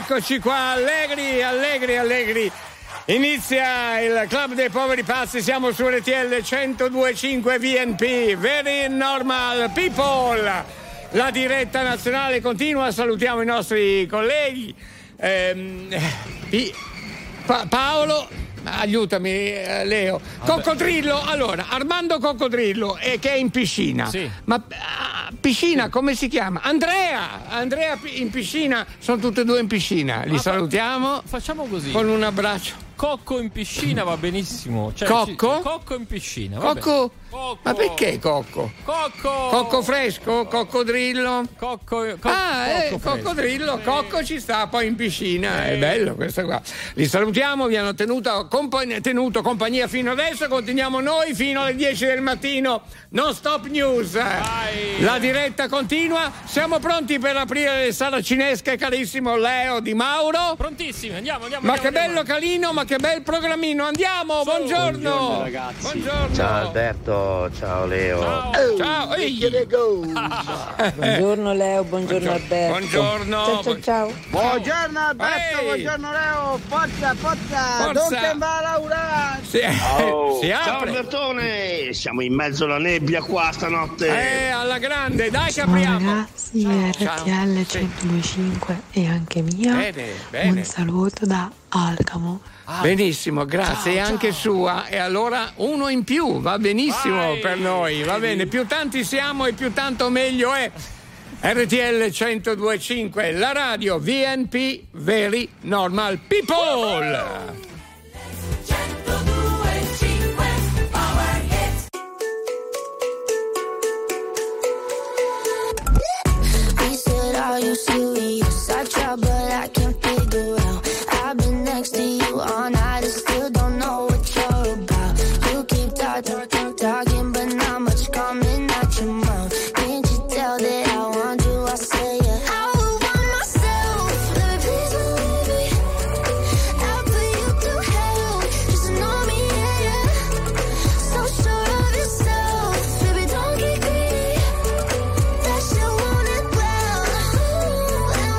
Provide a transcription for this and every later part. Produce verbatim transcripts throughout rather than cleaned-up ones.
Eccoci qua, allegri, allegri, allegri. Inizia il Club dei Poveri Pazzi, siamo su R T L centodue e cinque V N P, Very Normal People. La diretta nazionale continua, salutiamo i nostri colleghi. Ehm, pa- Paolo, aiutami eh, Leo. Coccodrillo, allora, Armando Coccodrillo, eh, che è in piscina. Sì. Ma ah, piscina, come si chiama? Andrea! Andrea in piscina, sono tutti e due in piscina. Li Ma salutiamo. Fa- facciamo così. Con un abbraccio. Cocco in piscina va benissimo. Cioè, Cocco? ci- cocco in piscina. Vabbè. Cocco? Cocco. Ma perché cocco? Cocco. Cocco fresco? Coccodrillo? Cocco. co- Ah, eh, cocco fresco. coccodrillo, Eh. cocco ci sta, poi in piscina, Eh. è bello questo qua. Li salutiamo, vi hanno tenuto, compa- tenuto compagnia fino adesso, continuiamo noi fino alle dieci del mattino, non stop news. Vai. La diretta continua, siamo pronti per aprire le saracinesche, carissimo Leo Di Mauro. Prontissimi, andiamo, andiamo. Ma andiamo, che andiamo. bello Calino, ma che bel programmino, andiamo, buongiorno. Buongiorno ragazzi. Buongiorno. Ciao Alberto, ciao Leo. Ciao. Ciao, ehi. Buongiorno Leo, buongiorno Alberto. Buongiorno. Ciao ciao ciao. Buongiorno Alberto, Ehi. buongiorno Leo, forza, forza, Forza. non te va Laura. Si, Oh, si ciao apre. Albertone, siamo in mezzo alla nebbia qua stanotte. Eh, alla grande, dai che Ciao apriamo. ragazzi, Ciao. R T L centodue e cinque e anche mia. Bene, bene. Un saluto da Alcamo. Benissimo, grazie. Ciao, e anche ciao. sua. E allora uno in più, va benissimo Vai. per noi, va bene. Più tanti siamo e più tanto meglio è. R T L centodue e cinque, la radio V N P, Very Normal People. He said, are you serious? I tried, but I can't figure out. I've been next to you all night and still don't know what you're about. You keep talking, talking, talking, but not much coming out your mouth. Can't you tell that I want you? I say yeah. I would want myself, baby, please believe me. I'll put you through hell, just to know me, yeah, yeah. So sure of yourself, baby, don't get greedy. That shit want it well, ooh, and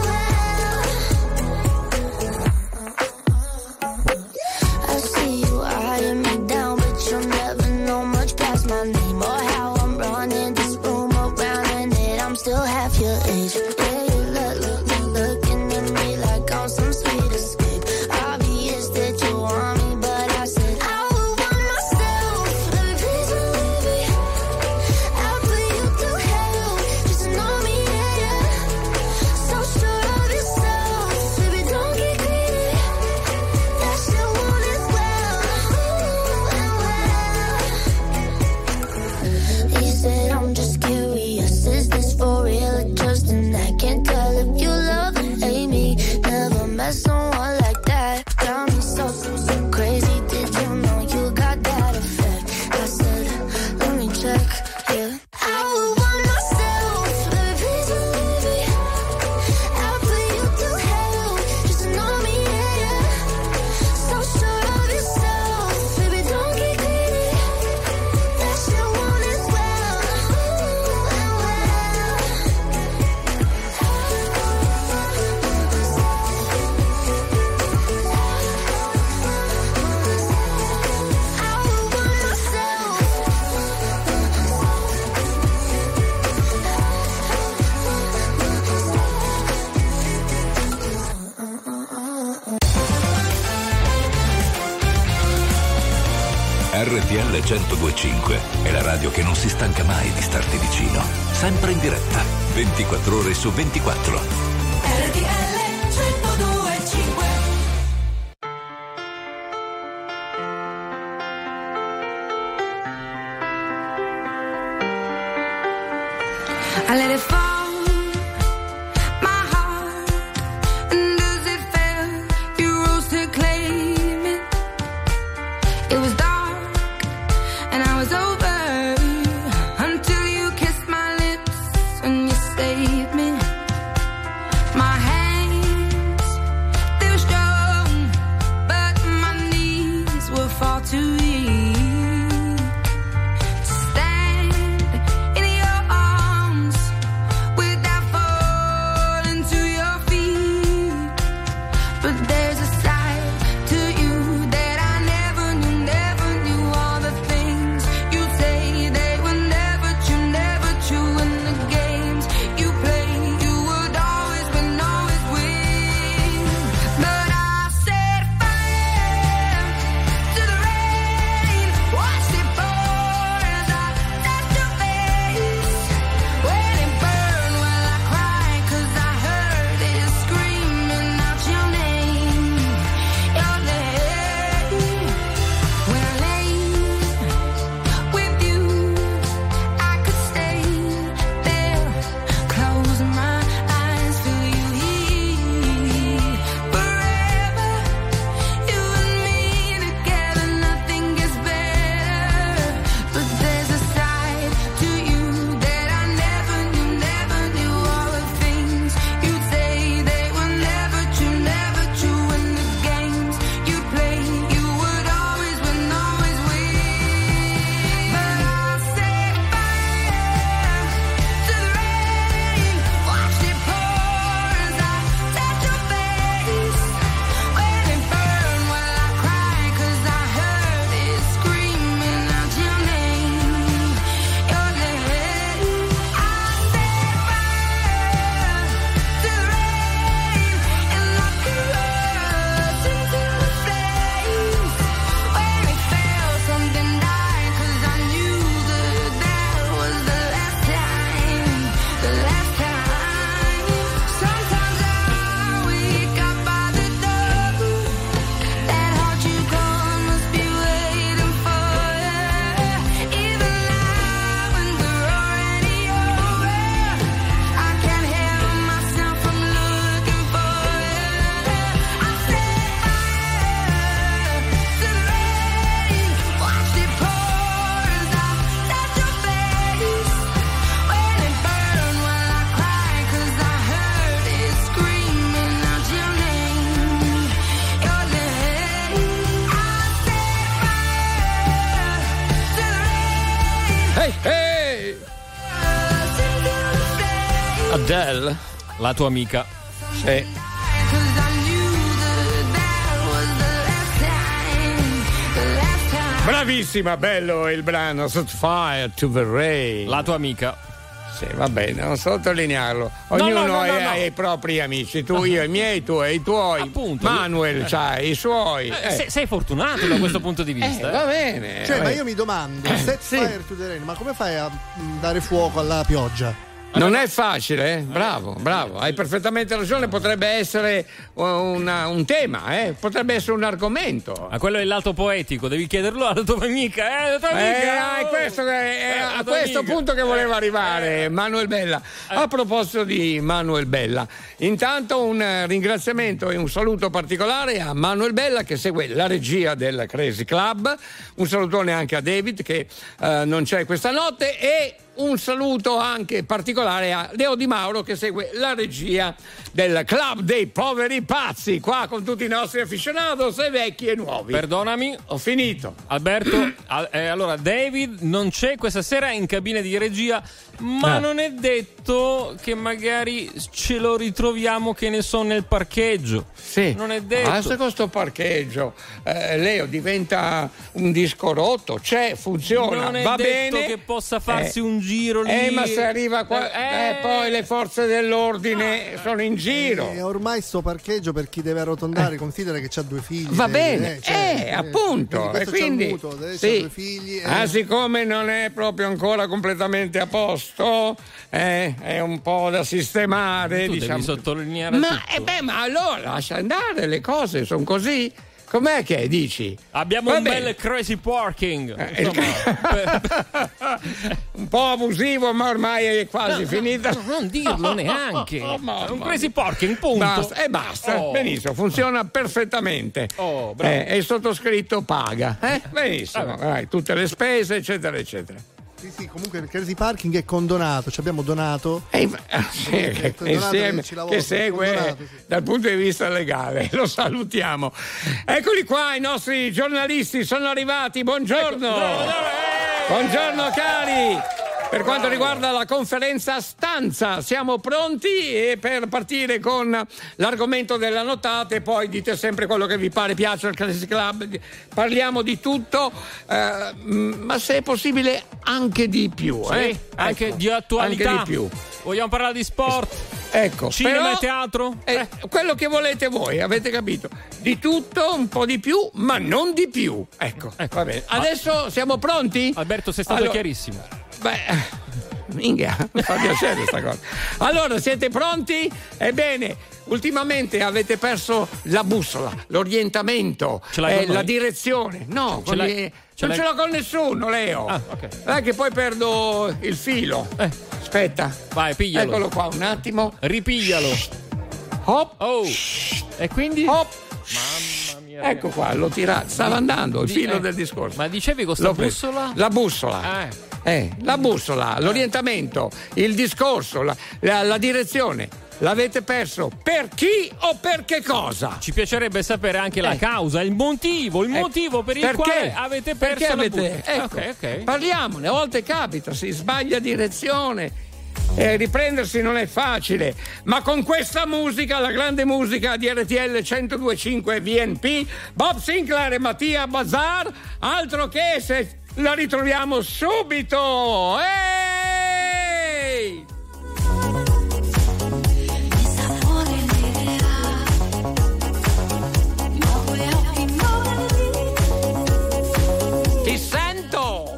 well. I see you eyeing me down, but you'll never know much past my name or how I'm running this room around and that I'm still half your age. Yeah, you look, look, look, looking at me like I'm some sweet escape. Obvious that you want me, but I said I would want myself. Baby, please believe me. I'll put you through hell, just to know me, yeah, yeah. So sure of yourself, baby, don't get greedy. That shit want it well, ooh, and well. He said, I'm just curious, is this for real or just an act? Can't tell if you love or hate me. Never met someone like that. Got me so, so, so crazy. Did you know you got that effect? I said, let me check, yeah. I would want myself, baby, please believe me. I'll put you through hell, just to know me, yeah, yeah. So sure of yourself, baby, don't get greedy. That shit want it well, ooh, and well. I would want myself. R T L centodue e cinque è la radio che non si stanca mai di starti vicino. Sempre in diretta, ventiquattro ore su ventiquattro. R T L centodue e cinque. I let it fall, my heart, and as it fell, you rose to claim it. It was dark, and I was over, until you kissed my lips and you saved me. My hands, they were strong, but my knees were far too weak. To stand in your arms Hey, hey. Adele, la tua amica. Sì. Bravissima, bello il brano Set Fire to the Rain. La tua amica. Sì, va bene, non sottolinearlo. Ognuno no, no, no, ha, no, no. ha i propri amici, tu, io, i miei, tu e i tuoi. Appunto. Manuel Eh. c'ha i suoi. Eh, Eh. sei, sei fortunato da questo punto di vista. Eh, va bene. Cioè, va ma bene. io mi domando, Eh, set sì. fire to the rain, ma come fai a mm, dare fuoco alla pioggia? Non è facile, eh? Bravo, bravo, hai perfettamente ragione, potrebbe essere una- un tema, eh? Potrebbe essere un argomento. Ma quello è il lato poetico, devi chiederlo alla tua amica, eh, alla tua Eh, amica. è questo che- è Eh, a la tua questo amica. punto che voleva arrivare Eh. Manuel Bella. A proposito di Manuel Bella, intanto un eh, ringraziamento e un saluto particolare a Manuel Bella che segue la regia del Crazy Club, un salutone anche a David che eh, non c'è questa notte e un saluto anche particolare a Leo Di Mauro che segue la regia del Club dei Poveri Pazzi, qua con tutti i nostri aficionados e vecchi e nuovi. Perdonami, Ho finito. Alberto. al- eh, allora, David non c'è questa sera in cabina di regia, ma Ah. non è detto che magari ce lo ritroviamo, che ne so, nel parcheggio. Sì. Non è detto. Basta con sto parcheggio. Eh, Leo, diventa un disco rotto. C'è, funziona, Non è va detto bene. che possa farsi Eh, un giro lì. Eh, ma se arriva qua, Eh, eh, poi le forze dell'ordine sono in giro. E ormai sto parcheggio per chi deve arrotondare considera che c'ha due figli. Va eh, bene, eh, cioè, eh, appunto. quindi E questo c'ha quindi, il mutuo, adesso sì. ha due figli. eh. Ah, siccome non è proprio ancora completamente a posto, eh, è un po' da sistemare. Tu diciamo. devi sottolineare Ma, tutto. eh, beh, ma allora lascia andare, le cose sono così. Com'è che dici? Abbiamo Va un bene. bel crazy parking. Eh, Insomma, un po' abusivo, ma ormai è quasi finita. no, non dirlo neanche. Oh, mamma È un mia. crazy parking, punto. Basta, e basta, Oh. benissimo, funziona perfettamente. Oh, bravo. Eh, e il sottoscritto paga. Eh? Benissimo, dai, tutte le spese, eccetera, eccetera. Sì, sì, comunque il Crazy Parking è condonato, ci abbiamo donato. E, eh, sì, che, Donato insieme, che ci lavora, che segue condonato, sì. dal punto di vista legale, lo salutiamo. Eccoli qua, i nostri giornalisti sono arrivati, buongiorno. Buongiorno cari. Per quanto riguarda la conferenza stanza, siamo pronti e per partire con l'argomento della nottata e poi dite sempre quello che vi pare, piace al Crazy Club, parliamo di tutto, eh, ma se è possibile anche di più. Sì, eh? anche Ecco, di attualità. Anche di più. Vogliamo parlare di sport? Ecco, Cinema però, e teatro? eh, quello che volete voi, avete capito? Di tutto, un po' di più, ma non di più. Ecco, Ecco. va bene. Adesso siamo pronti? Alberto, sei stato Allora, chiarissimo. Beh, minchia, mi fa piacere sta cosa. Allora, siete pronti? Ebbene, ultimamente avete perso la bussola, l'orientamento, Ce l'hai eh, con la noi? direzione. No, Ce con l'hai- gli- ce non l'hai- ce l'ho con nessuno, Leo. Ah, ok. Dai che poi perdo il filo. Eh. Aspetta. Vai, piglialo. Eccolo qua, un attimo. Ripiglialo. Hop, Oh. E quindi? hop. Mamma mia. Ecco qua, l'ho tirato, stava andando il Di- filo eh, del discorso. Ma dicevi con sta L'ho preso. bussola? La bussola. Eh. Eh, la bussola, l'orientamento, il discorso, la, la- la direzione. L'avete perso per chi o per che cosa? Ci piacerebbe sapere anche la Eh. causa, il motivo, il Eh, motivo per il perché? quale avete perso Perché la avete, bussola. ecco, Ok, ok. parliamone, a volte capita, si sbaglia direzione. E riprendersi non è facile, ma con questa musica, la grande musica di R T L centodue e cinque V N P, Bob Sinclair e Mattia Bazar, altro che se la ritroviamo subito. Ehi! Ti sento!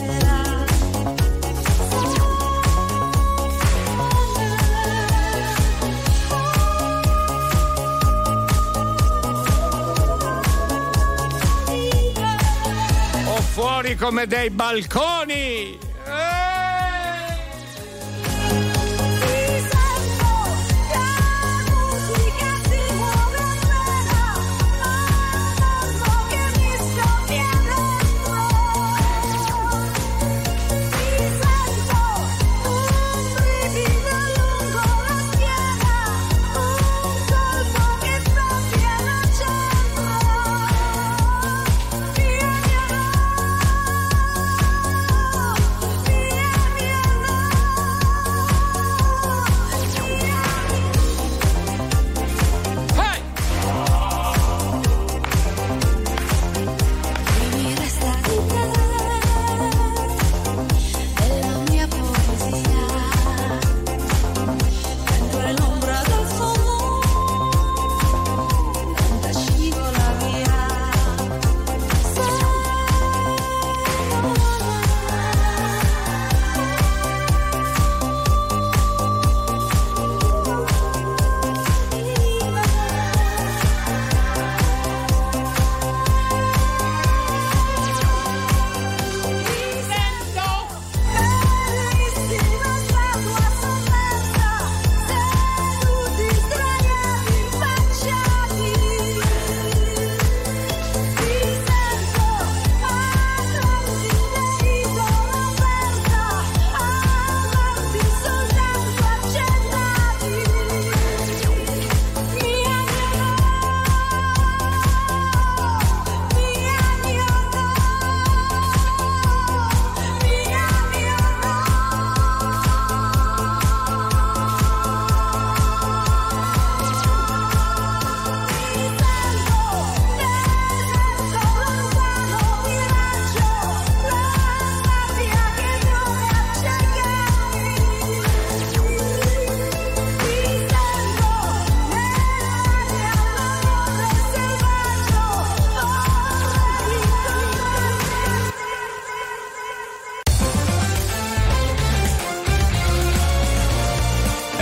O fuori come dei balconi! Thank you.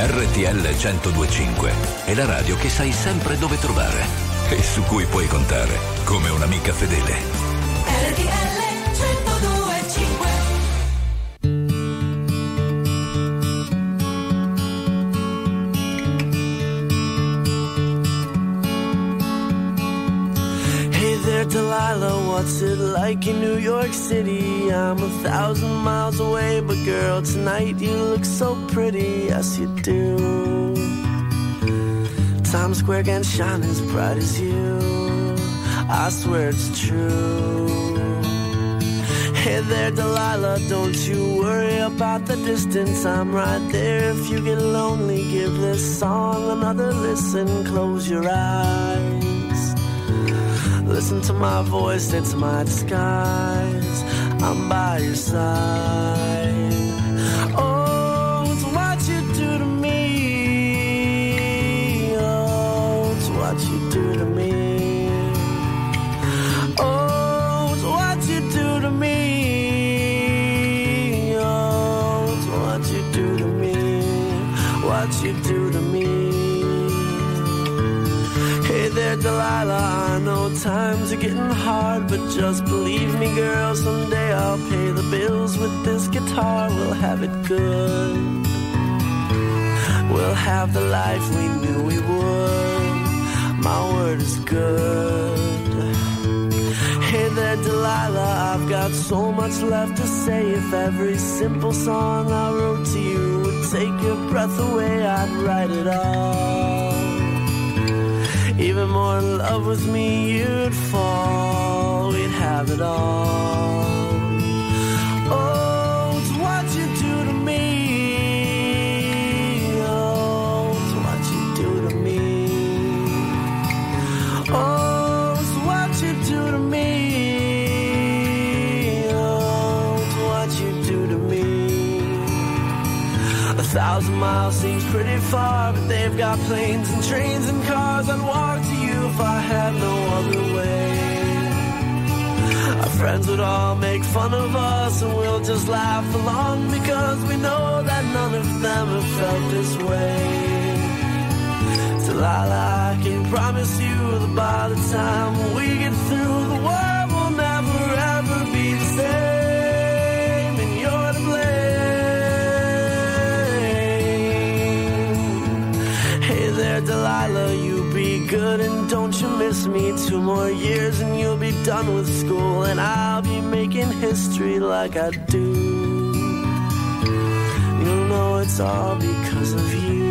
R T L centodue e cinque è la radio che sai sempre dove trovare e su cui puoi contare come un'amica fedele. R T L centodue e cinque. Hey there, Delilah, what's it like in New York City? I'm a thousand miles away, but girl, tonight you look so pretty, yes you do. Times Square can't shine as bright as you, I swear it's true. Hey there, Delilah, don't you worry about the distance, I'm right there. If you get lonely, give this song another listen, close your eyes. Listen to my voice, it's my disguise, I'm by your side. Oh, it's what you do to me, oh, it's what you do to me. Oh, it's what you do to me, oh, it's what you do to me, what you do to me. Hey there, Delilah, I know times are getting hard, but just believe me, girl, someday I'll pay the bills with this guitar. We'll have it good, we'll have the life we knew we would, my word is good. Hey there, Delilah, I've got so much left to say. If every simple song I wrote to you would take your breath away, I'd write it all. Even more in love with me, you'd fall, we'd have it all. Oh, it's what you do to me, oh, it's what you do to me. Oh, it's what you do to me, oh, it's what you do to me. A thousand miles seems pretty far, but they've got planes and trains and cars. I'd walk to you if I had no other way. Our friends would all make fun of us, and we'll just laugh along, because we know that none of them have felt this way. Delilah, I can promise you that by the time we get through, the world will never ever be the same, and you're to blame. Hey there, Delilah, you be good and don't you miss me. Two more years and you'll be done with school, and I'll be making history like I do. You'll know it's all because of you.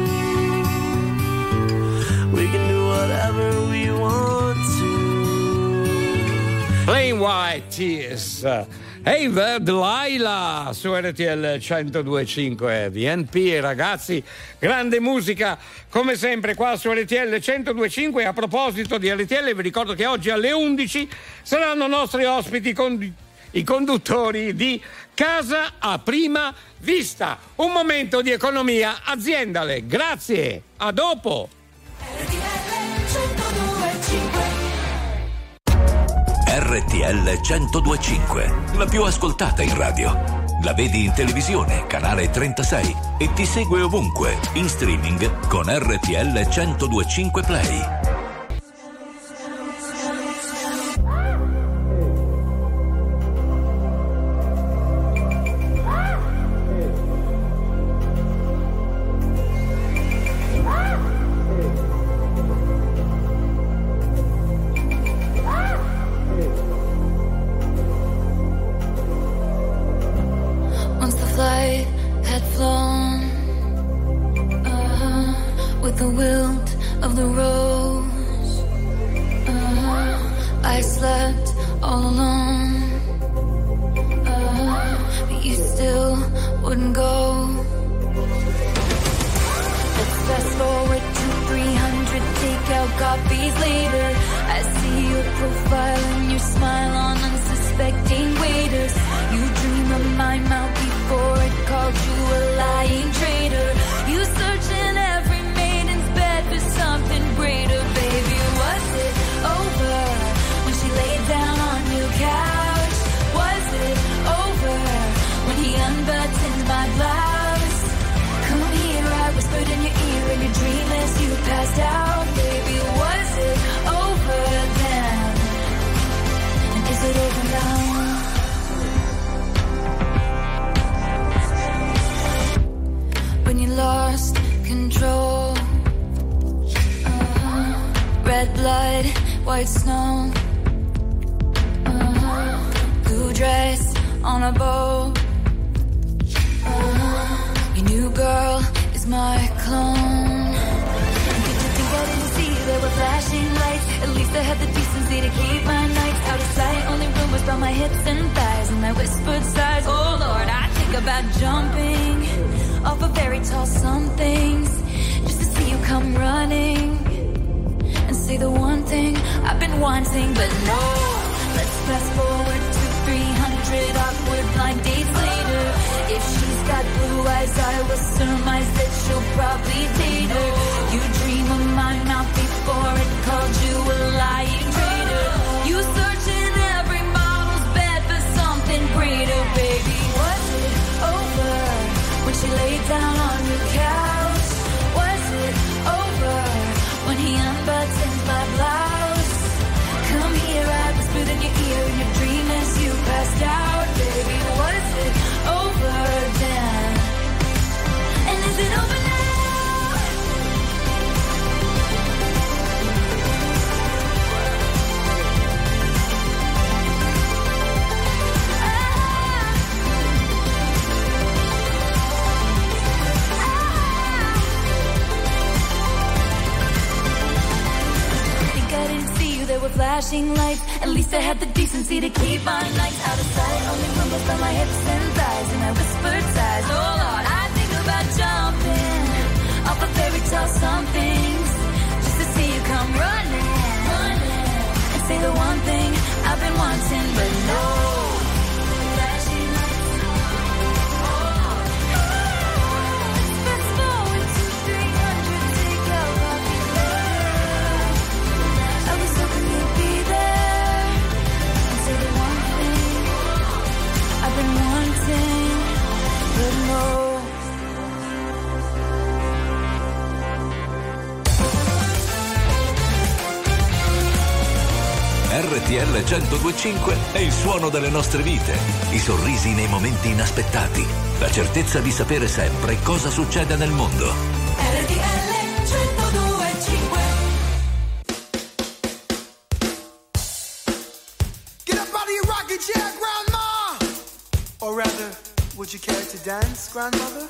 We can do whatever we want to. Plain White Tears. Hey there, Delilah su R T L centodue e cinque V N P. Ragazzi, grande musica come sempre qua su R T L centodue e cinque. A proposito di R T L, vi ricordo che oggi alle undici saranno nostri ospiti con i conduttori di Casa a Prima Vista, un momento di economia aziendale. Grazie, a dopo. R T L centodue e cinque, la più ascoltata in radio. La vedi in televisione, canale trentasei, e ti segue ovunque, in streaming con R T L centodue e cinque Play. The wilt of the rose, uh, I slept all alone, uh, but you still wouldn't go. Let's fast forward to three hundred takeout copies later. I see your profile and your smile on unsuspecting waiters. You dream of my mouth before it called you a lying traitor. You search in every for something greater, baby. Was it over when she laid down on your couch? Was it over when he unbuttoned my blouse? Come here, I whispered in your white snow. Uh-huh. Blue dress on a boat. Uh-huh. Your new girl is my clone. And did you think I didn't see there were flashing lights? At least I had the decency to keep my nights out of sight. Only rumors about my hips and thighs and my whispered sighs. Oh Lord, I think about jumping off of very tall somethings just to see you come running and say the one thing I've been wanting. But no, let's fast forward to three hundred awkward blind dates later. If she's got blue eyes, I will surmise that she'll probably date her. You dream of my mouth before it called you a lying traitor. You search in every model's bed for something greater. Baby, was it over when she laid down on your couch? Was it over when he unbuttoned my blouse? Come here, I whispered in your ear in your dream as you passed out. Baby, was it over then? And is it over now? There were flashing lights. At least I had the decency to keep my nights out of sight. Only rumbles by my hips and thighs and my whispered sighs. Oh Lord, I think about jumping off of fairy tale somethings just to see you come running, running and say the one thing I've been wanting. But no flashing lights. Oh, let's fast forward to three hundred. Take out Rocky Love. I was hoping you'd be there and say the one thing I've been wanting, but no. R T L centodue e cinque è il suono delle nostre vite, i sorrisi nei momenti inaspettati, la certezza di sapere sempre cosa succede nel mondo. R T L centodue e cinque. Get up out of your rocking chair, Grandma! Or rather, would you care to dance, Grandmother?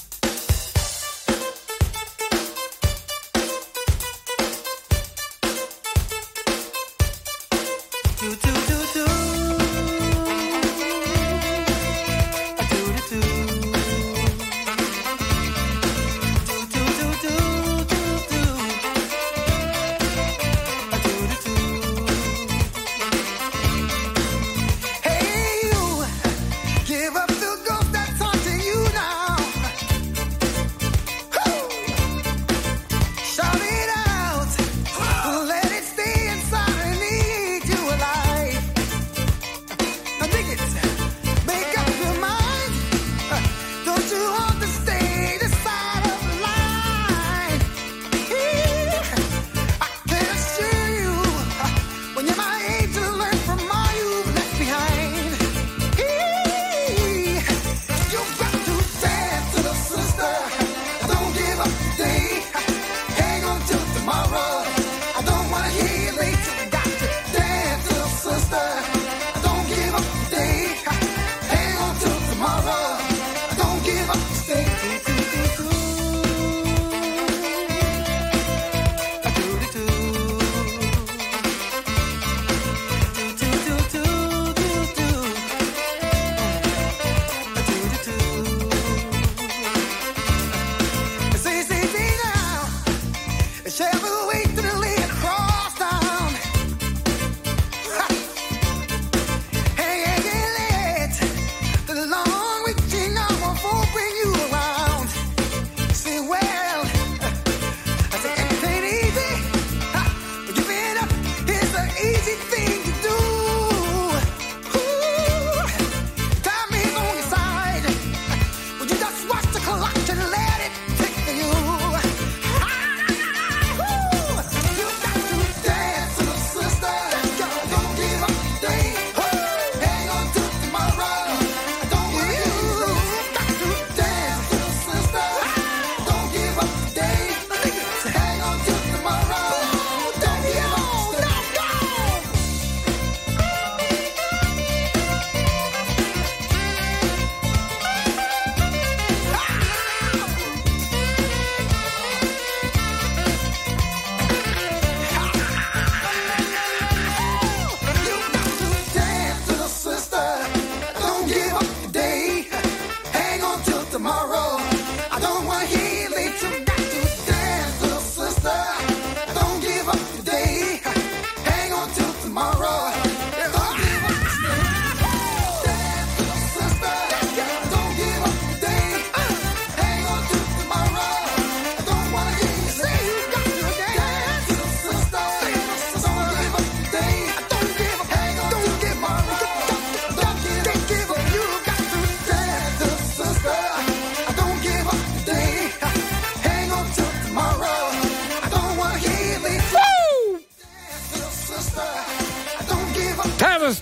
Do, do, do, do. A do, do, do. Do, do, do, do, do, do. A do, do, do. Hey, you, give up the ghost that's haunting you now.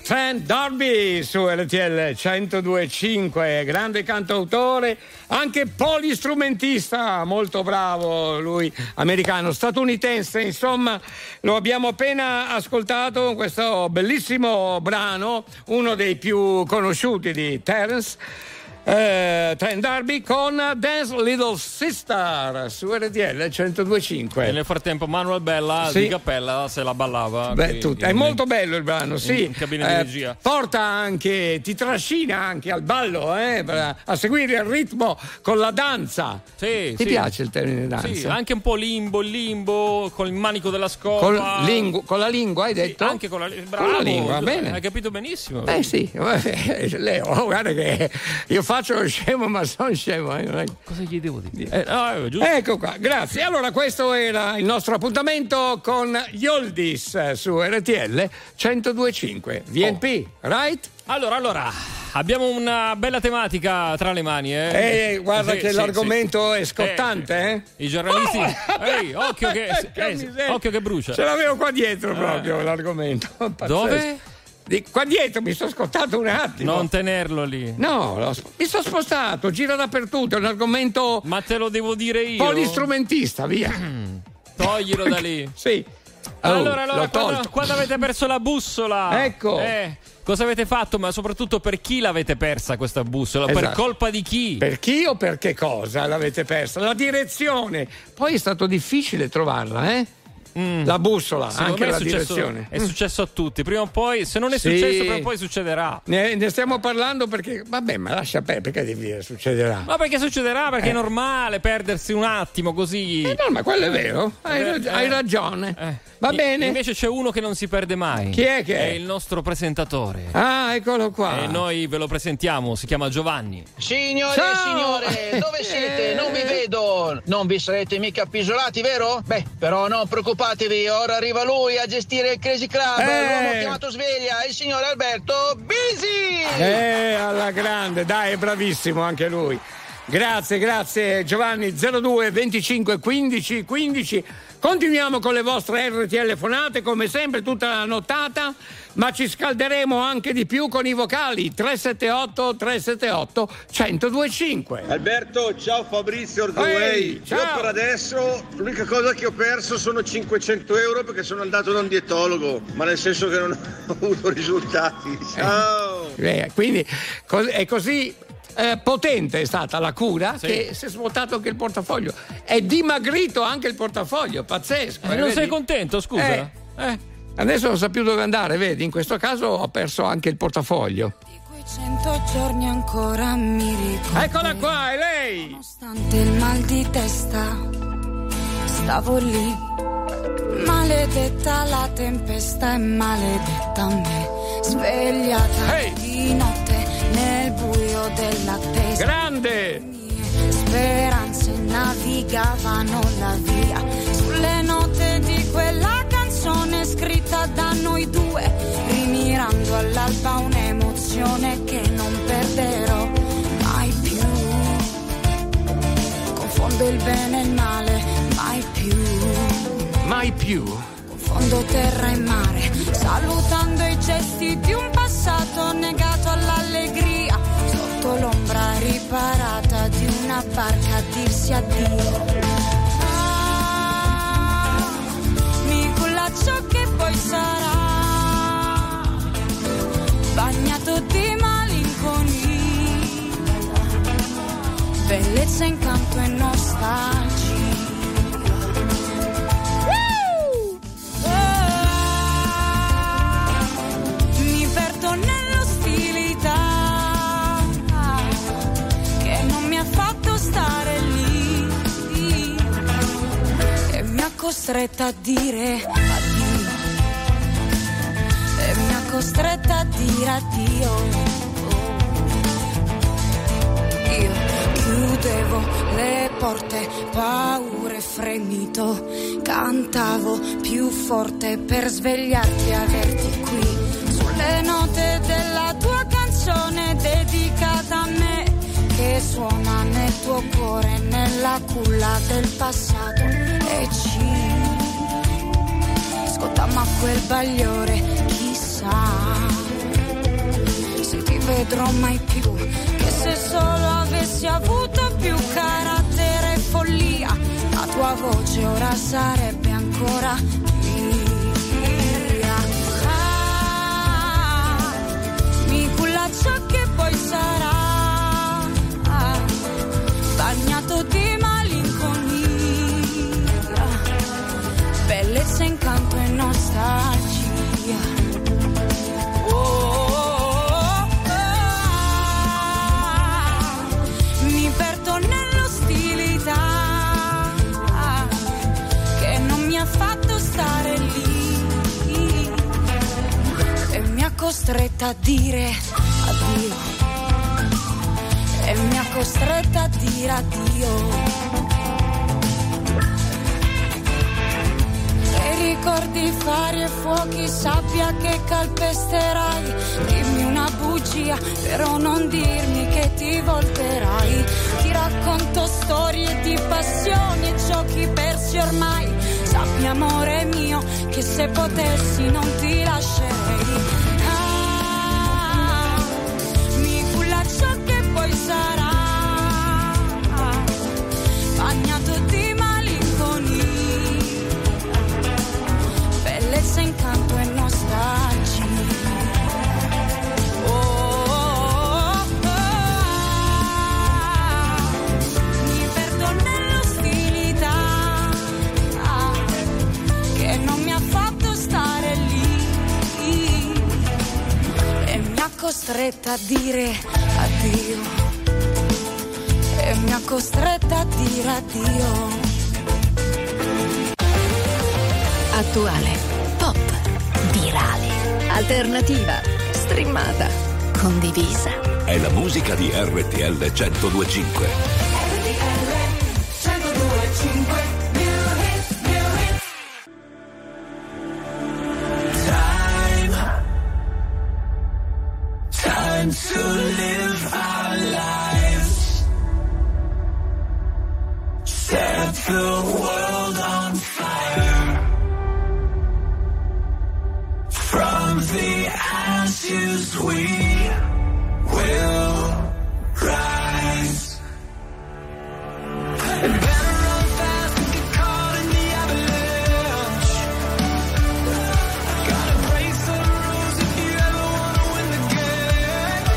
Trent D'Arby su R T L centodue e cinque, grande cantautore, anche polistrumentista, molto bravo lui, americano, statunitense, insomma, lo abbiamo appena ascoltato, questo bellissimo brano, uno dei più conosciuti di Terence. Eh, Trent D'Arby con Dance Little Sister su R T L centodue e cinque. E nel frattempo Manuel Bella sì. di cappella se la ballava. Beh, qui, è molto bello il brano, sì. In cabina di regia. Eh, porta anche, ti trascina anche al ballo, eh, per, a seguire il ritmo con la danza. Sì, ti sì. piace il termine danza? Sì, anche un po' limbo, limbo, con il manico della scopa. Col lingu- con la lingua, hai detto? Sì, anche con la, bravo, con la lingua, bene. Hai capito benissimo. Eh sì, Leo, guarda che io faccio lo scemo, ma sono scemo. Eh. Cosa gli devo dire? Eh, no, giusto. Ecco qua, grazie. Allora, questo era il nostro appuntamento con gli oldies su R T L centodue e cinque. V N P, oh. Right? Allora, allora, abbiamo una bella tematica tra le mani, eh? Eh, guarda sì, che sì, l'argomento sì. è scottante, eh? I giornalisti... Oh! Ehi, occhio che, eh, occhio che brucia. Ce l'avevo qua dietro proprio, eh. l'argomento. Pazzesco. Dove? Di qua dietro mi sono scottato un attimo. Non tenerlo lì. No, lo, mi sono spostato, gira dappertutto, è un argomento... Ma te lo devo dire io? Polistrumentista, via. Toglilo da lì. Sì. Oh, allora, allora quando, quando avete perso la bussola... Ecco. Eh, cosa avete fatto? Ma soprattutto per chi l'avete persa questa bussola? Esatto. Per colpa di chi? Per chi o per che cosa l'avete persa? La direzione. Poi è stato difficile trovarla, eh? Mm. La bussola, secondo anche me la è successo, direzione. È successo a tutti. Prima o poi, se non è sì. successo, prima o poi succederà. Ne, ne stiamo parlando perché, vabbè, ma lascia perdere, perché devi dire succederà? Ma perché succederà? Perché eh. è normale perdersi un attimo così. Eh no, ma quello è vero, hai, rag- eh. hai ragione. Eh. Va I- bene. Invece c'è uno che non si perde mai. Chi è che è? È il nostro presentatore. Ah, eccolo qua. E noi ve lo presentiamo, si chiama Giovanni. Signore e signore, dove siete? Non vi vedo. Non vi sarete mica appisolati, vero? Beh, però non preoccupatevi, ora arriva lui a gestire il Crazy Club, eh. l'uomo chiamato Sveglia, il signor Alberto Bisi. Eh, alla grande, dai, è bravissimo anche lui. Grazie, grazie Giovanni. Zero due venticinque quindici quindici. Continuiamo con le vostre R T L fonate come sempre tutta la nottata, ma ci scalderemo anche di più con i vocali. Tre sette otto tre sette otto centodue e cinque. Alberto, ciao Fabrizio Ordoway. Io per adesso l'unica cosa che ho perso sono cinquecento euro perché sono andato da un dietologo, ma nel senso che non ho avuto risultati. Ciao. Eh, quindi è così Eh, potente è stata la cura, sì, che si è svuotato anche il portafoglio, è dimagrito anche il portafoglio, pazzesco. Eh, eh, non vedi? sei contento, scusa? Eh, eh. Adesso non sa più dove andare, vedi, in questo caso ho perso anche il portafoglio. Di quei cento giorni ancora mi ricordo. Eccola qua, è lei! Nonostante il mal di testa, stavo lì. Maledetta la tempesta e maledetta me, svegliata hey. di notte nel buio dell'attesa. Grande! Mie speranze navigavano la via sulle note di quella canzone scritta da noi due, rimirando all'alba un'emozione che non perderò mai più. Confondo il bene e il male, mai più. Mai più. Confondo terra e mare, salutando i gesti di un passato negato all'allegria, sotto l'ombra riparata di una barca a dirsi addio. Ah, mi culla ciò che poi sarà, bagnato di malinconia, bellezza, incanto e nostalgia. Nell'ostilità che non mi ha fatto stare lì e mi ha costretta a dire addio, e mi ha costretta a dire addio. Io chiudevo le porte, paure, fremito, cantavo più forte per svegliarti e averti qui. Le note della tua canzone dedicata a me, che suona nel tuo cuore, nella culla del passato, e ci scottammo a quel bagliore, chissà se ti vedrò mai più. Che se solo avessi avuto più carattere e follia, la tua voce ora sarebbe ancora mia. Ah, mi culla ciò che poi sarà, ah, bagnato di malinconia, bellezza, incanto e nostalgia. Oh, oh, oh, oh. Mi perdo nell'ostilità che non mi ha fatto stare lì e mi ha costretta a dire addio, e mi ha costretta a dire addio. Ricordi fari e fuochi, sabbia che calpesterai. Dimmi una bugia, però non dirmi che ti volterai. Ti racconto storie di passione e giochi persi ormai. Sappi, amore mio, che se potessi non ti lascerei. Ah, mi culla ciò che poi sarà, bagnato di malinconia, bellezza, incanto e nostalgia. Oh, oh, oh, oh. Mi perdo nell'ostilità ah, che non mi ha fatto stare lì e mi ha costretta a dire addio, e mi ha costretta a dire addio. Attuale, pop, virale, alternativa, streamata, condivisa. È la musica di R T L centodue e cinque. R T L centodue e cinque. Time, time to live our lives. Set the world on fire. From the ashes we will rise. And better run fast than get caught in the avalanche. Gotta break some rules if you ever wanna win the game.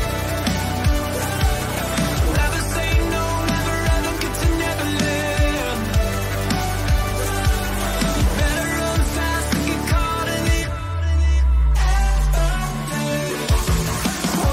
Never say no, never ever get to Neverland. Better run fast than get caught in the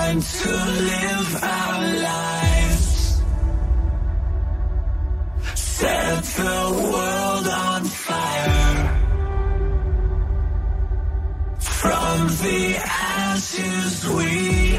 time to live our lives. Set the world on fire. From the ashes we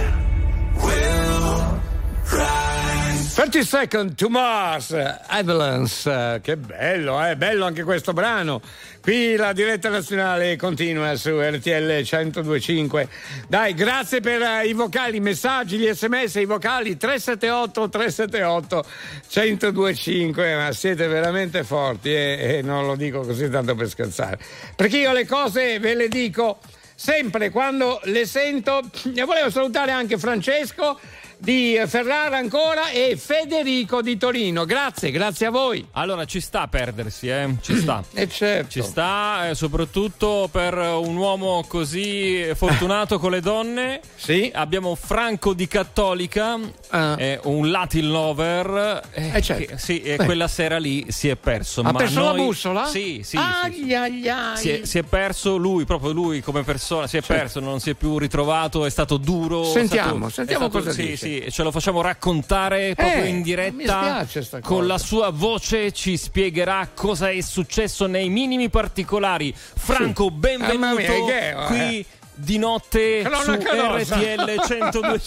will rise. thirty Seconds to Mars, Avalanche, che bello, è eh? bello anche questo brano. Qui la diretta nazionale continua su R T L centodue e cinque. Dai, grazie per uh, i vocali, i messaggi, gli sms, i vocali tre sette otto tre sette otto centodue e cinque, ma siete veramente forti e, e non lo dico così tanto per scherzare, perché io le cose ve le dico sempre quando le sento. E volevo salutare anche Francesco di Ferrara ancora e Federico di Torino. Grazie, grazie a voi. Allora ci sta a perdersi, eh? Ci sta. E certo. Ci sta, eh, soprattutto per un uomo così fortunato con le donne. Sì. Abbiamo Franco di Cattolica, ah. eh, un Latin lover. Eh, eh certo. che, sì, e quella sera lì si è perso. Ha ma perso noi... la bussola? Sì, sì. Ai, sì, sì. ai, ai. Si, è, si è perso lui, proprio lui come persona, si è Certo. perso, non si è più ritrovato, è stato duro. Sentiamo, è stato, sentiamo è stato, cosa sì, dice. Sì, ce lo facciamo raccontare proprio Eh, in mi diretta. spiace sta Con cosa. la sua voce ci spiegherà cosa è successo nei minimi particolari. Franco, Sì. benvenuto Mamma mia, che è, qui eh. di notte Cronaca su rosa. R T L centodue.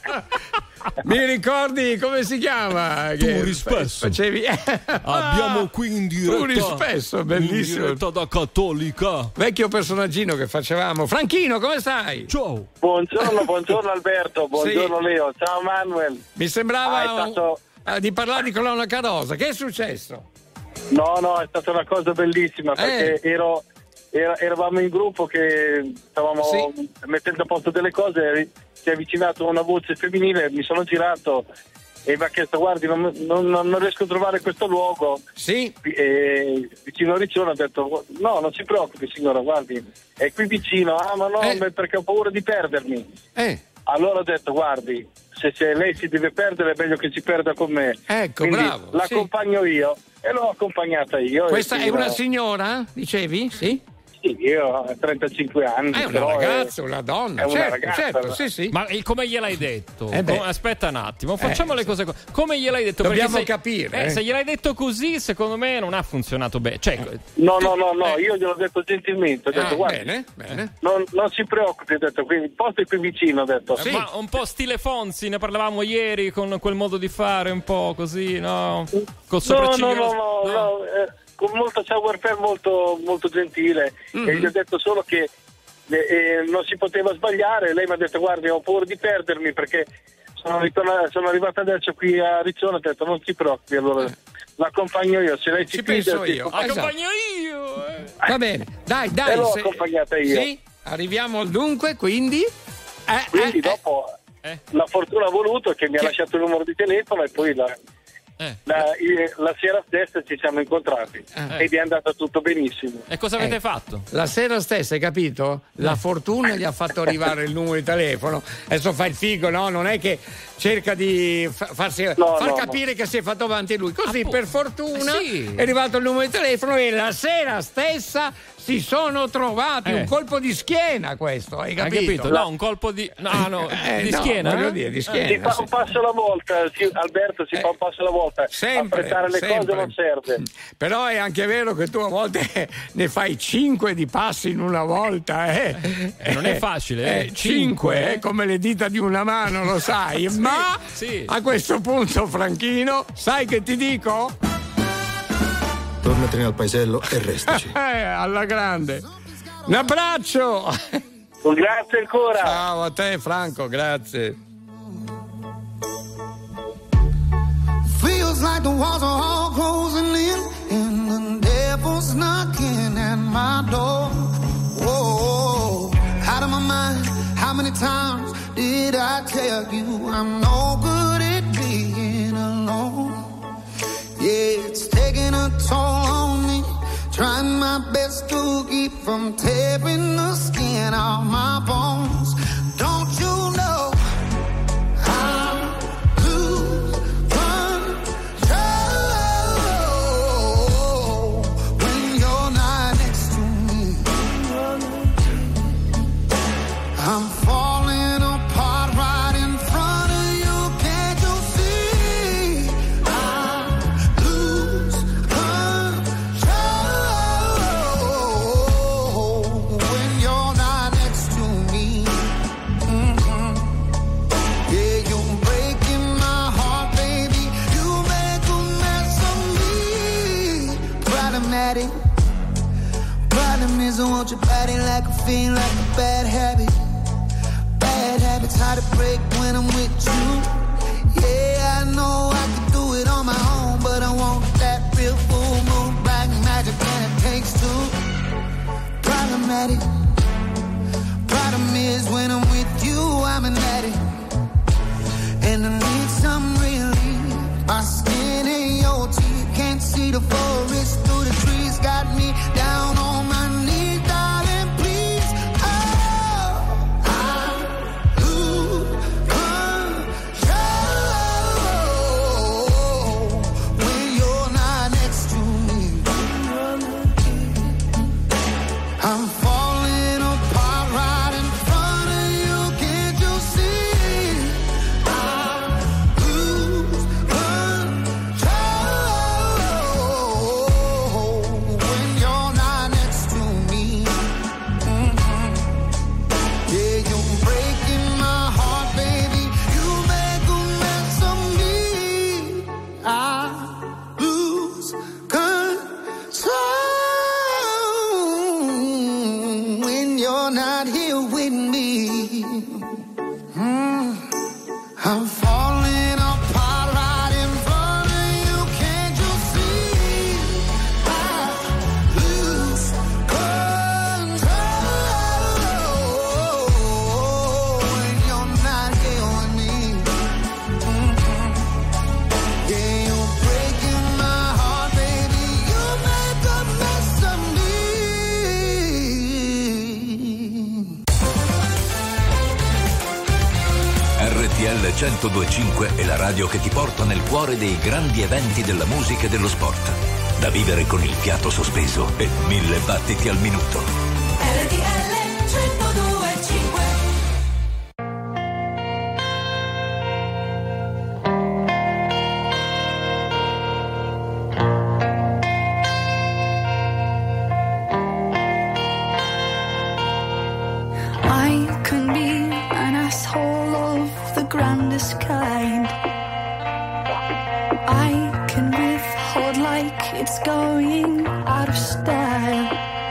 Mi ricordi come si chiama? Turi Spesso. Facevi... Abbiamo qui in diretta Turi Spesso, bellissimo. in diretta da Cattolica. Vecchio personaggino che facevamo. Franchino, come stai? Ciao. Buongiorno, buongiorno Alberto, buongiorno Sì. Leo, ciao Manuel. Mi sembrava Ah, è stato... eh, di parlare di cronaca rosa. Che è successo? No, no, è stata una cosa bellissima perché Eh. ero, era- eravamo in gruppo che stavamo Sì. mettendo a posto delle cose, si è avvicinato una voce femminile, mi sono girato e mi ha chiesto guardi non, non- non riesco a trovare questo luogo. Sì. E vicino a Riccione ho detto no, non si preoccupi signora, guardi, è qui vicino. Ah ma no, Eh. perché ho paura di perdermi. Eh. Allora ho detto guardi, se, se lei si deve perdere è meglio che si perda con me. Ecco, Quindi bravo, l'accompagno io e l'ho accompagnata io. Questa e è quindi una no. signora, dicevi? Sì? Sì, io ho trentacinque anni. È una però ragazza, una donna. è una certo, ragazza. certo, sì, sì. Ma il- come gliel'hai detto? Eh beh. Com- aspetta un attimo, facciamo Eh, le cose co- come gliel'ai detto. Dobbiamo Perché se- capire, eh, eh. se gliel'hai detto così, secondo me non ha funzionato bene. Cioè, No, no, no, no, Eh. io gliel'ho detto gentilmente, ho detto Ah, guarda, bene, bene. non, non si preoccupi, ho detto, qui, il posto è qui vicino, ho detto. Eh, ma un po' stile Fonzi, ne parlavamo ieri con quel modo di fare un po' così, no? Col No, sopracciglio. no, no, no, no, eh, con molto savoir-faire, molto, molto gentile. Mm-hmm. E gli ho detto solo che eh, eh, non si poteva sbagliare. Lei mi ha detto guardi, ho paura di perdermi perché sono, ritornata, sono arrivata adesso qui a Riccione. Ho detto non si preoccupi, allora l'accompagno io, se lei ci, Ci fida, penso si- io. Accompagno io. eh. Va bene, dai, dai. E l'ho se- accompagnata io. Sì, arriviamo al dunque, quindi... Eh, Quindi eh, dopo Eh. la fortuna ha voluto che mi ha Che- lasciato il numero di telefono e poi la, Eh. la, i- la sera stessa ci siamo incontrati Eh. ed è andato tutto benissimo. E cosa avete Eh. fatto? La sera stessa, hai capito? La fortuna gli ha fatto arrivare il numero di telefono. Adesso fa il figo, no? Non è che cerca di fa- farsi, No, far no, capire che si è fatto avanti lui. Così, Appunto. per fortuna, Eh sì. è arrivato il numero di telefono e la sera stessa si sono trovati. Eh. Un colpo di schiena questo, hai Hai capito? capito? No, un colpo di no, no, Eh, di no, schiena, voglio eh? dire, di Si schiena. fa sì. un passo alla volta, si- Alberto, si Eh. fa un passo alla volta. Sempre, Apprezzare le sempre. cose non serve. Però è anche vero che tu a volte ne fai cinque di passi in una volta, eh? Eh, non è facile, eh. cinque, Cinque, eh, come le dita di una mano, lo sai. Ma sì. a questo punto, Franchino, sai che ti dico? Tornatene al paesello e restaci. Eh, alla grande. Un abbraccio. Grazie ancora. Ciao a te, Franco, grazie. Feels like the walls are all closing in and the devil's knocking at my door. Whoa, out of my mind. How many times did I tell you I'm no good at being alone? Yeah, it's taking a toll on me. Trying my best to keep from tearing the skin off my bones. Don't you know? I'm lose control when you're not next to me. I'm falling apart right in your body like a fiend, like a bad habit. Bad habits hard to break when I'm with you. Yeah, I know I can do it on my own, but I want that real full moon, black magic, and it takes two. Problematic. Problem is when I'm with you, I'm an addict, and I need some relief. My skin ain't your teeth, can't see the forest through the trees. Got me down on my knees, darling, please. Oh, I lose control when you're not next to me. I'm falling apart right in front of you, can't you see? I lose control when you're not next to me. Mhm. Yeah, you're breaking my heart, baby. You make a mess of me. I lose control when you're not here with me. Mm. I'm falling apart right in front of you, can't you see? I lose control when you're not here with me. Mhm. Yeah, you're breaking my heart, baby. You make a mess of me. R T L centodue e cinque è la radio che ti porta nel cuore dei grandi eventi della musica e dello sport. Da vivere con il fiato sospeso e mille battiti al minuto. R T L centodue e cinque. I can be an asshole of the grandest kind. I can withhold like it's going out of style.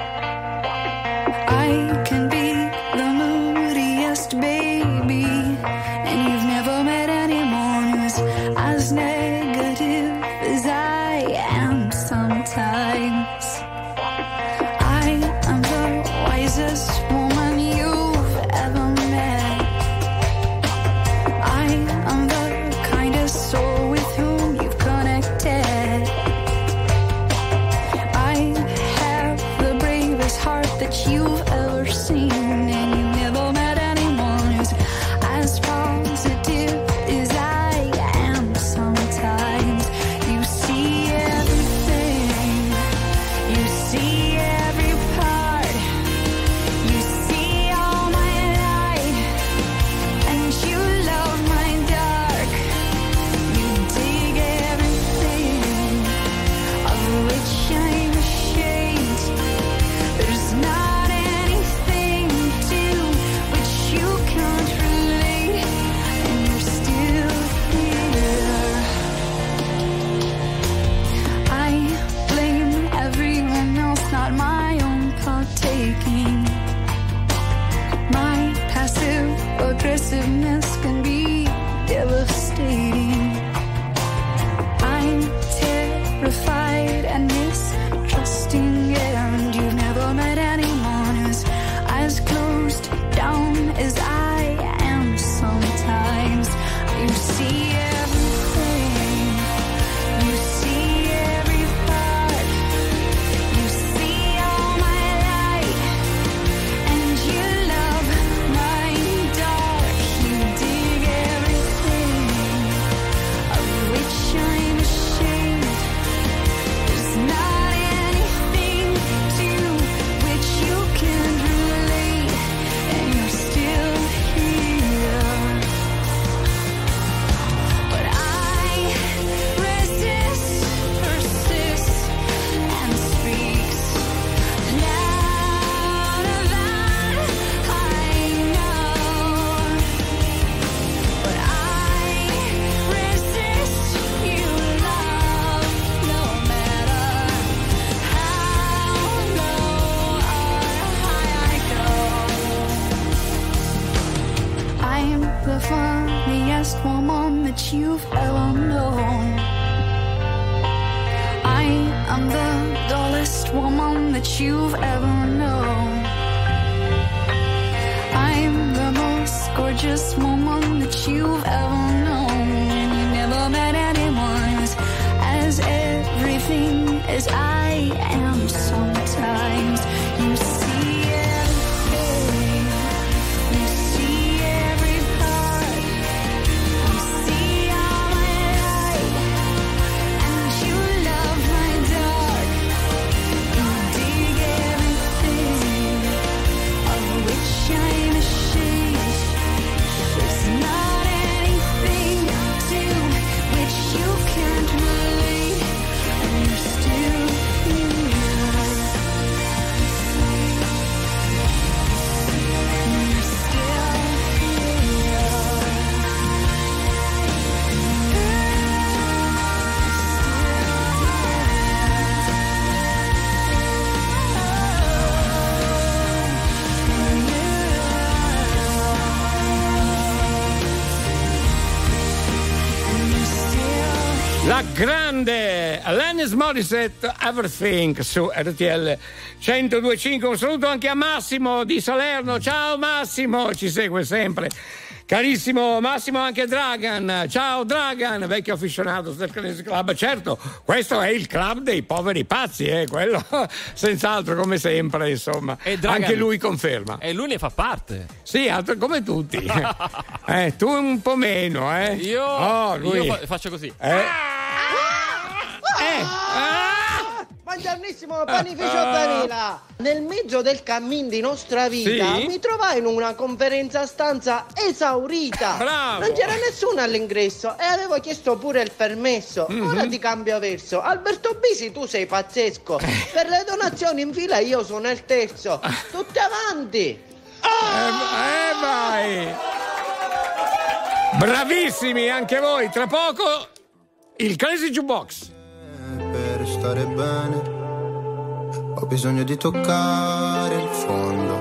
I can be the moodiest baby, and you've never met anyone who's as negative as I am sometimes. I am the wisest woman you've ever met. I am the kindest soul with whom you've connected. I have the I'm the funniest woman that you've ever known. I am the dullest woman that you've ever known. I'm the most gorgeous woman that you've ever known. You never met anyone as, as everything as I am sometimes. You see everything, you see every part, you see all my light, and you love my dark. You dig everything of which I'm ashamed. There's not anything to which you can't relate, and you're still here. You're still La grande Alanis Morissette, Everything, su R T L centodue e cinque. Un saluto anche a Massimo di Salerno. Ciao Massimo, ci segue sempre. Carissimo Massimo, anche Dragan. Ciao Dragan, vecchio afficionato del Crazy Club. Certo, questo è il club dei poveri pazzi, eh? Quello senz'altro, come sempre, insomma. E Dragan, anche lui conferma. E lui ne fa parte. Sì, altro come tutti. eh, tu un po' meno, eh? Io, oh, lui. io fa- faccio così. Eh. Eh. Ah! Buongiornissimo panificio Danila. Nel mezzo del cammin di nostra vita Sì? mi trovai in una conferenza stanza esaurita. Bravo. Non c'era nessuno all'ingresso e avevo chiesto pure il permesso. Mm-hmm. Ora ti cambio verso. Alberto Bisi, tu sei pazzesco. Per le donazioni in fila io sono il terzo. Tutti avanti. Eh, eh vai. Bravissimi anche voi. Tra poco il Crazy Jukebox. Per stare bene ho bisogno di toccare il fondo.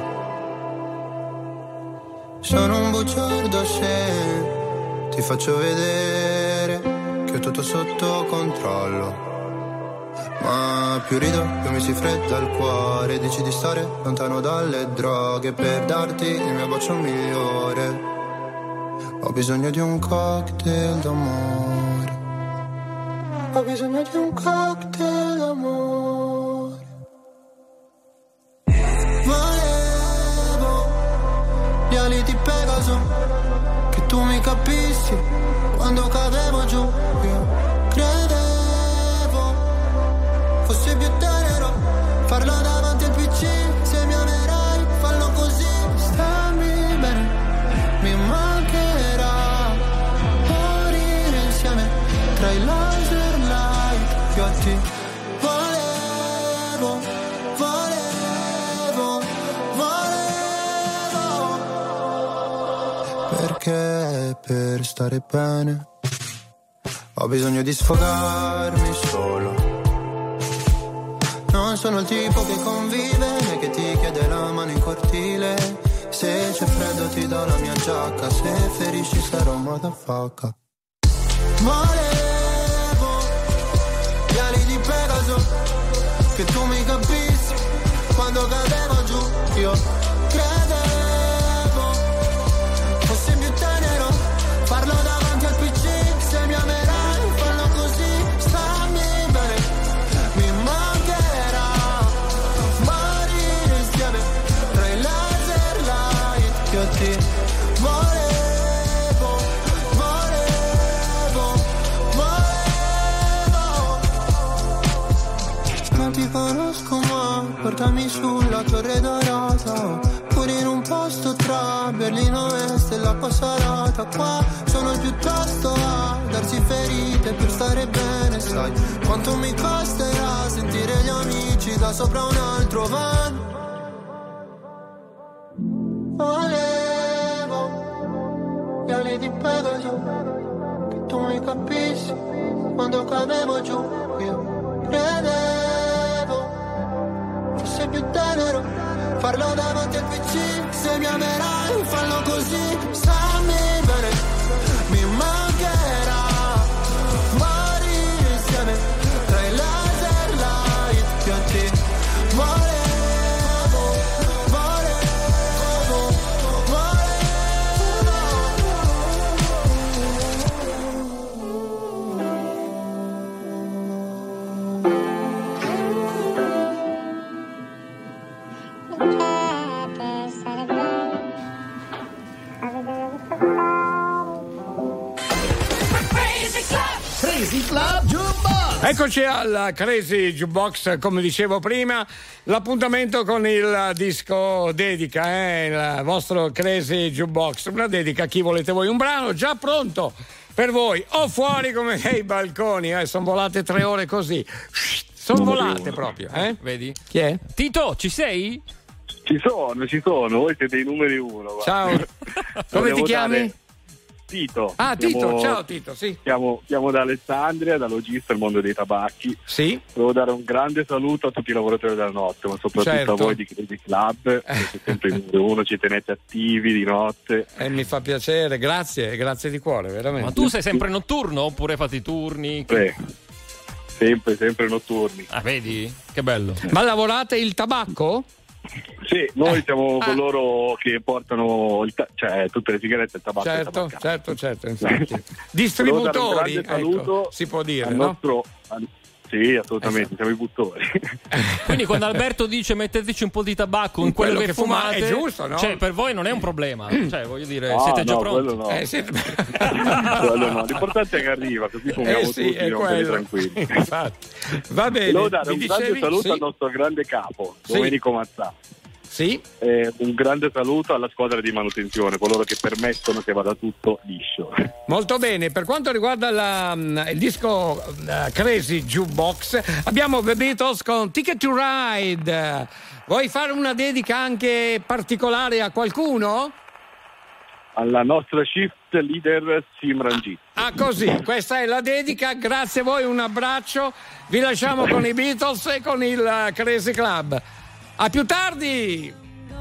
Sono un bugiardo se ti faccio vedere che ho tutto sotto controllo. Ma più rido, più mi si fredda il cuore. Dici di stare lontano dalle droghe per darti il mio bacio migliore. Ho bisogno di un cocktail d'amore. Ho bisogno di un cocktail d'amore. Volevo gli ali di Pegaso, che tu mi capissi quando cadevo giù. Io credevo fosse più tenero farlo davanti al P C. Se mi amerai, fallo così. Stammi bene, mi mancherà morire insieme tra i laser light. Io a te volevo, volevo, volevo. Perché per stare bene ho bisogno di sfogarmi solo. Non sono il tipo che convive né che ti chiede la mano in cortile. Se c'è freddo ti do la mia giacca, se ferisci sarò motherfucker. Volevo gli ali di Pegaso, che tu mi capissi quando cadevo giù. Io credevo fosse più tenero farlo davanti al P C. Se mi amerai, fallo così. Stammi bene, mi mancherà morire insieme tra i laser light. Io ti volevo, volevo, volevo. Non ti conosco ma portami sulla Torre Dorata, pure in un posto tra Berlino Est e la Passarata. Qua sono il più tosto a darsi ferite per stare bene. Sai quanto mi costerà sentire gli amici da sopra un altro van. Volevo gli ali di Pegaso, che tu mi capissi quando cadevo giù. Io credevo fosse più tenero farlo davanti al P C. Se mi amerai, fallo così. Stammi Crazy Club Jukebox. Eccoci al Crazy Jukebox, come dicevo prima, l'appuntamento con il disco dedica, eh, il vostro Crazy Jukebox, una dedica a chi volete voi, un brano già pronto per voi, o fuori come nei balconi, eh, sono volate tre ore così, sono volate proprio, eh? Vedi? Chi è? Tito, ci sei? Ci sono, ci sono, voi siete i numeri uno. Guarda. Ciao, come ti chiami? Dare... Tito. Ah, Tito, chiamo, ciao Tito, sì. Chiamo, chiamo da Alessandria, da Logista, il mondo dei tabacchi. Sì. Devo dare un grande saluto a tutti i lavoratori della notte, ma soprattutto certo. a voi di Crazy Club, che siete sempre il numero uno, ci tenete attivi di notte. E eh, mi fa piacere, grazie, grazie di cuore, veramente. Ma tu sei sempre notturno oppure fate i turni? Sì. Sempre, sempre notturni. Ah, vedi? Che bello. Ma lavorate il tabacco? Sì, noi eh, siamo ah. coloro che portano il ta- cioè tutte le sigarette e il tabacco. Certo, certo, certo, infatti. Distributori, un saluto ecco, si può dire, al no? nostro, al, sì, assolutamente, esatto. Siamo i buttori. Quindi quando Alberto dice metteteci un po' di tabacco in, in quello, quello che, che fumate, fuma, è giusto, no? Cioè per voi non è un problema, cioè voglio dire, no, siete già no, pronti. Quello no. Eh, siete... quello no. L'importante è che arriva, così fumiamo eh, sì, tutti, siamo tranquilli. Infatti. Va bene. Volevo dare mi un dicevi? grande saluto sì. al nostro grande capo, sì. Domenico Mazzà. Sì. Eh, un grande saluto alla squadra di manutenzione, coloro che permettono che vada tutto liscio. Molto bene, per quanto riguarda la, il disco uh, Crazy Jukebox, abbiamo The Beatles con Ticket to Ride. Vuoi fare una dedica anche particolare a qualcuno? Alla nostra shift leader Simranjit. Ah, così, questa è la dedica, grazie a voi, un abbraccio, vi lasciamo con i Beatles e con il uh, Crazy Club. A più tardi!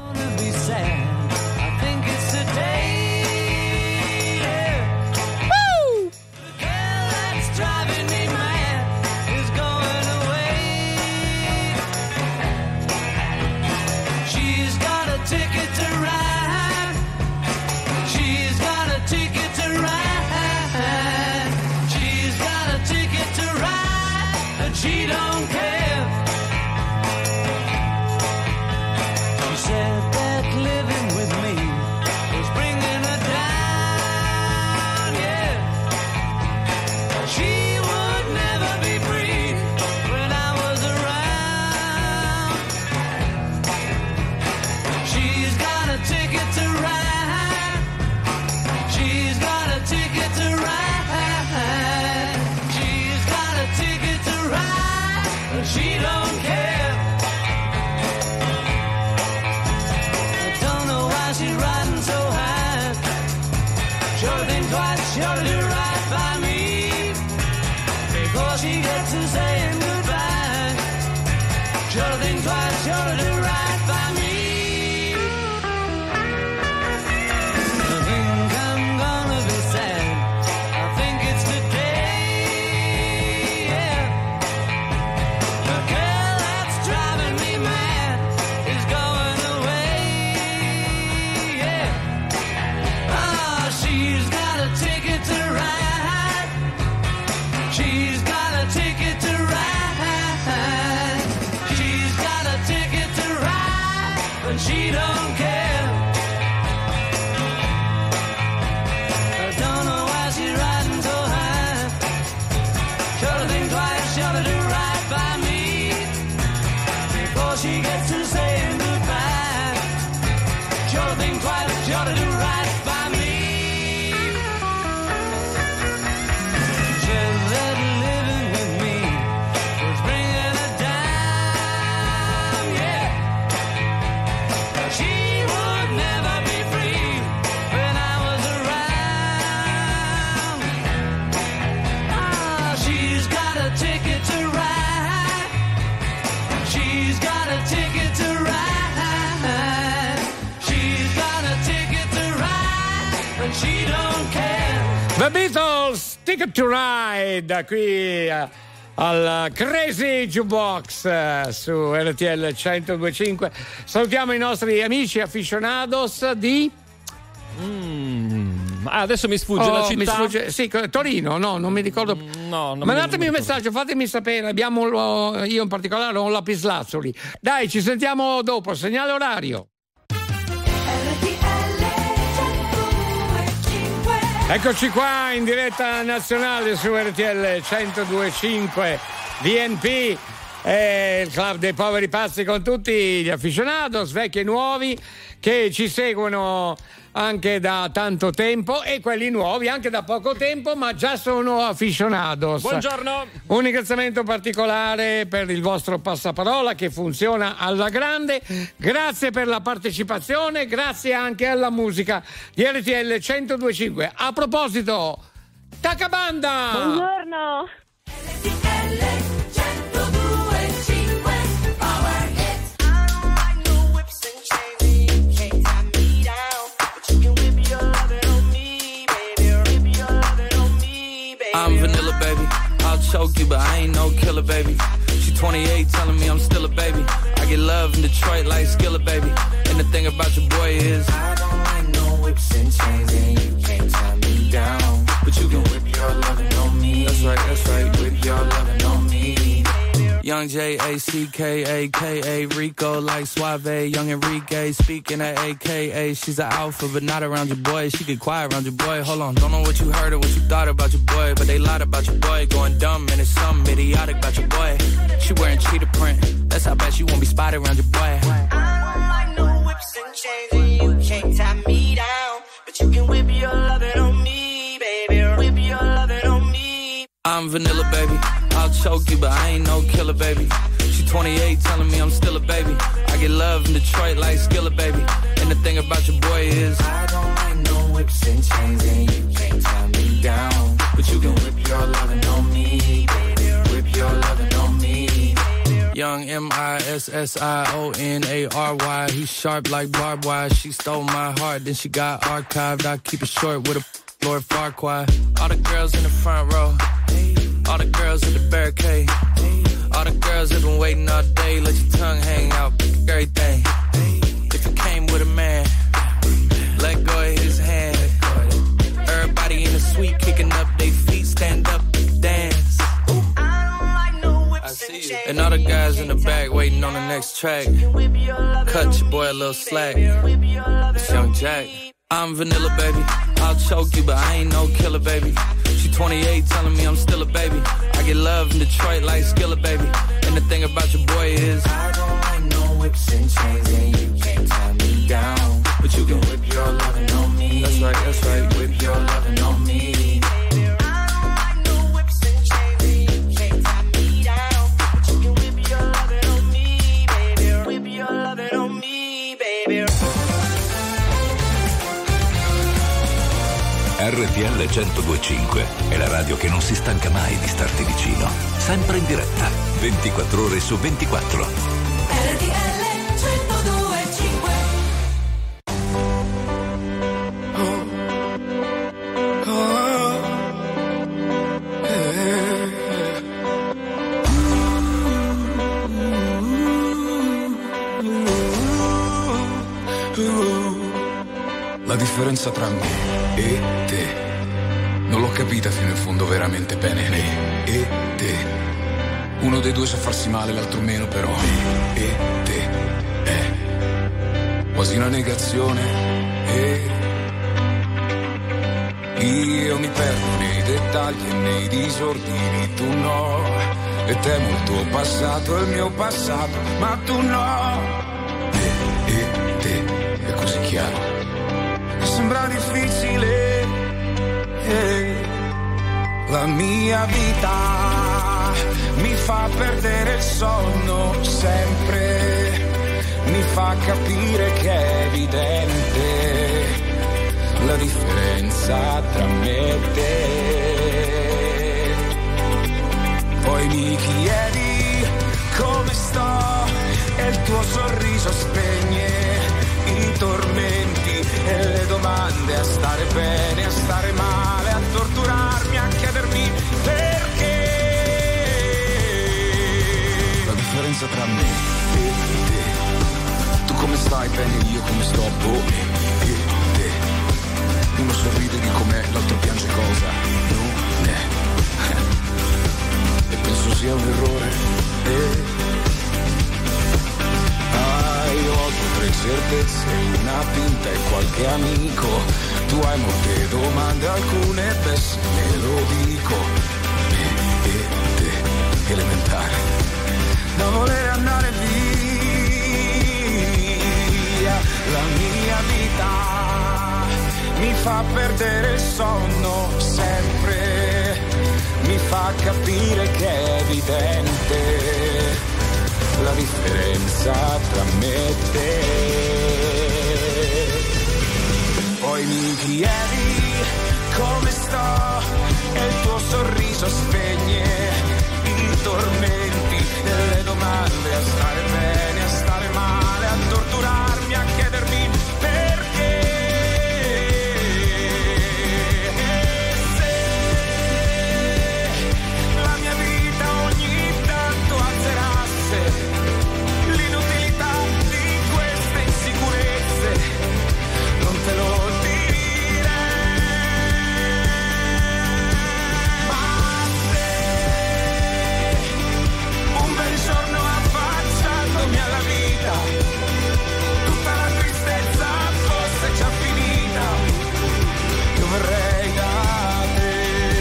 She don't care. She said that living with me was bringing her down, yeah. She would never be free when I was around. She's got a ticket to ride. She's got a ticket to ride. She don't care. I don't know why she's riding so high. Sure think twice, sure to do right by me before she gets to saying goodbye. Sure think twice, sure to do right by me. I think I'm gonna be sad. I think it's today. She don't care. I don't know why she's riding so high. Sure to think twice, sure to do right by me before she gets to saying goodbye. Sure to think twice, sure to do right by me. She said that living with me was bringing her down, yeah. She would never be free when I was around. Ah, she's got a ticket to ride. She's got a ticket to ride. She's got a ticket to ride, and she don't care. The Beatles, Ticket to Ride, qui uh, al Crazy Jukebox uh, su R T L centodue e cinque. Salutiamo i nostri amici aficionados di mm. ah, adesso mi sfugge oh, la città. Mi sfugge, sì, Torino, no, non mi ricordo. Mm, no, non mandatemi mi un messaggio, fatemi sapere. Abbiamo io in particolare ho un lapislazzuli. Dai, ci sentiamo dopo, segnale orario. Eccoci qua in diretta nazionale su R T L centodue e cinque V N P, eh, il club dei poveri pazzi, con tutti gli aficionados, vecchi e nuovi, che ci seguono anche da tanto tempo e quelli nuovi anche da poco tempo, ma già sono aficionados. Buongiorno. Un ringraziamento particolare per il vostro passaparola che funziona alla grande. Grazie per la partecipazione, grazie anche alla musica di R T L centodue e cinque. A proposito, Tacabanda! Buongiorno. I'm vanilla, baby. I'll choke you, but I ain't no killer, baby. She twenty-eight, telling me I'm still a baby. I get love in Detroit like Skillet, baby. And the thing about your boy is I don't like no whips and chains, and you can't tie me down. But you can whip your lovin' on me. That's right, that's right. Whip your lovin' on me. Young J A C K A K A Rico like Suave. Young Enrique speaking at A K A. She's an alpha, but not around your boy. She get quiet around your boy. Hold on, don't know what you heard or what you thought about your boy, but they lied about your boy. Going dumb and it's something idiotic about your boy. She wearing cheetah print. That's how bad she won't be spotted around your boy. I don't like no whips and chains, and you can't tie me down. But you can whip your lovin' on me, baby. Whip your lovin' on me. I'm vanilla, baby. I'll choke you, but I ain't no killer, baby. She twenty-eight, telling me I'm still a baby. I get love in Detroit like Skillet, baby. And the thing about your boy is I don't like no whips and chains, and you can't tie me down. But you can whip your lovin' on me, baby. Whip your lovin' on me. Young M I S S I O N A R Y. He's sharp like barbed wire. She stole my heart, then she got archived. I keep it short with a Lord Farquaad. All the girls in the front row, all the girls in the barricade, all the girls that been waiting all day. Let your tongue hang out, everything. If you came with a man, let go of his hand. Everybody in the suite kicking up their feet, stand up, dance. I see you. And all the guys in the back waiting on the next track. Cut your boy a little slack. It's Young Jack. I'm vanilla, baby. I'll choke you, but I ain't no killer, baby. She twenty-eight, telling me I'm still a baby. I get love in Detroit like Skillet, baby. And the thing about your boy is I don't like no whips and chains, and you can't tie me down. But you can whip your lovin' on me. That's right, that's right. Whip your lovin' on me. R T L centodue e cinque è la radio che non si stanca mai di starti vicino. Sempre in diretta, ventiquattro ore su ventiquattro. R T L centodue e cinque. Oh. Oh. Eh. La differenza tra me e te non l'ho capita fino in fondo veramente bene. Me e te, uno dei due sa farsi male, l'altro meno, però me e te è quasi una negazione. E io mi perdo nei dettagli e nei disordini, tu no. E temo il tuo passato e il mio passato, ma tu no. Me e te è così chiaro. Sembra difficile, eh. La mia vita mi fa perdere il sonno sempre, mi fa capire che è evidente la differenza tra me e te. Poi mi chiedi come sto e il tuo sorriso spegne i tormenti e le domande, a stare bene, a stare male, a torturarmi, a chiedermi perché. La differenza tra me e te, tu come stai bene, io come sto, boh, e te. Uno sorride di com'è, l'altro piange cosa non è. E penso sia un errore, eh. Io ho due o tre certezze, una pinta e qualche amico, tu hai molte domande, alcune besse, me lo dico. Me e te, elementare, da voler andare via. La mia vita mi fa perdere il sonno sempre, mi fa capire che è evidente la differenza tra me e te. Poi mi chiedi come sto e il tuo sorriso spegne i tormenti delle domande, a stare bene, a stare male, a torturarmi, a chiedermi perché. E se la mia vita ogni tanto azzerasse l'inutilità di queste insicurezze, non te lo tutta la tristezza fosse già finita, io vorrei da te.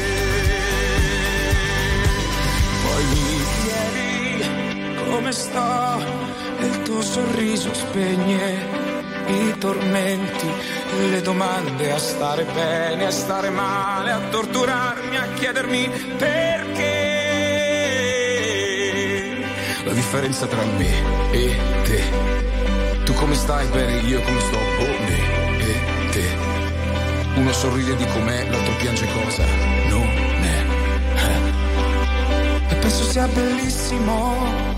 Poi mi chiedi come sto e il tuo sorriso spegne i tormenti, le domande, a stare bene, a stare male, a torturarmi, a chiedermi perché. La differenza tra me e te, tu come stai bene, io come sto, oh, me e te. Uno sorride di com'è, l'altro piange cosa non è. E penso sia bellissimo,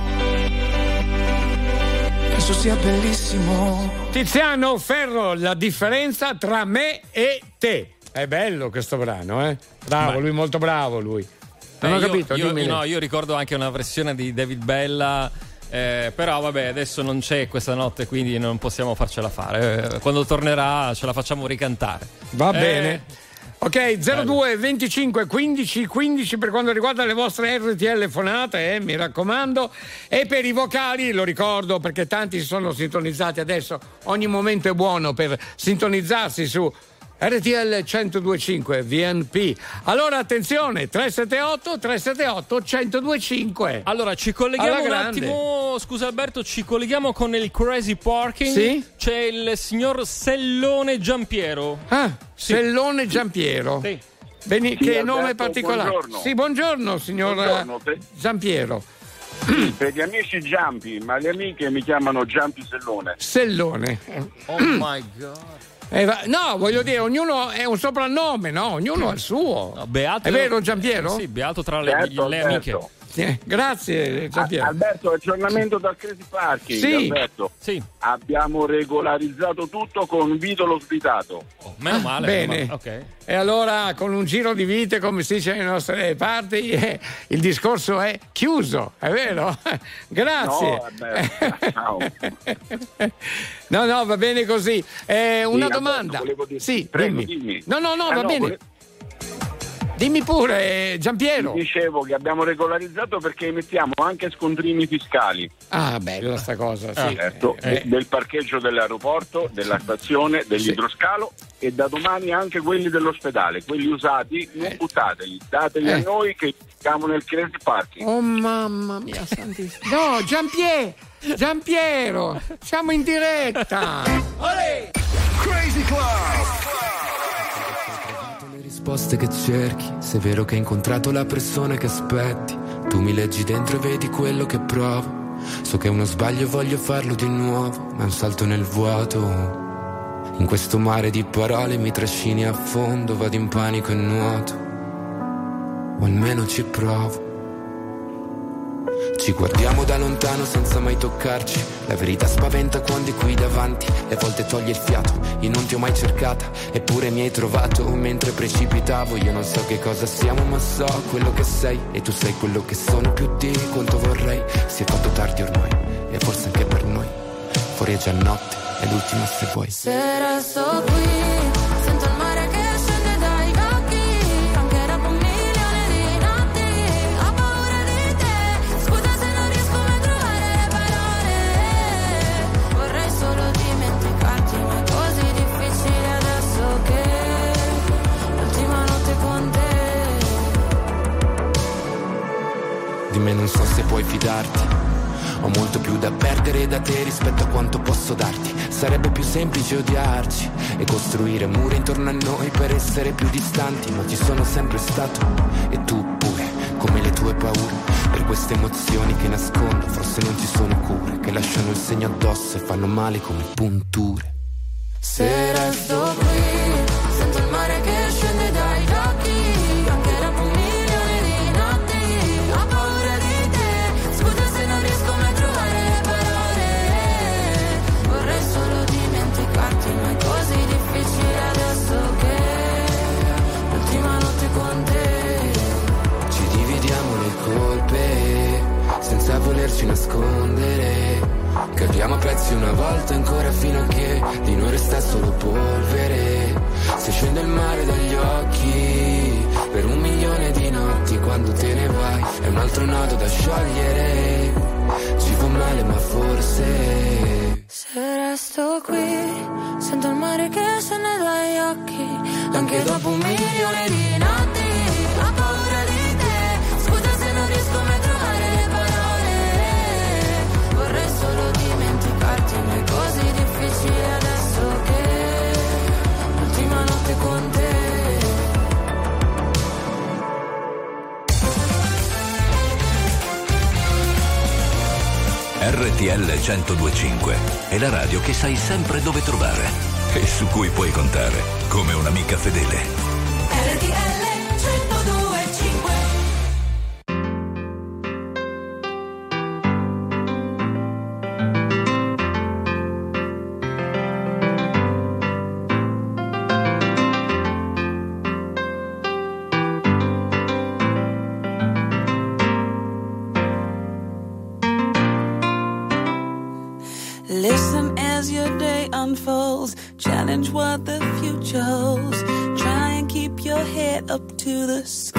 penso sia bellissimo. Tiziano Ferro, la differenza tra me e te. È bello questo brano, eh? Bravo, Beh. lui molto bravo lui. Non Eh, ho io, capito, io, dimmi. no, io ricordo anche una versione di David Bella, eh, però vabbè, adesso non c'è questa notte, quindi non possiamo farcela fare. Eh, quando tornerà ce la facciamo ricantare. Va Eh, bene. Ok, zero due venticinque quindici quindici per quanto riguarda le vostre R T L fonate, eh, mi raccomando. E per i vocali, lo ricordo perché tanti si sono sintonizzati adesso, ogni momento è buono per sintonizzarsi su R T L centodue e cinque V N P. Allora attenzione, tre sette otto tre sette otto centodue e cinque. Allora ci colleghiamo Alla un grande. attimo, scusa Alberto, ci colleghiamo con il Crazy Parking. Sì? C'è il signor Sellone Giampiero. Ah, Sellone Giampiero. Sì. Beni- Sì, che Alberto, nome particolare. buongiorno. Sì, buongiorno signor Buongiorno, per- Giampiero. Per gli amici Giampi, ma le amiche mi chiamano Giampi Sellone. Sellone. Oh my god. Eh, va- no, voglio dire, ognuno è un soprannome, no? Ognuno ha il suo. No, beato, È vero, Giampiero? Sì, beato tra le, Certo, le Alberto. amiche. Sì, grazie, Giampiero. A- Alberto, aggiornamento dal Crazy Parking. Sì. Alberto, Sì. abbiamo regolarizzato tutto con Vito lo svitato. Oh, meno male. bene. meno male. Ok. E allora, con un giro di vite, come si dice nelle nostre parti, eh, il discorso è chiuso, è vero? Grazie. No, vabbè, ciao. No, no, va bene così. Eh, una Alberto, domanda. volevo dire- Sì, Prego, dimmi. dimmi. No, no, no, Ah, va no, bene. vole- Dimmi pure, Giampiero. Dicevo che abbiamo regolarizzato perché emettiamo anche scontrini fiscali. Ah, bella sta cosa, sì. Certo, Eh, eh. del parcheggio dell'aeroporto, della stazione, dell'idroscalo e da domani anche quelli dell'ospedale. Quelli usati non buttateli, dateli Eh. a noi che siamo nel Crazy Parking. Oh mamma mia santissima. No, Giampiero, Giampiero, siamo in diretta. Crazy Club. Le risposte che cerchi, se è vero che hai incontrato la persona che aspetti, tu mi leggi dentro e vedi quello che provo. So che è uno sbaglio e voglio farlo di nuovo, ma è un salto nel vuoto. In questo mare di parole mi trascini a fondo, vado in panico e nuoto, o almeno ci provo. Ci guardiamo da lontano senza mai toccarci. La verità spaventa quando è qui davanti, e a volte toglie il fiato. Io non ti ho mai cercata, eppure mi hai trovato mentre precipitavo. Io non so che cosa siamo, ma so quello che sei, e tu sei quello che sono più di quanto vorrei. Si è fatto tardi ormai, e forse anche per noi. Fuori è già notte, è l'ultima se vuoi. Se resto qui, sento il mare che scende dai occhi, anche dopo un milione di notti, ho paura di te, scusa se non riesco mai a trovare le parole, vorrei solo dimenticarti, ma è così difficile adesso che me non so se puoi fidarti. Ho molto più da perdere da te rispetto a quanto posso darti. Sarebbe più semplice odiarci e costruire muri intorno a noi per essere più distanti, ma ci sono sempre stato e tu pure, come le tue paure, per queste emozioni che nascondo. Forse non ci sono cure, che lasciano il segno addosso e fanno male come punture. Se resto qui, sento il mare che scende dai occhi, anche dopo un milione di notti. Ho paura di te, scusa se non riesco mai a trovare le parole. Vorrei solo dimenticarti, ma è così difficile adesso che l'ultima notte con te. Ci dividiamo le colpe, senza volerci nascondere. Capiamo a pezzi una volta ancora fino a che di noi resta solo polvere. Se scende il mare dagli occhi per un milione di notti, quando te ne vai è un altro nodo da sciogliere. Ci fa male ma forse se resto qui sento il mare che scende dagli occhi, anche dopo un milione di notti. Ho paura di te, scusa se non riesco mai a trovare le parole. Vorrei solo dimenticarti, ma è così difficile adesso che l'ultima notte con te. R T L centodue e cinque è la radio che sai sempre dove trovare e su cui puoi contare come un'amica fedele. R T L centodue e cinque. Listen as your day unfolds, challenge what the future holds. Try and keep your head up to the sky.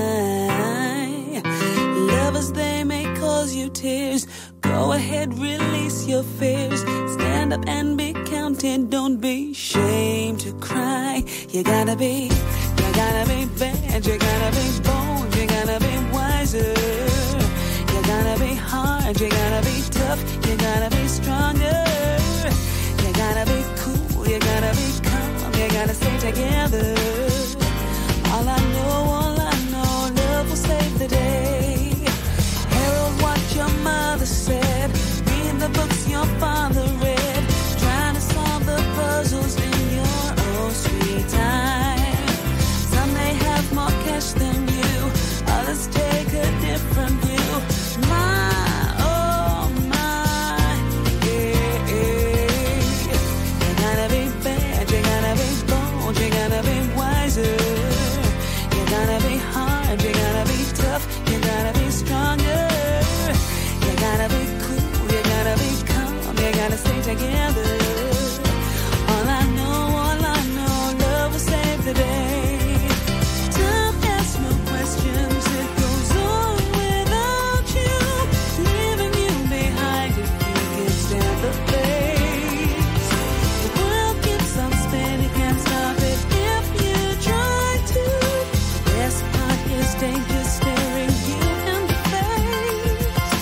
Lovers, they may cause you tears. Go ahead, release your fears. Stand up and be counted, don't be ashamed to cry. You gotta be, you gotta be bad, you gotta be bold, you gotta be wiser. You gotta be hard, you gotta be tough, you gotta be stronger. You gotta be cool, you gotta be calm, you gotta stay together. All I know, all I know, love will save the day. Herald what your mother said, read the books your father read, trying to solve the puzzles in your own sweet time. Some may have more cash than you, others take a different view. My, oh my, yeah, yeah. You gotta be bad, you gotta be bold, you gotta be wiser. You gotta be hard, you gotta be tough, you gotta be stronger. You gotta be cool, you gotta be calm, you gotta stay together. All I know, all I know, love will save the day. Don't ask no questions, it goes on without you, leaving you behind if you can stand the pace. The world keeps on spinning, can't stop it if you try to. The best part is danger staring you in the face.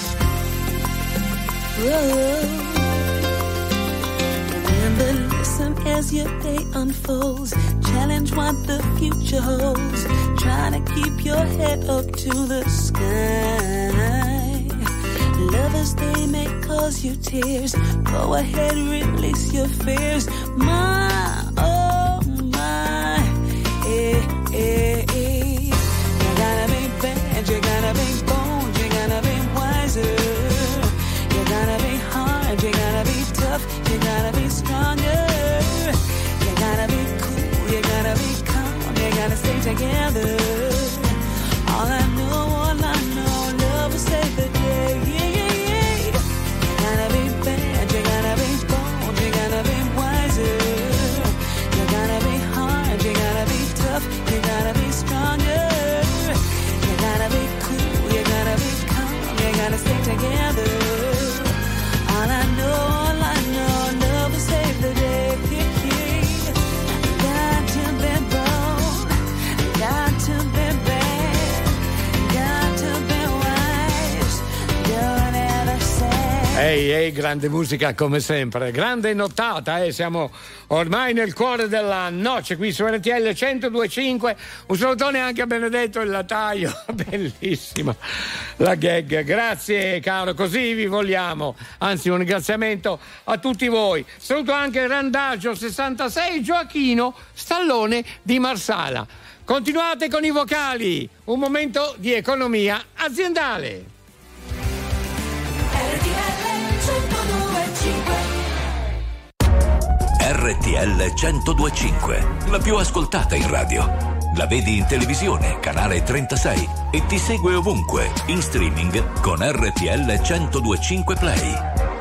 Whoa. Remember, listen as your day unfolds. Challenge what the future holds. Try to keep your head up to the sky. Lovers, they may cause you tears. Go ahead, release your fears. My, oh my, eh, eh, eh. You gotta be bad, you gotta be bold, you gotta be wiser. You gotta be hard, you gotta be tough, you gotta be stronger. You gotta be cool, you gotta be calm, you gotta stay together. All I know, all I know, love will save the day. Yeah, yeah, yeah. You gotta be bad, you gotta be bold, you gotta be wiser. You gotta be hard, you gotta be tough, you gotta be stronger. You gotta be cool, you gotta be calm, you gotta stay together. All I know, all I know, love will save the day. Got to be bold, got to be Ehi, ehi, grande musica come sempre, grande nottata, eh, siamo ormai nel cuore della noce qui su R T L centodue e cinque. Un salutone anche a Benedetto il Lataio, bellissima la gag, grazie caro, così vi vogliamo, anzi un ringraziamento a tutti voi. Saluto anche Randagio sessantasei, Gioachino Stallone di Marsala. Continuate con i vocali, un momento di economia aziendale. R T L centodue e cinque, la più ascoltata in radio. La vedi in televisione, canale trentasei, e ti segue ovunque, in streaming con R T L centodue e cinque Play.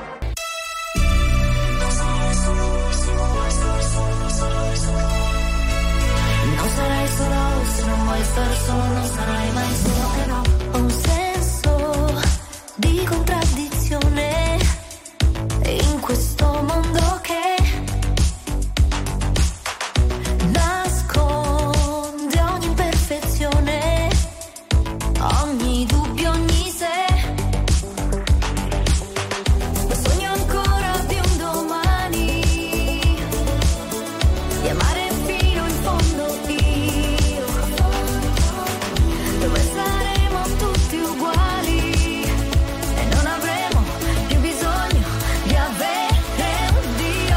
Non sarai solo se non vuoi star solo, non sarai mai solo, eh no. Ho un senso di contraddizione in questo mondo che nasconde ogni imperfezione, ogni dubbio, ogni se. Ma sogno ancora di un domani, di amare fino in fondo io, dove saremo tutti uguali e non avremo più bisogno di avere un Dio.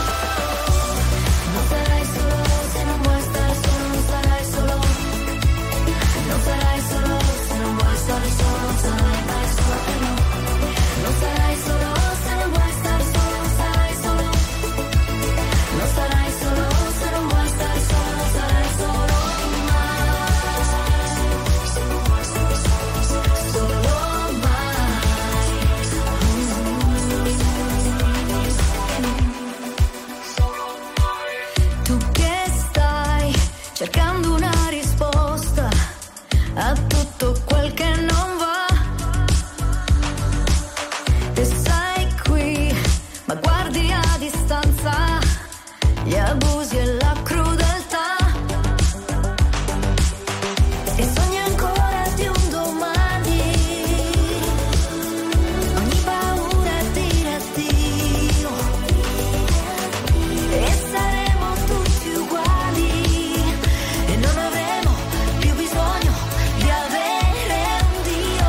Non sarai solo se non vuoi stare solo, non sarai solo, non sarai solo se non vuoi stare solo, non sarai mai solo, eh no. Non sarai solo se non vuoi stare solo, non sarai solo, non sarai solo se non vuoi stare solo, non sarai solo mai, solo mai. Tu che stai cercando una risposta a tutto quel che non va, e sei qui ma guardi a distanza gli abusi e la crudeltà, e sogni ancora di un domani, ogni paura è dire addio, e saremo tutti uguali e non avremo più bisogno di avere un Dio.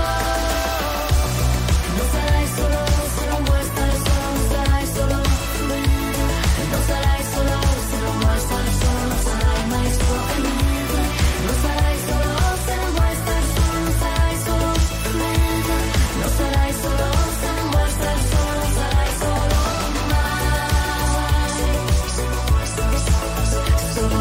Non sarai solo se non vuoi stare solo, non sarai solo, non sarai solo se non vuoi stare solo, non sarai mai solo, non sarai solo se non vuoi stare solo, non sarai solo, non sarai solo se non vuoi stare solo, non sarai solo mai, solo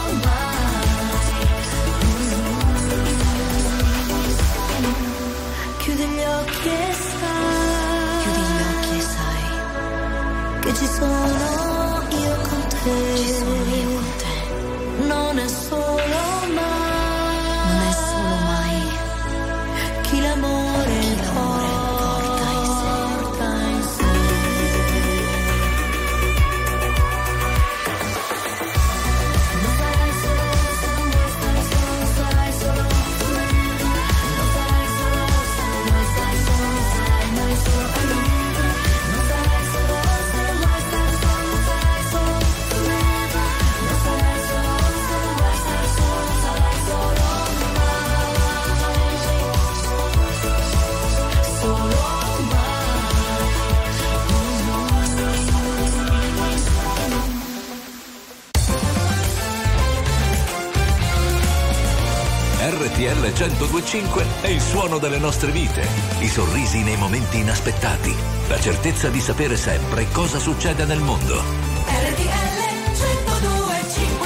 mai. Chiudi gli occhi e sai, chiudi gli occhi e sai che ci sono io con te, ci sono io con te. Non è solo mai, non è solo mai chi l'amore, chi l'amore porta in sé, porta in sé. Non sarai solo se non vuoi stare solo, non sarai solo, non sarai solo se non vuoi stare solo, non sarai mai solo, eh no. Non sarai solo se non vuoi stare solo, non sarai solo, non sarai solo se non vuoi stare solo, non sarai solo mai, solo mai. R T L centodue e cinque è il suono delle nostre vite, i sorrisi nei momenti inaspettati, la certezza di sapere sempre cosa succede nel mondo. R T L centodue e cinque.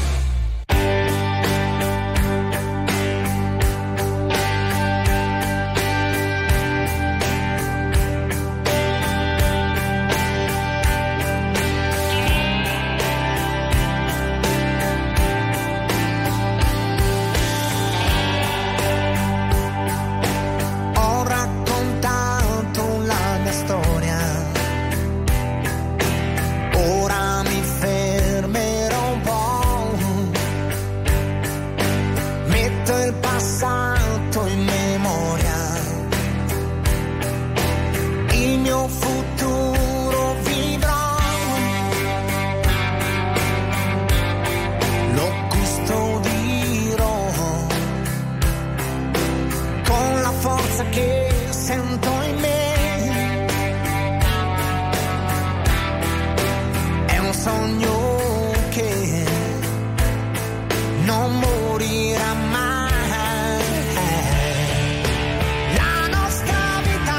Ho raccontato la mia storia, ora mi non morirà mai. La nostra vita,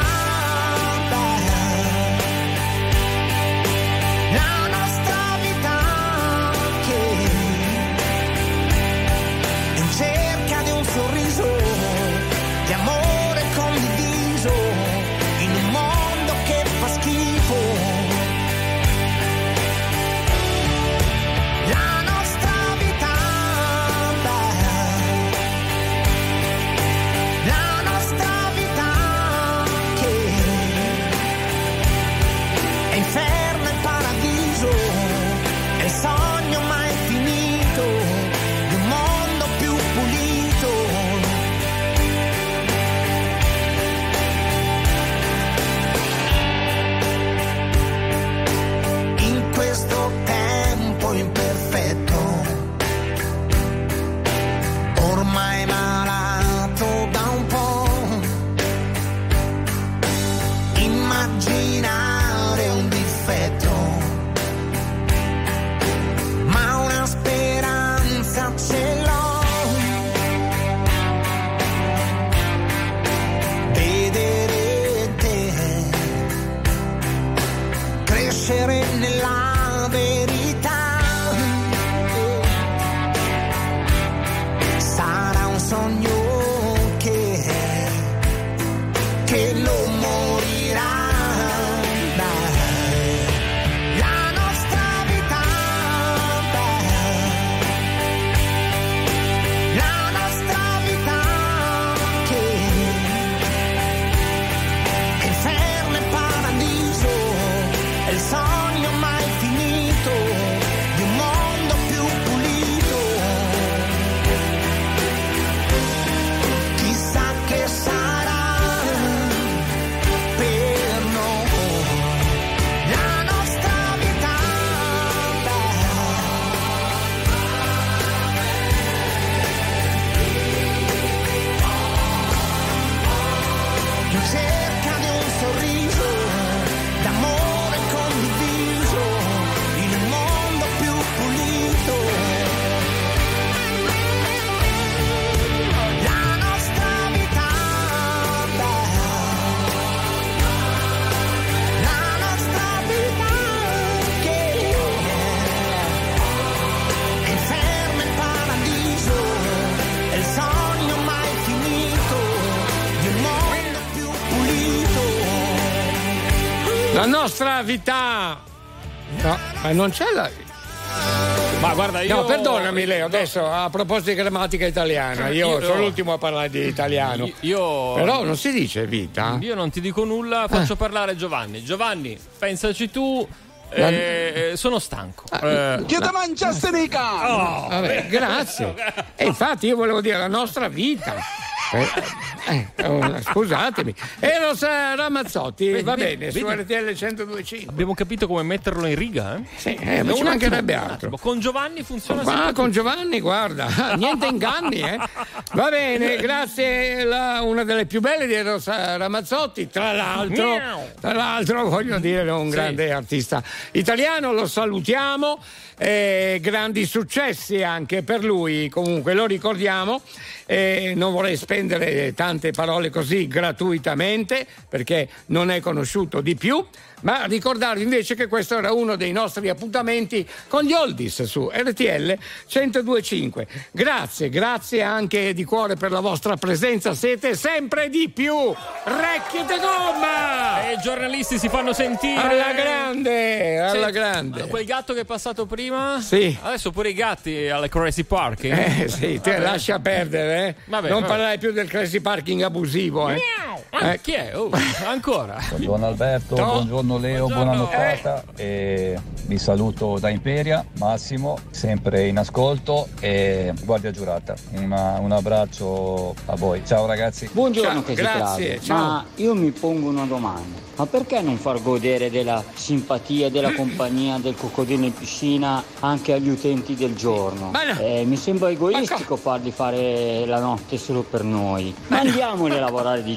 la nostra vita che in cerca di un sorriso, di amore condiviso, in un mondo che fa schifo. La nostra vita, la nostra vita che è inferno e paradiso, è il sogno mai finito di un mondo più pulito. In questo tempo imperfetto, ormai malato da un po', immaginare un difetto, ma una speranza ce l'ho, vedere te crescere nella verità. Sarà un sogno che, che non morirà. La nostra vita, la nostra vita che è inferno e paradiso, è il sogno mai finito di un mondo più pulito. Chissà che sarà per noi la nostra vita, in cerca di un sorriso, d'amore condiviso, in un mondo più pulito. La nostra vita, la nostra vita che è inferno e paradiso, è il sogno mai finito di un mondo più pulito. La nostra vita. No, ma non c'è la. Ma guarda, io. No, perdonami Leo, adesso a proposito di grammatica italiana, io, Io- sono l'ultimo a parlare di italiano. Io. Però non si dice vita. Io non ti dico nulla, faccio parlare Giovanni. Giovanni, pensaci tu. La- eh, sono stanco. Eh, Che la- mangiasse dei cani? Oh, Vabbè, grazie. E infatti io volevo dire la nostra vita. Eh, eh, oh, scusatemi. Eros Ramazzotti, Vedi, va vedi, bene, vedi. su R T L centodue e cinque. Abbiamo capito come metterlo in riga, eh? Sì, eh, ma ci Un mancherebbe attimo, un altro. attimo. Con Giovanni funziona Qua sempre con tutto. Giovanni, guarda, niente inganni, eh. Va bene, grazie, la, una delle più belle di Eros Ramazzotti, tra l'altro, Miau. tra l'altro voglio dire un Sì. grande artista italiano, lo salutiamo, eh, grandi successi anche per lui, comunque lo ricordiamo. Eh, non vorrei spendere tante parole così gratuitamente perché non è conosciuto di più, ma ricordarvi invece che questo era uno dei nostri appuntamenti con gli oldies su R T L centodue e cinque. Grazie, grazie anche di cuore per la vostra presenza, siete sempre di più. Recchite gomma! E i giornalisti si fanno sentire. Alla grande, alla Senti, grande. Quel gatto che è passato prima? Sì. Adesso pure i gatti alle Crazy Parking. Eh sì, te lascia perdere, eh. Vabbè, non vabbè. parlare più del crazy parking abusivo, eh. Ah, Eh. chi è? Oh, ancora. Buongiorno Alberto, No. buongiorno Leo, buona nottata e vi saluto da Imperia, Massimo, sempre in ascolto e guardia giurata. Una- un abbraccio a voi, ciao ragazzi. Buongiorno Ciao, Crazy grazie, Club. ciao. Ma io mi pongo una domanda. Ma perché non far godere della simpatia, della compagnia del coccodrillo in piscina anche agli utenti del giorno? Ma no. Eh, mi sembra egoistico farli fare la notte solo per noi. Ma andiamoli a lavorare di giorno.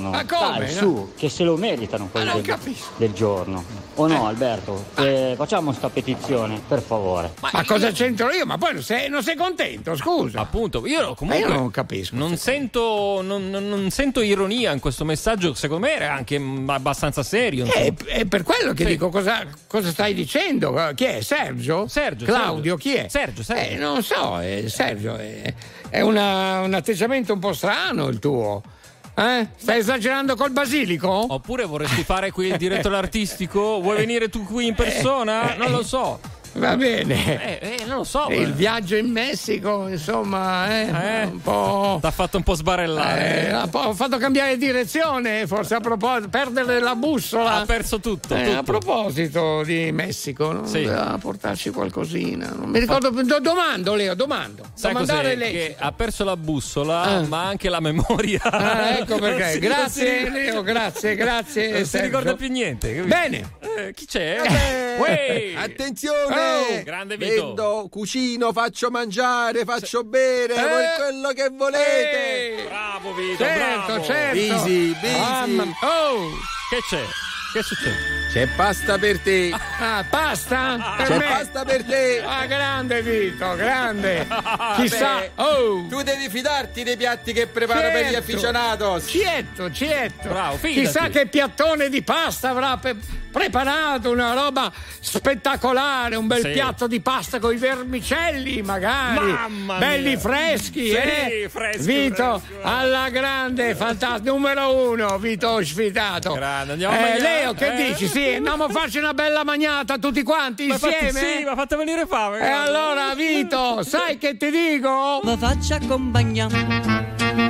giorno. Ma come? Dai, No? su, che se lo meritano quelli Ma non del, capisco. del giorno. O no, Alberto? Eh, facciamo sta petizione, per favore. Ma, ma cosa c'entro io? Ma poi non sei, non sei contento, scusa. Appunto, io comunque Ma io non capisco. Non sento, non, non- non sento ironia in questo messaggio, secondo me era anche mm, abbastanza serio. È, insomma. è per quello che Sì. dico cosa, cosa stai dicendo. Chi è? Sergio? Sergio, Claudio, Sergio. chi è? Sergio, Sergio. Eh, non so, eh, Sergio. È, è una- un atteggiamento un po' strano il tuo. Eh? Stai esagerando col basilico? Oppure vorresti fare qui il direttore artistico? Vuoi venire tu qui in persona? Non lo so. Va bene. Eh, eh, non lo so. Il viaggio in Messico, insomma, eh, Eh, un po'. T'ha fatto un po' sbarellare. Eh, ha po- fatto cambiare direzione, forse a proposito, perdere la bussola. Ha perso tutto. Eh, tutto. a proposito di Messico, non Sì. doveva portarci qualcosina. Non mi ricordo più. do- Domando, Leo, domando. Sai Domandare cos'è? lei. Che ha perso la bussola, Ah. ma anche la memoria. Ah, ecco perché. Non si- Grazie, non si- Leo, grazie, grazie. Non si Sergio. ricorda più niente. capito? Bene. Eh, chi c'è? Eh. Uè. Attenzione! Oh, grande Vito. Vendo, cucino, faccio mangiare, faccio bere, Eh. voi quello che volete. Eh. Bravo Vito, Certo, bravo. certo. Busy, busy. Mamma- oh, Che c'è? Che succede? C'è pasta per te. ah, pasta? Per C'è me? pasta per te. Ah, grande Vito, grande. Chissà. Beh, Oh. Tu devi fidarti dei piatti che preparo per gli Certo. aficionados. Cietto, cietto. Bravo, fidati. Chissà che piattone di pasta avrà pe- preparato, una roba spettacolare, un bel Sì. piatto di pasta con i vermicelli, magari. Mamma Belli mia. freschi, Sì, eh? freschi, Vito, freschi. alla grande, fantastico. Numero uno, Vito Svitato. Grande, andiamo a Eh, mangiare? Leo, che Eh? dici? Sì, andiamo a farci una bella magnata tutti quanti Ma infatti insieme? sì, ma fate venire fame. E allora, Vito, sai che ti dico? Mi faccia accompagnare.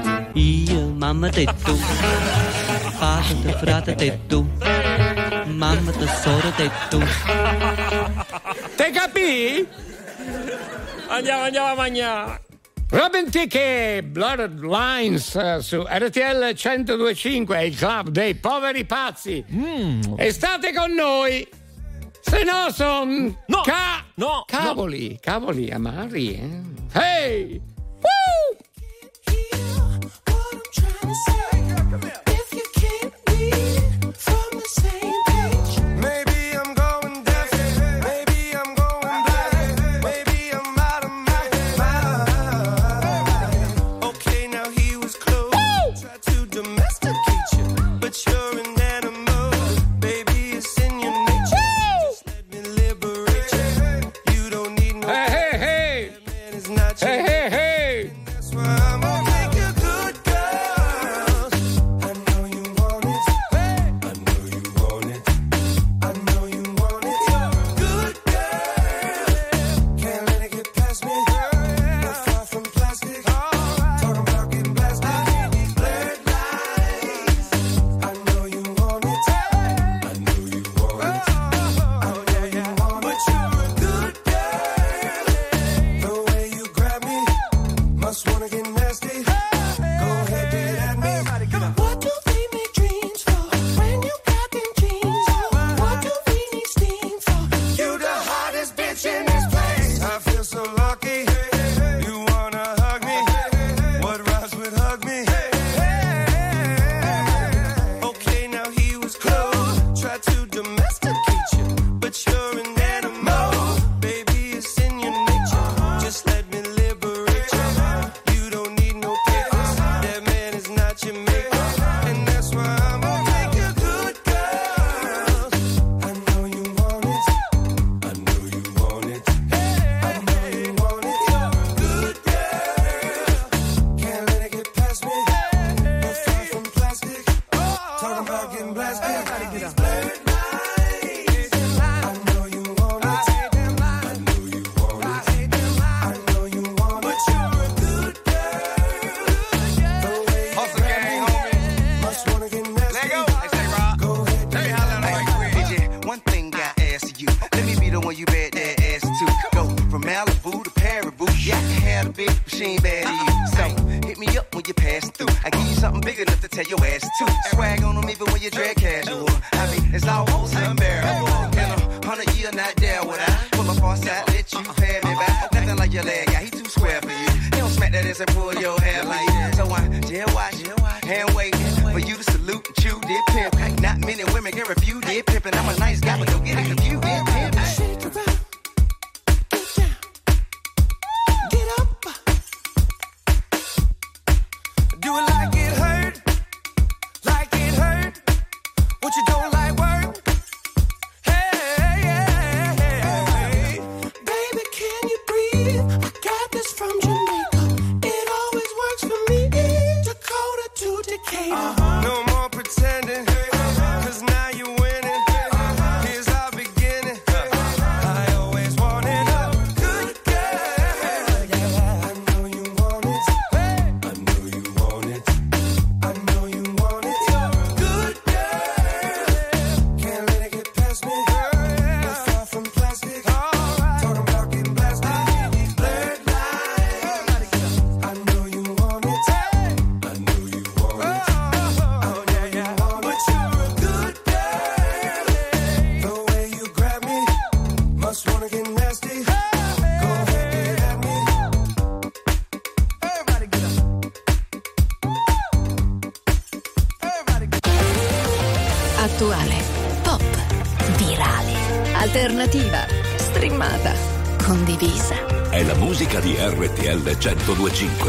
Io, mamma tetto, padre te frate tetto, mamma te sora tetto. Te capì? Andiamo, andiamo a mangiare. Robin Thicke, Bloodlines eh, su R T L centodue e cinque, il club dei poveri pazzi. E state con noi. Se no son No, ca- no, cavoli, cavoli amari, eh. Hey! Woo! Maybe I'm going deaf, maybe I'm going blind, maybe I'm out of my mind. Okay, now he was close, tried to domesticate you, but you're an animal, baby, it's in your nature. Just let me liberate you. You don't need no Hey, hey, hey! man, it's not your Hey, hey, hey! That's why I'm gonna make you good, girl. I know you want it. I know you want it. I know you want it. Good girl. Can't let it get past me. Not far from plastic. Talking about getting blasted. Blurred lines. I know you want it. I know you want it. I know you want it. But you're a good girl. The way you grab me. Must wanna get nasty. Go ahead, get at me. What do we make dreams for? When you got them jeans on. What do we need steam for? You the hottest bitch in this place. I feel so lucky. You wanna hug me? What rhymes with hug me? Okay, now he was close. Tried to domesticate you, but you're an animal. Baby, it's in your nature. Just let me liberate you. You don't need no papers. That man is not your maker. And that's why I'm gonna make you good, girl. I know you want it. I know you want it. I know you want it. Good girl. Can't let it get past me. No far from plastic. Talking about getting blasted. These blurred lines. I know you want it. I know you want it. I know you want it. But you're a good girl. Hustle gang, homie. Must wanna get nasty. Let go. Hey, say, Rob. Go ahead. Let me holler at you. One thing I ask you, let me be the one you bet that ass to. Go from Malibu to Paribu, yeah, I can have a big machine bad to you. So hit me up when you pass through. I give you something big enough to tell your ass to. Swag on them even when you drag casual. I mean, it's almost unbearable. In a hundred year, not there would I pull up on side, let you pay me back. Nothing like your leg guy, he too square for you. He don't smack that ass and pull your hair like that. So I jail watch, hand wait for you to salute and chew did pimp. Not many women can refuse did pimp, and I'm a nice guy, but don't get it confused. Did pimp. Shake it around, get down, get up. Do it like it hurt, like it hurt. What you don't like work? Hey, hey, hey, hey. Baby, can you breathe? I got this from Jamaica. It always works for me. Dakota to Decatur. Uh-huh. No more pretending, cause now you're winning. Here's our beginning. I always wanted a good girl. I know you want it. I know you want it. I know you want it. Good girl. Can't let it get past me. We're far from plastic. Talking about getting blasted. Blurred lines. I know you want it. I know you want it. Oh, yeah, yeah. But you're a good girl. The way you grab me, must wanna get nasty. Go ahead, get at me. Everybody get up. Everybody get up. Attuale, pop, virale, alternativa, streamata, condivisa. È la musica di R T L centodue e cinque.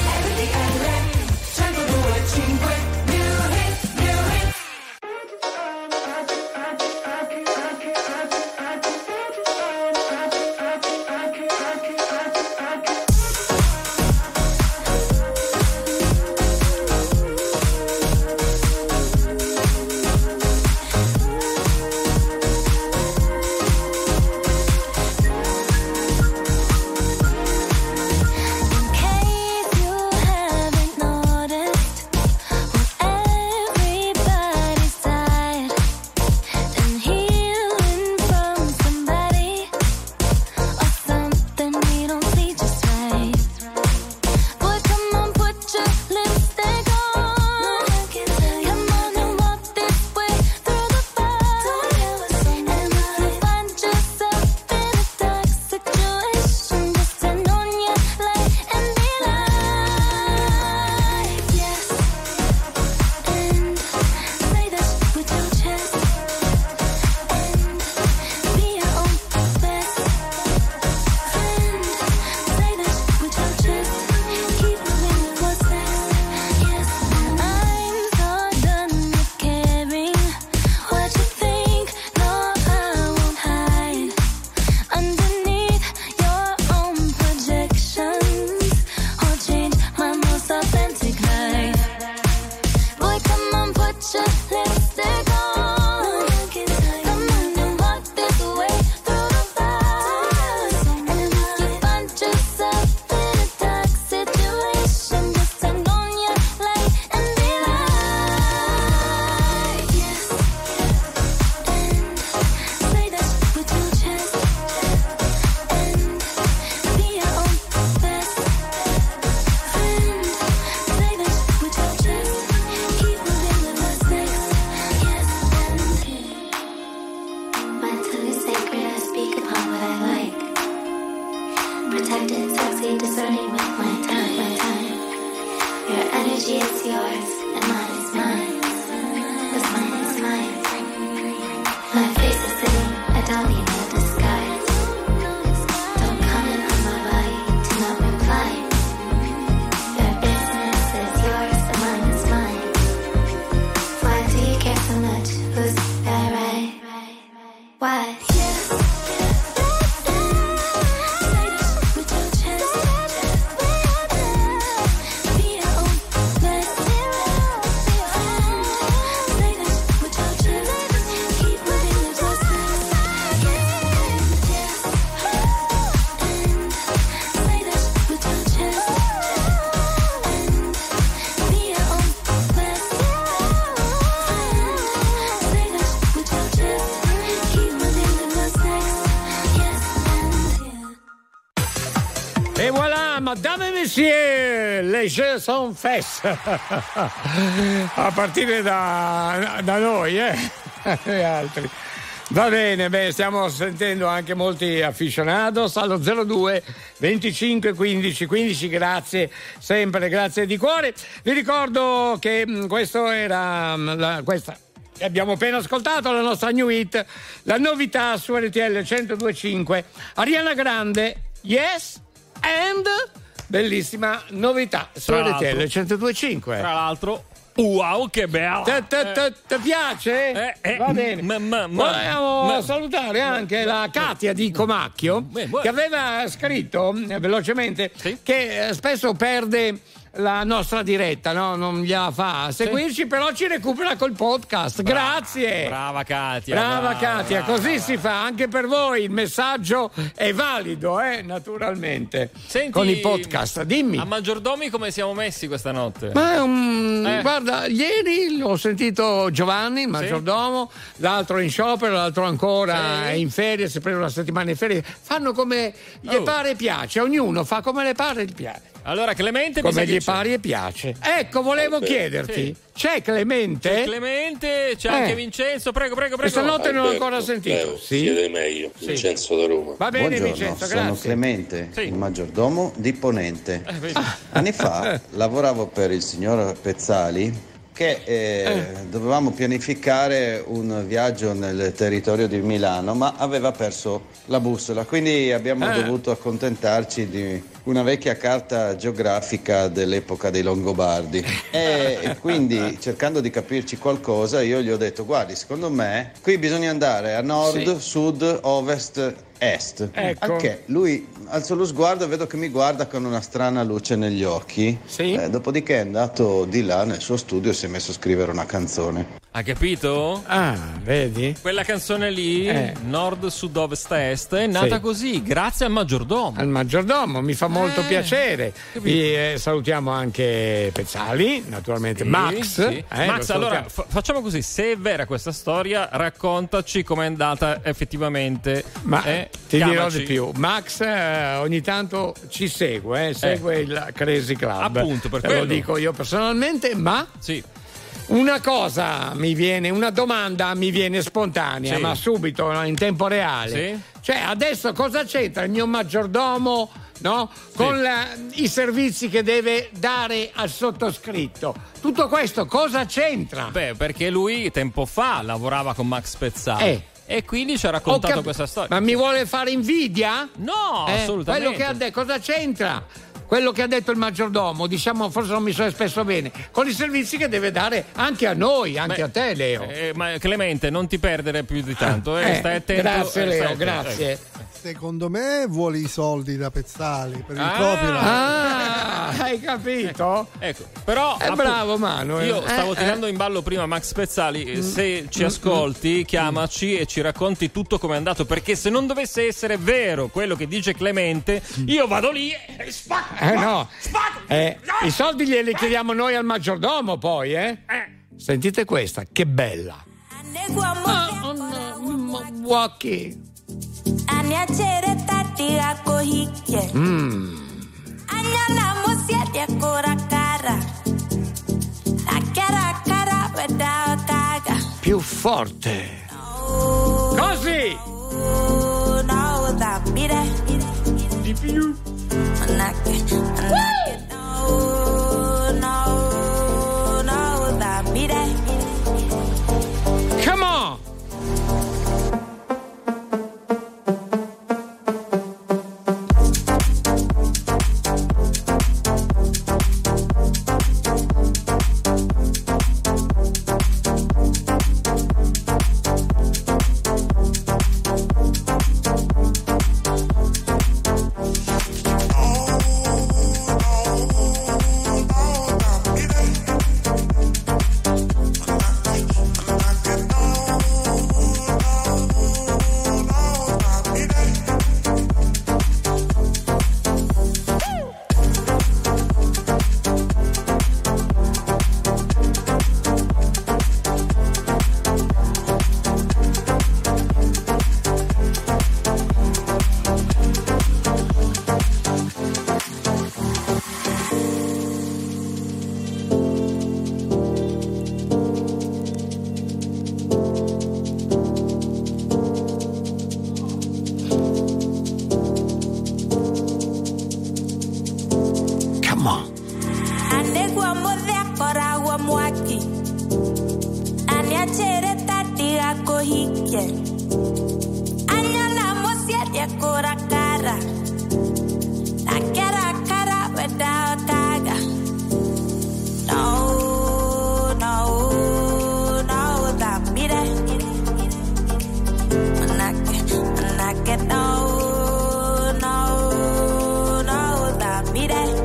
Et voilà, madame et messieurs, les jeux sont faits. A partire da, da noi, eh, e altri. Va bene, beh, stiamo sentendo anche molti aficionados allo zero due venticinque quindici quindici, grazie, sempre grazie di cuore. Vi ricordo che mh, questo era mh, la, questa che abbiamo appena ascoltato, la nostra new hit, la novità su R T L centodue e cinque, Ariana Grande, Yes and, bellissima novità su R T L centodue e cinque. Tra l'altro, wow, che bella! Ti piace? Eh, eh, Va bene. ma, ma, ma, Volevo ma, salutare anche la Katia di Comacchio, che aveva scritto eh, velocemente sì? che eh, spesso perde la nostra diretta, no? Non gliela fa seguirci, sì. però ci recupera col podcast. Brava, grazie. Brava Katia. Brava, brava Katia, brava. Così si fa anche per voi. Il messaggio è valido, eh, naturalmente. Senti, con i podcast. Dimmi. A Maggiordomi come siamo messi questa notte? Ma um, eh. guarda, ieri ho sentito Giovanni, il maggiordomo, sì. l'altro in sciopero, l'altro ancora sì. in ferie, si è preso una settimana in ferie. Fanno come gli oh. pare e piace, ognuno fa come le pare e gli piace. Allora Clemente come gli pare e piace. Ecco, volevo Alberto. chiederti, sì. c'è Clemente? C'è Clemente, c'è eh. anche Vincenzo, prego, prego, prego. Questa notte Alberto, non ho ancora sentito. Leo, sì? Siete meglio, sì. Vincenzo da Roma. Va bene, Buongiorno, Vincenzo, sono grazie. Clemente, sì. il maggiordomo di Ponente. Eh, Anni fa lavoravo per il signor Pezzali, che eh, eh. dovevamo pianificare un viaggio nel territorio di Milano, ma aveva perso la bussola, quindi abbiamo eh. dovuto accontentarci di una vecchia carta geografica dell'epoca dei Longobardi e, e quindi cercando di capirci qualcosa io gli ho detto: guardi, secondo me qui bisogna andare a nord, sì. sud, ovest, est. Ecco. Anche lui alzo lo sguardo e vedo che mi guarda con una strana luce negli occhi. Sì. Eh, dopodiché è andato di là nel suo studio e si è messo a scrivere una canzone. Hai capito? Ah, vedi? Quella canzone lì, eh. nord, sud, ovest, est, è nata sì. così, grazie al maggiordomo. Al maggiordomo, mi fa molto eh. piacere. E, eh, salutiamo anche Pezzali, naturalmente, sì, Max. Sì. Eh, Max, allora fa- facciamo così, se è vera questa storia, raccontaci com'è andata effettivamente. Ma eh, ti chiamaci. dirò di più, Max eh, ogni tanto ci segue, eh, segue eh. il Crazy Club. Appunto, per Te quello. lo dico io personalmente, ma... Sì. Una cosa mi viene, una domanda mi viene spontanea, sì. ma subito, no, in tempo reale. Sì. Cioè, adesso cosa c'entra il mio maggiordomo, no? Con sì. la, i servizi che deve dare al sottoscritto? Tutto questo cosa c'entra? Beh, perché lui tempo fa lavorava con Max Pezzali. Eh. E quindi ci ha raccontato cap- questa storia. Ma mi vuole fare invidia? No, eh? assolutamente. Quello che ha detto, cosa c'entra? Quello che ha detto il maggiordomo, diciamo, forse non mi sono espresso bene, con i servizi che deve dare anche a noi, anche Beh, a te, Leo. Eh, ma Clemente, non ti perdere più di tanto, eh, eh, stai attento. Grazie, eh, Leo, stai attento, grazie. Ecco. Secondo me vuole i soldi da Pezzali per il ah, copyright. Ah, hai capito? Ecco, ecco. Però è bravo Manuel. Io stavo eh, tirando eh. in ballo prima Max Pezzali, se ci ascolti, chiamaci e ci racconti tutto com'è andato, perché se non dovesse essere vero quello che dice Clemente, io vado lì e spacco. Eh no. Spacco. Eh, I soldi glieli chiediamo noi al maggiordomo poi, eh? eh. Sentite questa, che bella. Walkie. Mm. Più forte. Così. Di più. Come on. mwaki aniachere tati ako hike anyala mosiet ya kora cara akara cara without taga no no no da mire manake manake no no no da mire.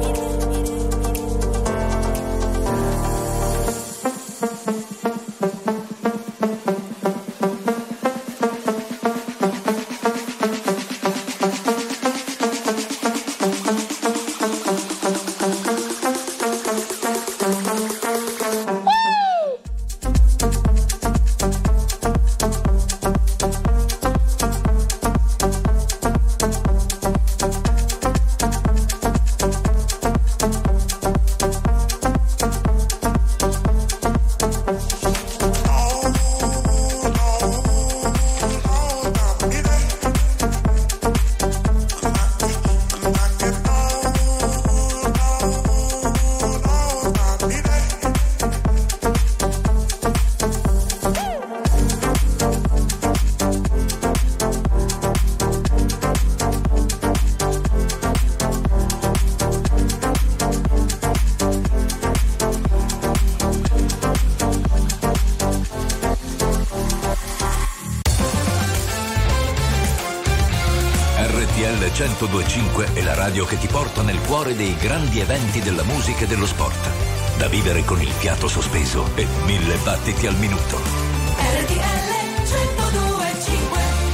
centodue e cinque è la radio che ti porta nel cuore dei grandi eventi della musica e dello sport. Da vivere con il fiato sospeso e mille battiti al minuto. R T L centodue e cinque.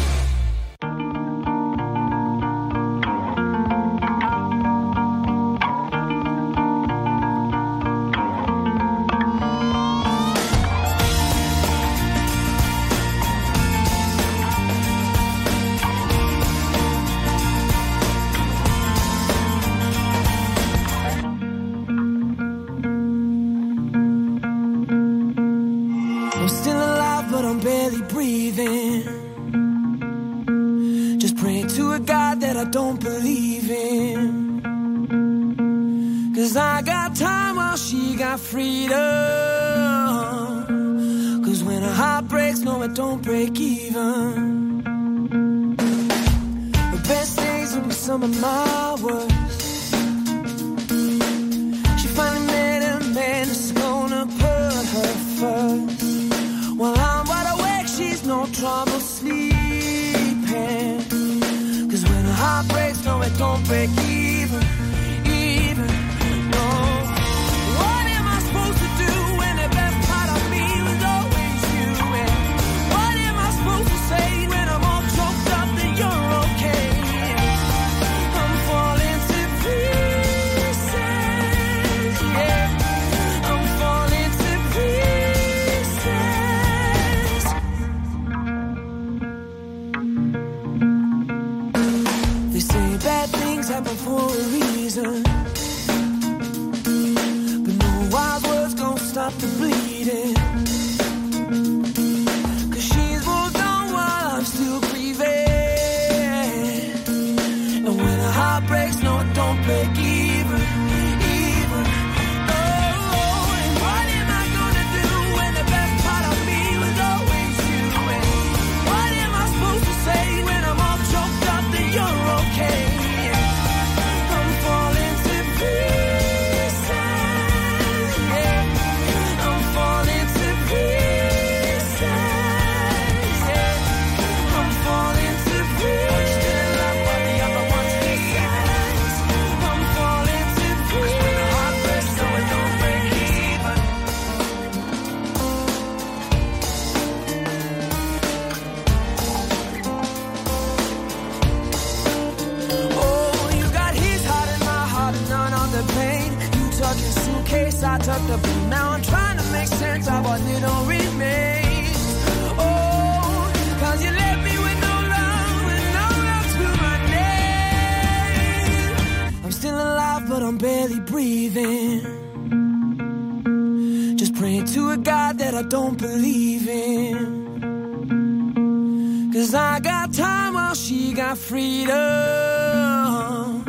Don't believe in, 'cause I got time while she got freedom, 'cause when a heart breaks, no it don't break even. The best days will be some of my worst. She finally met a man that's gonna put her first. While I'm wide awake, she's no trouble sleeping. Heart breaks, no it don't break even, even, no. What am I supposed to do when the best part of me was always you? And what am I supposed to say when I'm all choked up that you're okay? I'm falling to pieces, yeah. I'm falling to pieces. They say bad things happen for a reason, but no wise words gon' stop the bleeding. 'Cause she's moved on while I'm still grieving. And when a heart breaks, no it don't break even, even. Oh, and what am I gonna do when the best part of me was always you? And what am I supposed to say when I'm all choked up that you're okay? I'm falling to pieces, yeah. I'm falling to pieces, yeah. I'm falling to pieces. Still love what the other ones he says. I'm falling to pieces. When the heart breaks, so it don't break even. Oh, you got his heart and my heart and none of the pain. You took your suitcase, I took the blue. Now I'm trying to make sense of what little remains. Oh, 'cause you left me with no love and no love to my name. I'm still alive, but I'm barely breathing. Just praying to a God that I don't believe in. 'Cause I got time while she got freedom.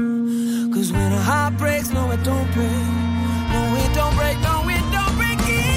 'Cause when a heart breaks, no it don't break. No it don't break, no it don't break it.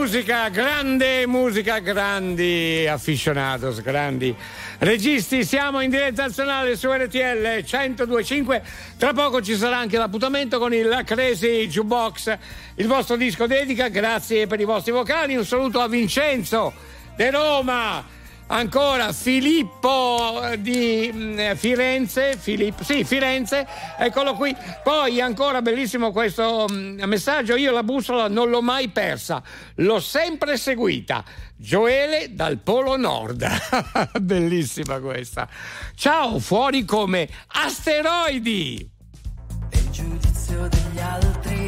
musica, grande musica, grandi aficionados, grandi registi. Siamo in diretta nazionale su R T L centodue e cinque. Tra poco ci sarà anche l'appuntamento con il Crazy Jukebox, il vostro disco dedica. Grazie per i vostri vocali. Un saluto a Vincenzo de Roma. Ancora Filippo di Firenze, Filippo, sì, Firenze, eccolo qui. Poi ancora bellissimo questo messaggio: io la bussola non l'ho mai persa, l'ho sempre seguita. Gioele dal Polo Nord. Bellissima questa. Ciao, fuori come asteroidi. E il giudizio degli altri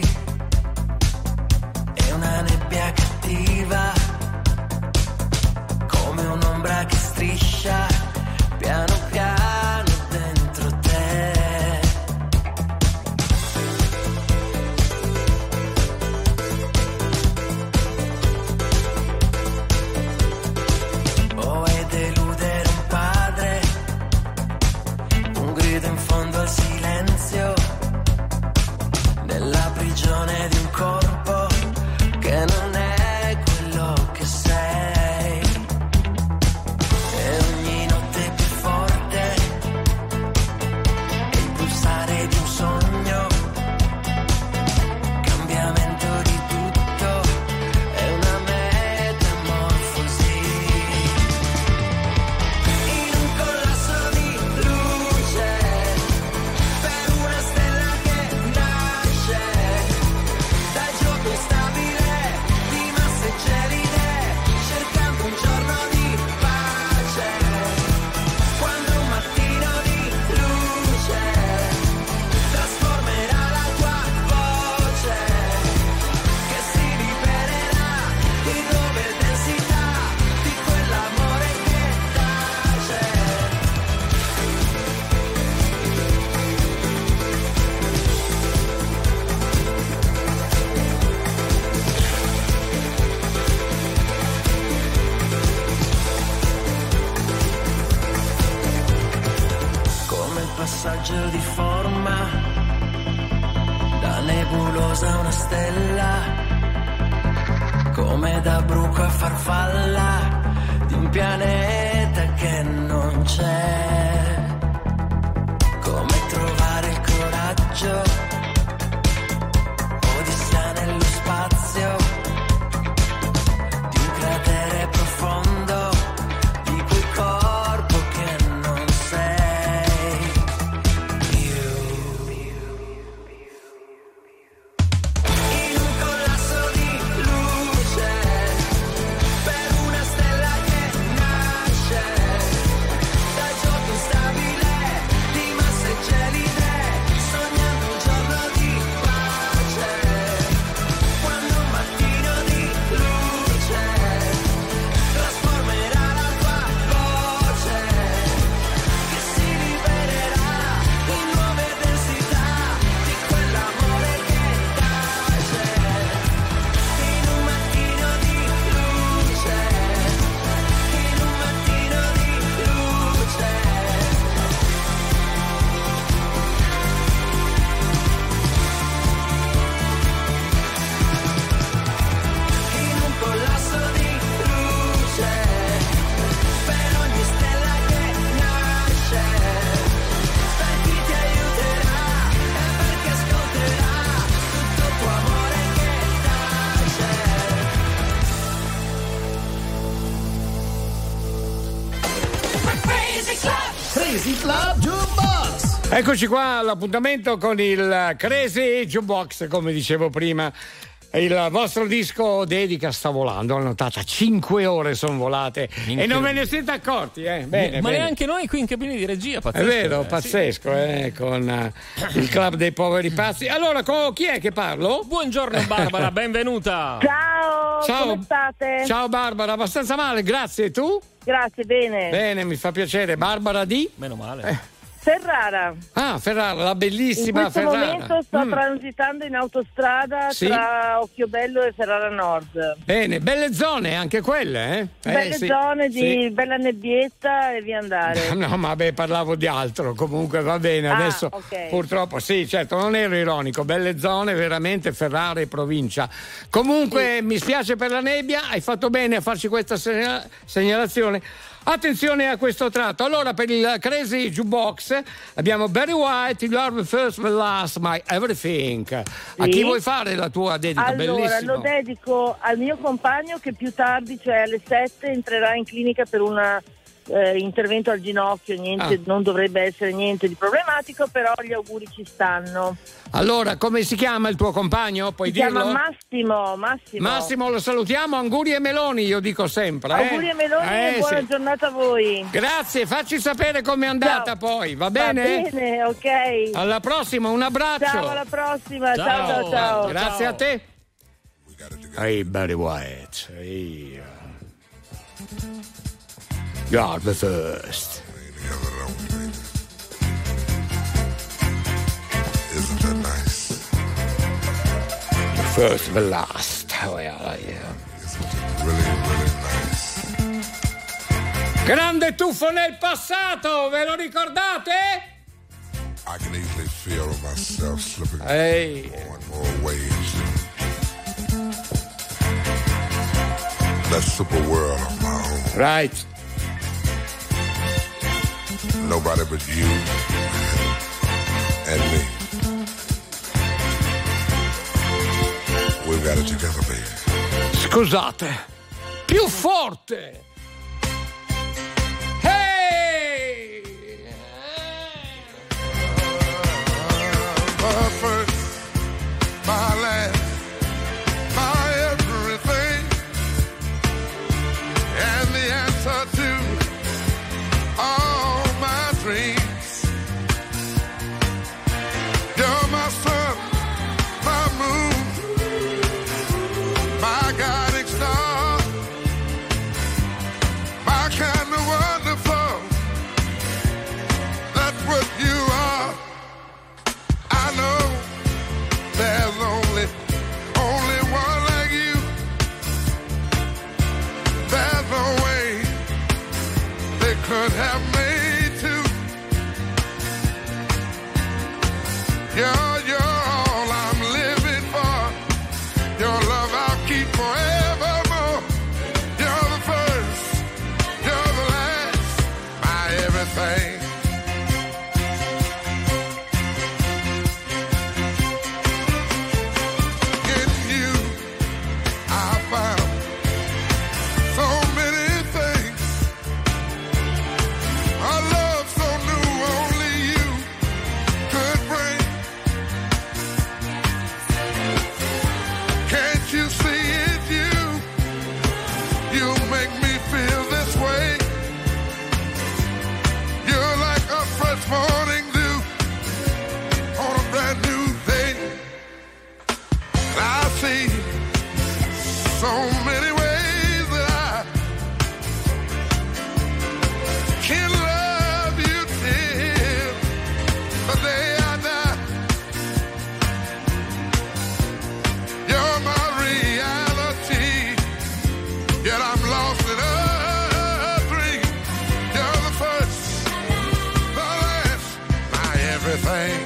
è una nebbia cattiva, come un'ombra che striscia piano piano dentro te. Oh, e deludere un padre, un grido in fondo al silenzio, nella prigione di un corpo che non è quello che sei. Passaggio di forma, da nebulosa a una stella, come da bruco a farfalla di un pianeta che non c'è. Come trovare il coraggio, odissea nello spazio, di un cratere profondo, di quel corpo che non sei. Eccoci qua all'appuntamento con il Crazy Jukebox, come dicevo prima. Il vostro disco dedica sta volando, l'ho notata, cinque ore sono volate e non ve ne siete accorti, eh? Bene, ma bene. neanche noi qui in cabina di regia, pazzesco. È vero, eh, pazzesco, sì. eh, con uh, il Club dei Poveri Pazzi. Allora, con chi è che parlo? Buongiorno Barbara, benvenuta. Ciao, Ciao, come state? Ciao Barbara, abbastanza male, grazie. Tu? Grazie, bene. Bene, mi fa piacere. Barbara di? Meno male. Eh. Ferrara. Ah, Ferrara, la bellissima in questo Ferrara. momento sto Mm. transitando in autostrada Sì? tra Occhiobello e Ferrara Nord. Bene, belle zone anche quelle, eh? Belle eh, sì. zone di Sì. bella nebbietta e via andare. No, ma beh, parlavo di altro, comunque va bene, Ah, adesso ok. purtroppo sì, certo, non ero ironico, belle zone veramente, Ferrara e provincia. Comunque mi spiace per la nebbia, hai fatto bene a farci questa segna- segnalazione. Attenzione a questo tratto. Allora, per il Crazy Jukebox abbiamo Barry White, You Are the First, the Last, My Everything. A Sì. chi vuoi fare la tua dedica? Allora, Bellissimo. lo dedico al mio compagno che più tardi, cioè alle sette, entrerà in clinica per un eh, intervento al ginocchio, niente, Ah. non dovrebbe essere niente di problematico, però gli auguri ci stanno. Allora, come si chiama il tuo compagno? Puoi Si dirlo? chiama Massimo, Massimo. Massimo, lo salutiamo, auguri e meloni, io dico sempre. eh. Auguri e meloni Eh, e buona sì. giornata a voi. Grazie, facci sapere com'è andata poi, va bene? Va bene, ok. Alla prossima, un abbraccio. Ciao, alla prossima. Ciao, ciao, ciao. Grazie a te. Hey, Barry White. Hey. You are the first. Isn't that nice? The first, the last. Oh, yeah, yeah. Really, really nice. Grande tuffo nel passato, ve lo ricordate? I can easily feel myself slipping Hey. more and more waves. That super world of my own. Right. Nobody but you and me. We've got it together, baby. Scusate. Più forte. Hey! My first, my last, my everything, and the answer to all my dreams. You're my sun, my moon, my guiding star, my kind of wonderful. That's what you are. I know there's only, only one like you. There's no way they could have made two. You're, you're all I'm living for. Your love I'll keep forevermore. You're the first, you're the last, my everything. In you, I found so many things. A love so new, only you could bring. Can't you see it's you? You make me feel this way. You're like a fresh morning dew on a brand new day. And I see so many ways that I can love you till the day I die. You're my reality, yet I'm lost in a dream. You're the first, the last, my everything.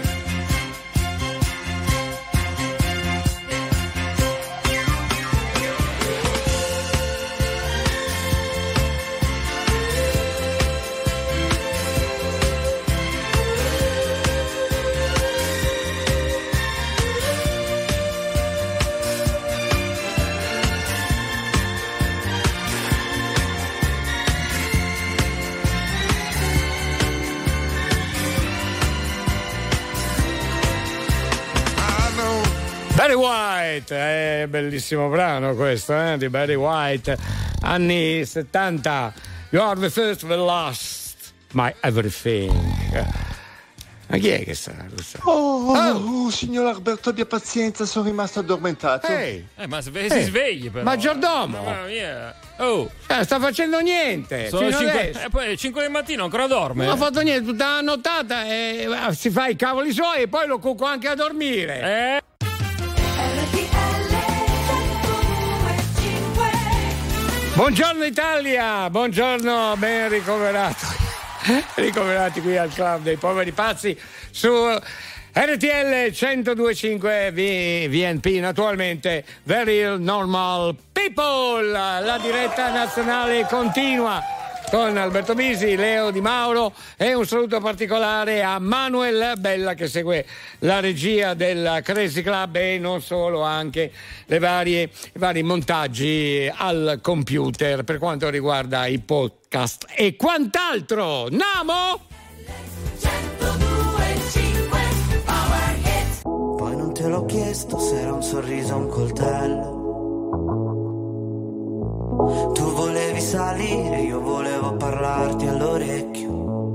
Barry White, è bellissimo brano questo, eh, di Barry White, anni settanta. You are the first, the last, my everything. Ma chi è che sta? Questa? Oh, oh, oh, signor Alberto, abbia pazienza, sono rimasto addormentato. Ehi. Eh, ma sve- Eh, si svegli però. maggiordomo. Mamma mia. Oh. Eh, sta facendo niente. Sono fino cinque, adesso. eh, poi cinque del mattino, ancora dorme. Non ha fatto niente tutta la nottata e eh, si fa i cavoli suoi e poi lo cuoco anche a dormire. Eh. Buongiorno Italia, buongiorno, ben ricoverato. Ricoverati qui al Club dei Poveri Pazzi su R T L centodue e cinque V N P, naturalmente Very Normal People. La diretta nazionale continua con Alberto Bisi, Leo Di Mauro e un saluto particolare a Manuel Bella che segue la regia del Crazy Club e non solo, anche le varie, i vari montaggi al computer per quanto riguarda i podcast e quant'altro. Namo! Poi non te l'ho chiesto se era un sorriso o un coltello. Tu volevi salire, io volevo parlarti all'orecchio.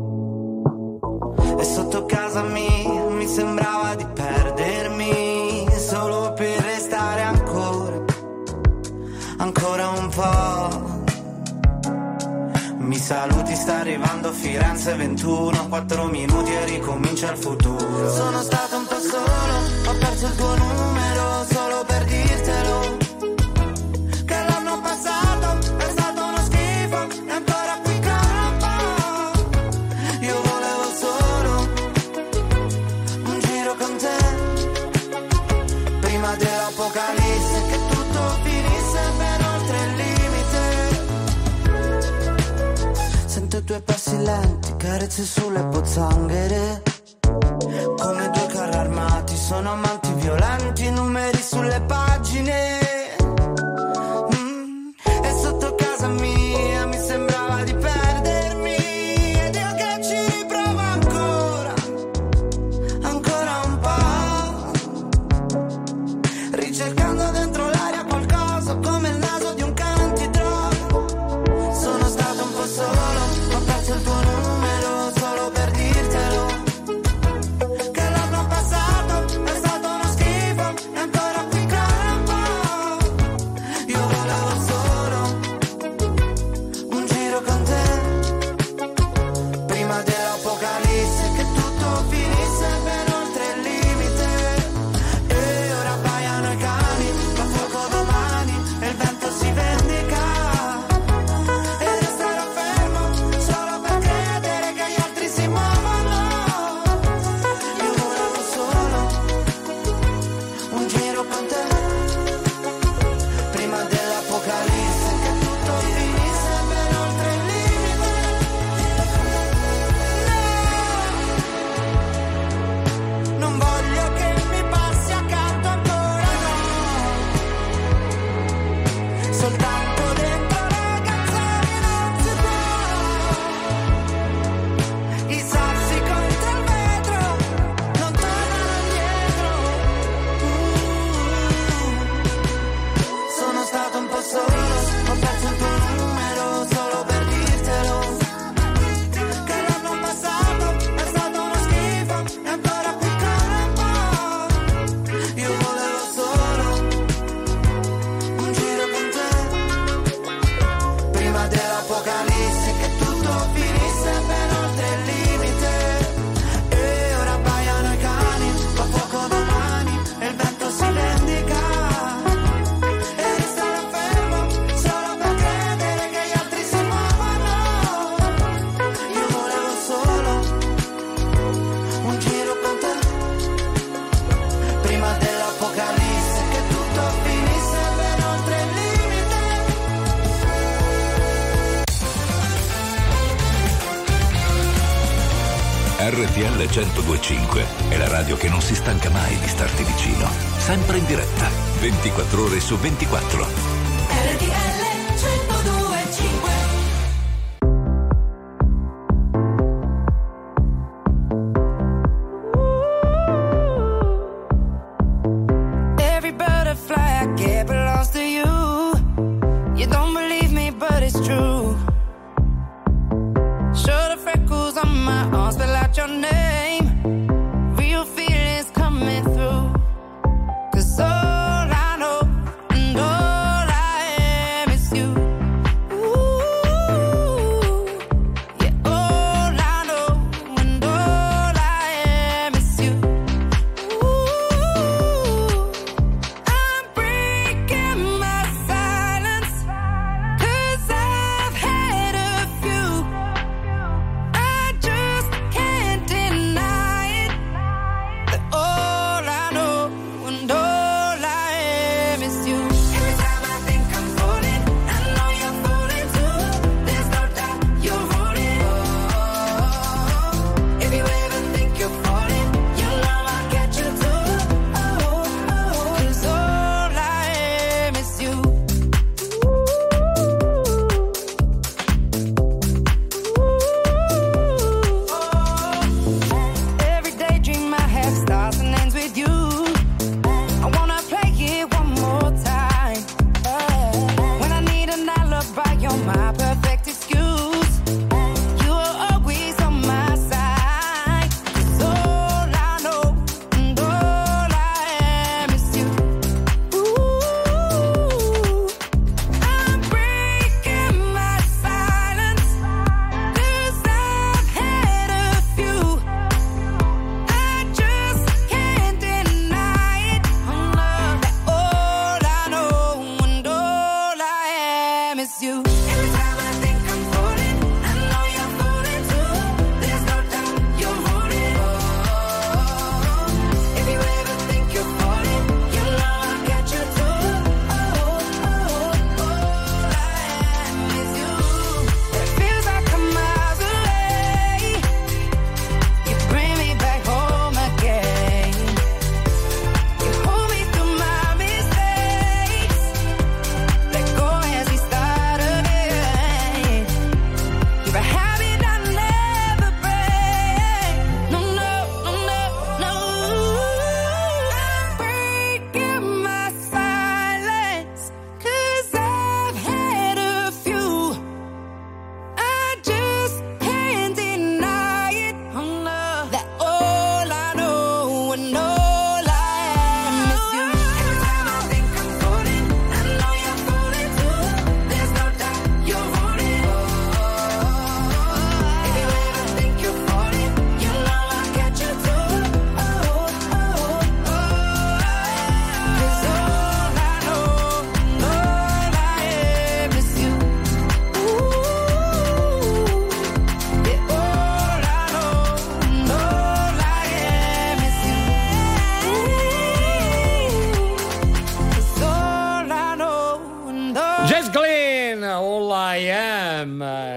E sotto casa mia mi sembrava di perdermi, solo per restare ancora, ancora un po'. Mi saluti, sta arrivando Firenze ventuno, quattro minuti e ricomincia il futuro. Sono stato un po' solo, ho perso il tuo numero solo per dirtelo. Dell'apocalisse, che tutto finisse ben oltre il limite. Sento i tuoi passi lenti, carezze sulle pozzanghere, come due carri armati, sono amanti violenti, numeri sulle pagine. Mm. E sotto casa mia mi sembrava di perdermi, ed io che ci riprovo ancora, ancora un po'. Cercando dentro l'aria qualcosa come il naso di un cane antidroga. Sono stato un po' solo, ho perso il tuo numero solo per dirtelo. Che l'anno passato è stato uno schifo e ancora qui ancora un po'. Io volevo solo un giro con te, prima dell'apocalisse, che tutto finisse ben oltre il limite. E ora baiano i cani, fa fuoco domani e il vento si vendica. E resterò fermo solo per credere che gli altri si muovono. Io volevo solo un giro con te, prima dell'apocalisse, che tutto finisse ben oltre il limite. No, non voglio che mi passi accanto ancora, no. Soltanto dentro le canzoni non si può. I sassi contro il vetro non tornano indietro. Mm. Sono stato un po' solo, ho perso il tuo numero solo per dirtelo. Che l'anno passato è stato uno schifo e ancora qui ancora un po'. Io volevo solo un giro con te, prima dell'apocalisse, che tutto finisse ben oltre il limite. E ora baiano i cani, fa fuoco domani e il vento si vendica. E resterò fermo solo per credere che gli altri si muovono. Io volevo solo un giro con te, prima dell'apocalisse, che tutto finisse ben oltre il limite. R T L centodue e cinque è la radio che non si stanca mai di starti vicino, sempre in diretta, ventiquattro ore su ventiquattro. R T L centodue e cinque. Every butterfly I get belongs to you. You don't believe me, but it's true. Show the freckles on my arm, spell out your name.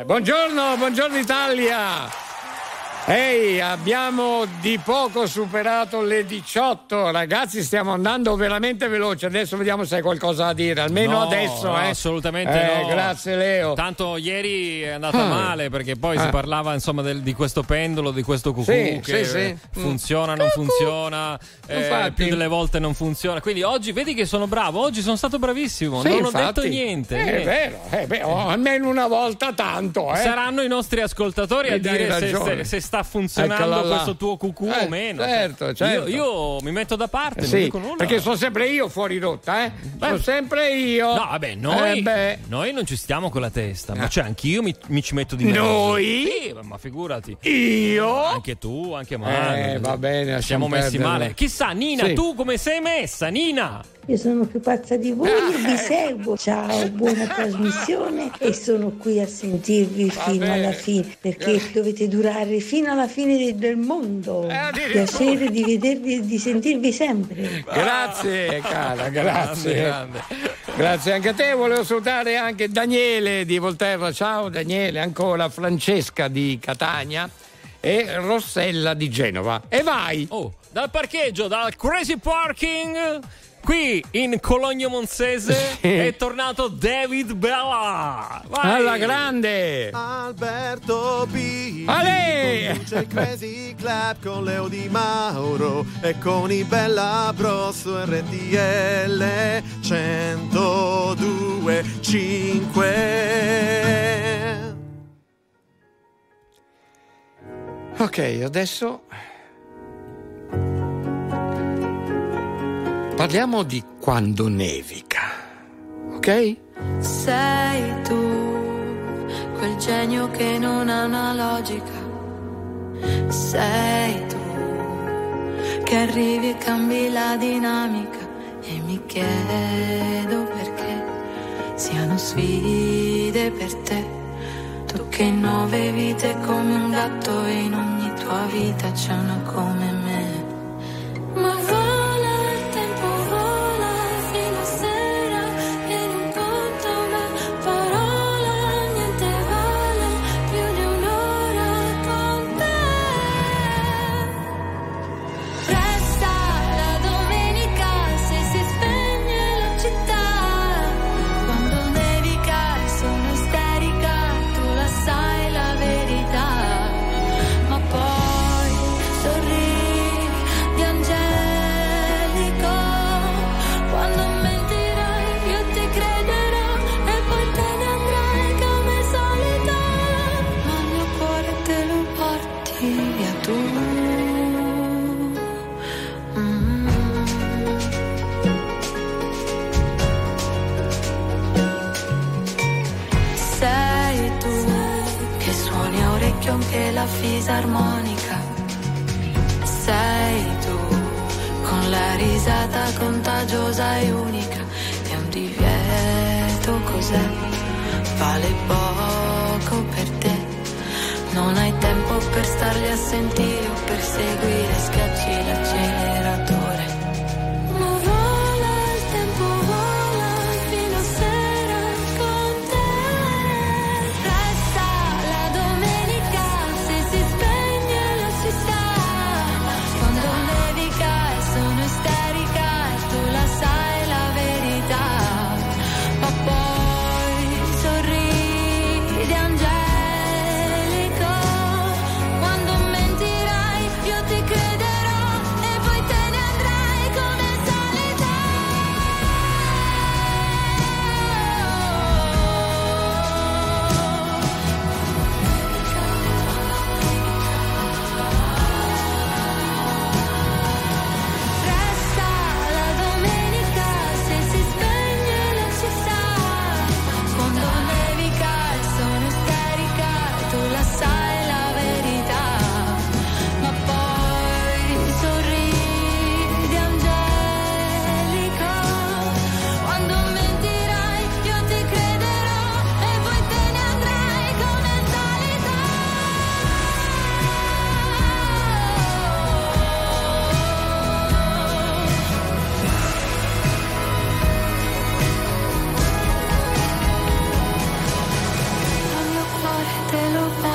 buongiorno, buongiorno Italia. Ehi, abbiamo di poco superato le diciotto, ragazzi, stiamo andando veramente veloce. Adesso vediamo se hai qualcosa da dire, almeno No, adesso. no, eh. assolutamente eh, no. Grazie Leo. Tanto ieri è andata Ah. male perché poi Ah. si parlava insomma del- di questo pendolo, di questo cucù Sì, che sì, sì. eh, funziona, non funziona, eh, Infatti. più delle volte non funziona. Quindi oggi vedi che sono bravo, oggi sono stato bravissimo, Sì, non infatti. ho detto niente. Eh, niente. È vero, eh, beh, oh, almeno una volta tanto. Eh. Saranno i nostri ascoltatori Mi a dai dire se, ragione. se- se sta funzionando Eccola là. questo tuo cucù Eh, o meno. certo, certo. Io, io mi metto da parte, non Sì, dico nulla. perché sono sempre io fuori rotta, eh? Sono sempre io. No, vabbè, noi, Eh, beh. noi non ci stiamo con la testa, ma cioè anch'io mi, mi ci metto di mezzo. Noi? Sì, ma figurati. Io? Anche tu, anche Manu. Eh, va bene, Ci siamo lasciamo messi perdere. male. Chissà, Nina, Sì. tu come sei messa, Nina? Io sono più pazza di voi, io vi seguo. Ciao, buona trasmissione e sono qui a sentirvi fino alla fine perché dovete durare fino alla fine de- del mondo. Piacere di vedervi e di sentirvi sempre. Grazie cara, grazie. Grande, grande. Grazie anche a te, volevo salutare anche Daniele di Volterra, ciao Daniele, ancora Francesca di Catania e Rossella di Genova. E vai! Oh, dal parcheggio, dal Crazy Parking, qui in Cologno Monzese è tornato David Bella. Vai. Alla grande! Alberto B Ale! conduce il Crazy Club con Leo Di Mauro e con i Bella Bros su R T L centodue e cinque. Ok, adesso parliamo di quando nevica, ok? Sei tu, quel genio che non ha una logica. Sei tu, che arrivi e cambi la dinamica. E mi chiedo perché siano sfide per te. Tu che in nove vite come un gatto e in ogni tua vita c'è una come me. Ma vola il tempo, vola fino a sera e non conta una parola, niente vale più di un'ora con te. Resta la domenica se si spegne la città, quando nevica e sono isterica, tu la sai la verità, ma poi sorridi di angelico, quando mentirai io ti crederò e poi te ne andrai come solita, ma il mio cuore te lo porti via tu. Mm. Sei tu che suoni a orecchio anche la fisarmonica. Sei tu con la risata contagiosa e unica. È un divieto, cos'è? Vale poco per te. Non hai tempo per starli a sentire o per seguire, schiacci l'acceleratore. Ma vola il tempo, vola fino a sera con te. Resta la domenica se si spegne la città, quando nevica e sono isterica e tu la sai la verità, ma poi sorridi angelico, quando mentirai io ti crederò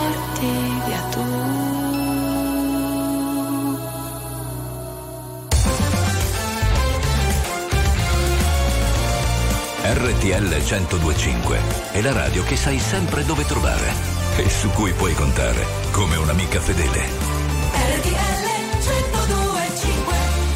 porti via tu. R T L centodue e cinque è la radio che sai sempre dove trovare e su cui puoi contare come un'amica fedele. R T L centodue e cinque.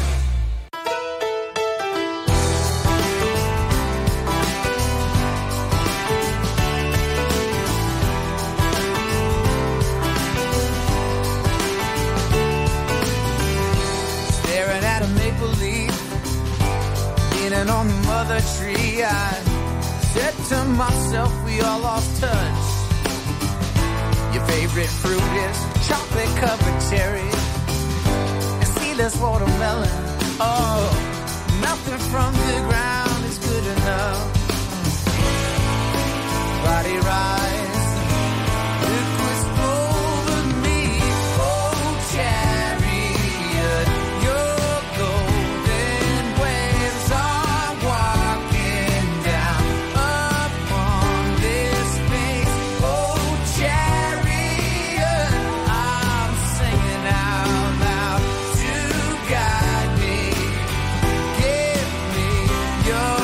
Staring at a maple leaf, leaning on the mother tree, I said to myself, we all lost touch. Your favorite fruit is chocolate covered cherries and seedless watermelon. Oh, nothing from the ground is good enough. Body rise, liquids over me. Oh, chariot, your golden waves are walking down upon this space. Oh, chariot, I'm singing out loud to guide me. Give me your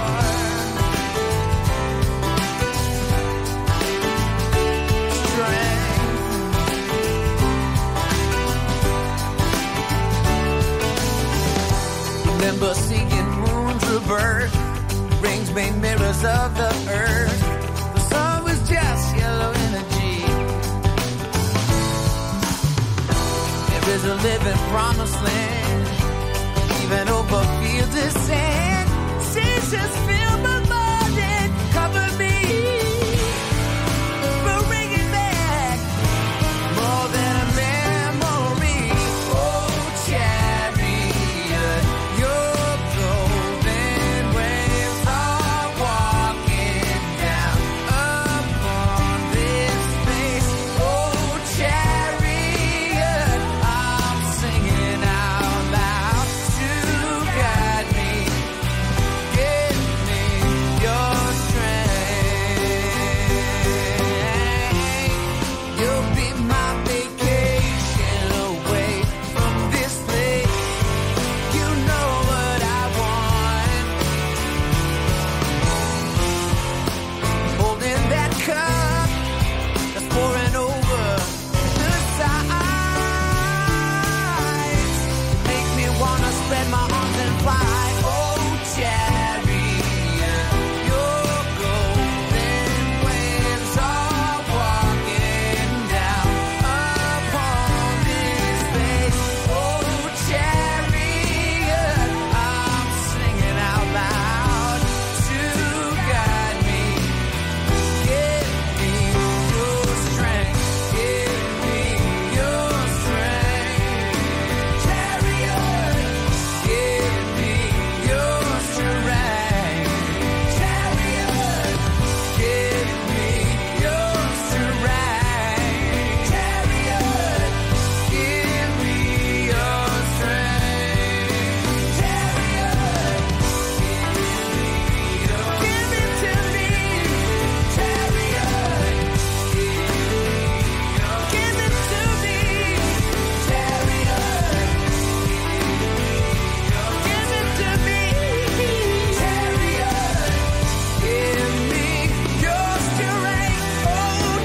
remember seeing moons revert, rings made mirrors of the earth. The sun was just yellow energy. There is a living promised land, even over fields of sand. Seasons fill my mind and cover me. Bring it back, more than a memory. Oh, chariot, your golden waves are walking down upon this space. Oh, chariot, I'm singing out loud to guide me. Give me your strength. You'll be my vacation away from this place. You know what I want. Holding that cup that's pouring over the sides. Make me wanna spread my arms and fly. Oh, chariot, your golden waves are walking down upon this space. Oh, chariot, I'm singing out loud to guide me. Give me your strength. Give me your strength. Chariot, give me your strength. Chariot, give me your strength. Chariot, give me your strength. Chariot, give it to me. Chariot, give it to me. Chariot, give it to me. Chariot, give me your strength. Oh,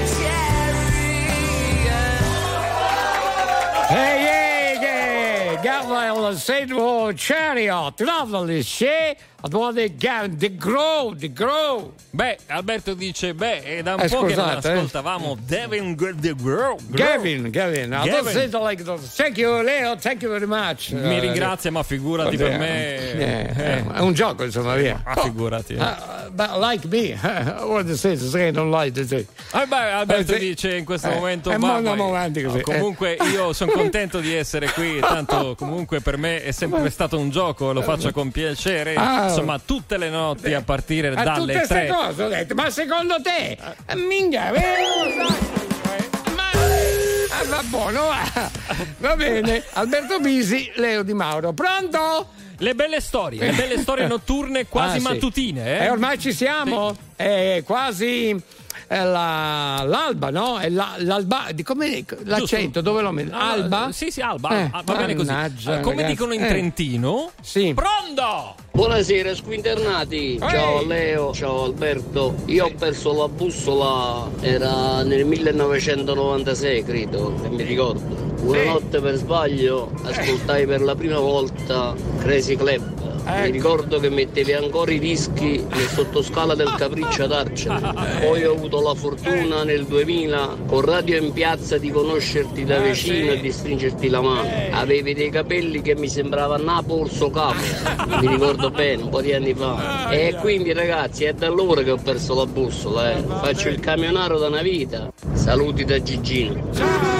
chariot. Hey, hey, hey, Gavel Sedwo Chariot, lovely, she, the Gavin, the Grow, the Grow. Beh, Alberto dice, beh, è da un Eh, po' che non scusate, eh. ascoltavamo Devin G- the Grow. Gavin, Gavin, I don't say it like that. Thank you, Leo, thank you very much. Mi ringrazia, ma figurati per me. Eh, eh. È un gioco, insomma, via. Ah, figurati. Uh, but like me, what to say, I don't like to say. Ah, beh, Alberto Eh, sì. dice in questo Eh, momento eh, ma ma andiamo poi- avanti così, no, comunque eh. io sono contento di essere qui, tanto comunque per me è sempre stato un gioco, lo faccio con piacere. Ah. Insomma, tutte le notti a partire A tutte dalle queste tre. cose ho detto, ma secondo te, minchia, vero? Ma ah, va buono, va. Va bene. Alberto Bisi, Leo Di Mauro. Pronto? Le belle storie, le belle storie notturne quasi Ah, sì. mattutine, eh? E ormai ci siamo? È quasi eh, la, l'Alba, no? È la, l'Alba, di come l'accento, dove lo metto? Alba? Sì, sì, Alba, Eh, ah, va bene così. mannaggia, Eh, come ragazzi. dicono in Eh. Trentino? Sì. Pronto! Buonasera squinternati, ciao Leo, ciao Alberto. Io ho perso la bussola, era nel millenovecentonovantasei credo, se mi ricordo. Una notte per sbaglio ascoltai per la prima volta Crazy Club. Mi ricordo che mettevi ancora i dischi nel sottoscala del Capriccio ad Arcene. Poi ho avuto la fortuna nel duemila con Radio in Piazza di conoscerti da vicino e di stringerti la mano. Avevi dei capelli che mi sembravano a polso capo, mi ricordo bene, un po' di anni fa. E quindi ragazzi è da allora che ho perso la bussola, eh. Faccio il camionaro da una vita. Saluti da Gigino.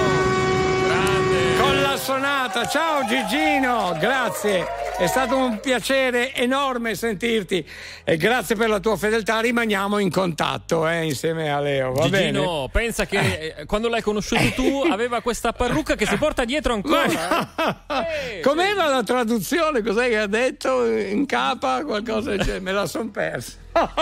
Con la sonata, ciao Gigino, grazie, è stato un piacere enorme sentirti e grazie per la tua fedeltà, rimaniamo in contatto eh, insieme a Leo, va Gigino, bene? pensa che eh, quando l'hai conosciuto tu aveva questa parrucca che si porta dietro ancora. eh. Com'era la traduzione? Cos'è che ha detto? In capa? Qualcosa del genere, me la son persa.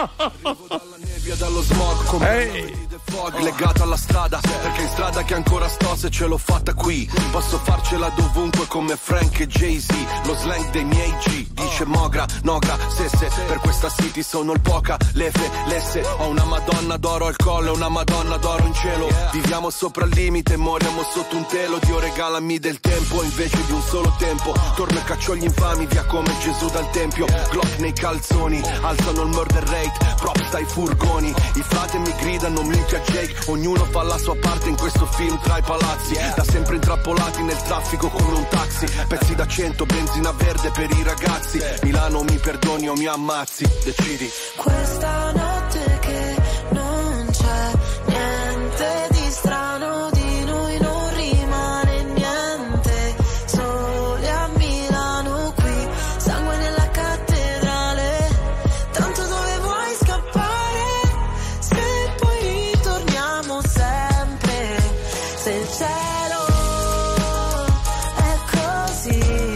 Via dallo smog come fog legato alla strada, perché in strada che ancora sto, se ce l'ho fatta qui posso farcela dovunque come Frank e Jay-Z. Lo slang dei miei G dice mogra, nogra, sesse. Per questa city sono il poca, lefe, lesse. Ho una madonna d'oro al collo e una madonna d'oro in cielo. Viviamo sopra il limite, moriamo sotto un telo. Dio regalami del tempo invece di un solo tempo. Torno e caccio gli infami via come Gesù dal tempio. Glock nei calzoni, alzano il murder rate, props dai furgoni. I frate mi gridano minchia Jake, ognuno fa la sua parte in questo film tra i palazzi. Da sempre intrappolati nel traffico come un taxi. Pezzi da cento, benzina verde per i ragazzi. Milano mi perdoni o mi ammazzi, decidi. Questa notte che non c'è niente di strano, di noi non rimane niente. Soli a Milano qui, sangue nella cattedrale. Tanto dove vuoi scappare, se poi ritorniamo sempre. Se il cielo è così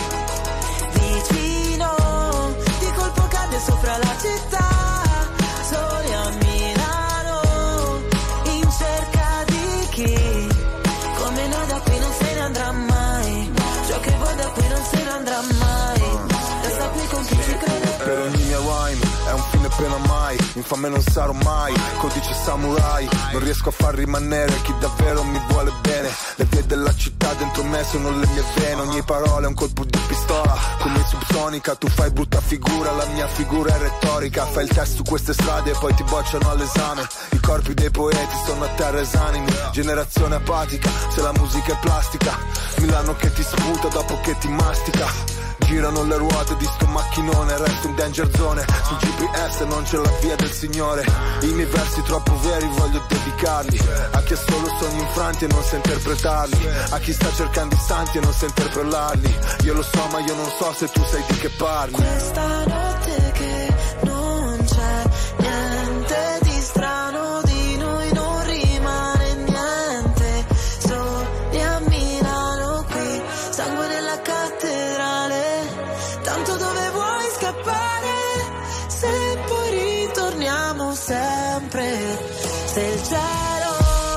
vicino, di colpo cade sopra la città. Soli a Milano, in cerca di chi come noi da qui non se ne andrà mai. Ciò che vuoi da qui non se ne andrà mai. Resta qui con chi ci crede. Per ogni mia rhyme è un fine pena mai. Infame non sarò mai, codice samurai. Non riesco a far rimanere chi davvero mi vuole bene. Le vie della città dentro me sono le mie vene. Ogni parola è un colpo di pistola, come subsonica. Tu fai brutta figura, la mia figura è retorica. Fai il test su queste strade e poi ti bocciano all'esame. I corpi dei poeti sono a terra esanimi. Generazione apatica, se la musica è plastica. Milano che ti sputa dopo che ti mastica. Girano le ruote di sto macchinone, resto in danger zone. Sul G P S non c'è la via del Signore. I miei versi troppo veri voglio dedicarli a chi ha solo sogni infranti e non sa interpretarli, a chi sta cercando i santi e non sa interpellarli. Io lo so ma io non so se tu sai di che parli. Questa notte che non c'è niente di strano, di noi non rimane niente. Soli a Milano qui, sangue nella cattedrale. Tanto dove vuoi scappare, se poi ritorniamo sempre. Se il cielo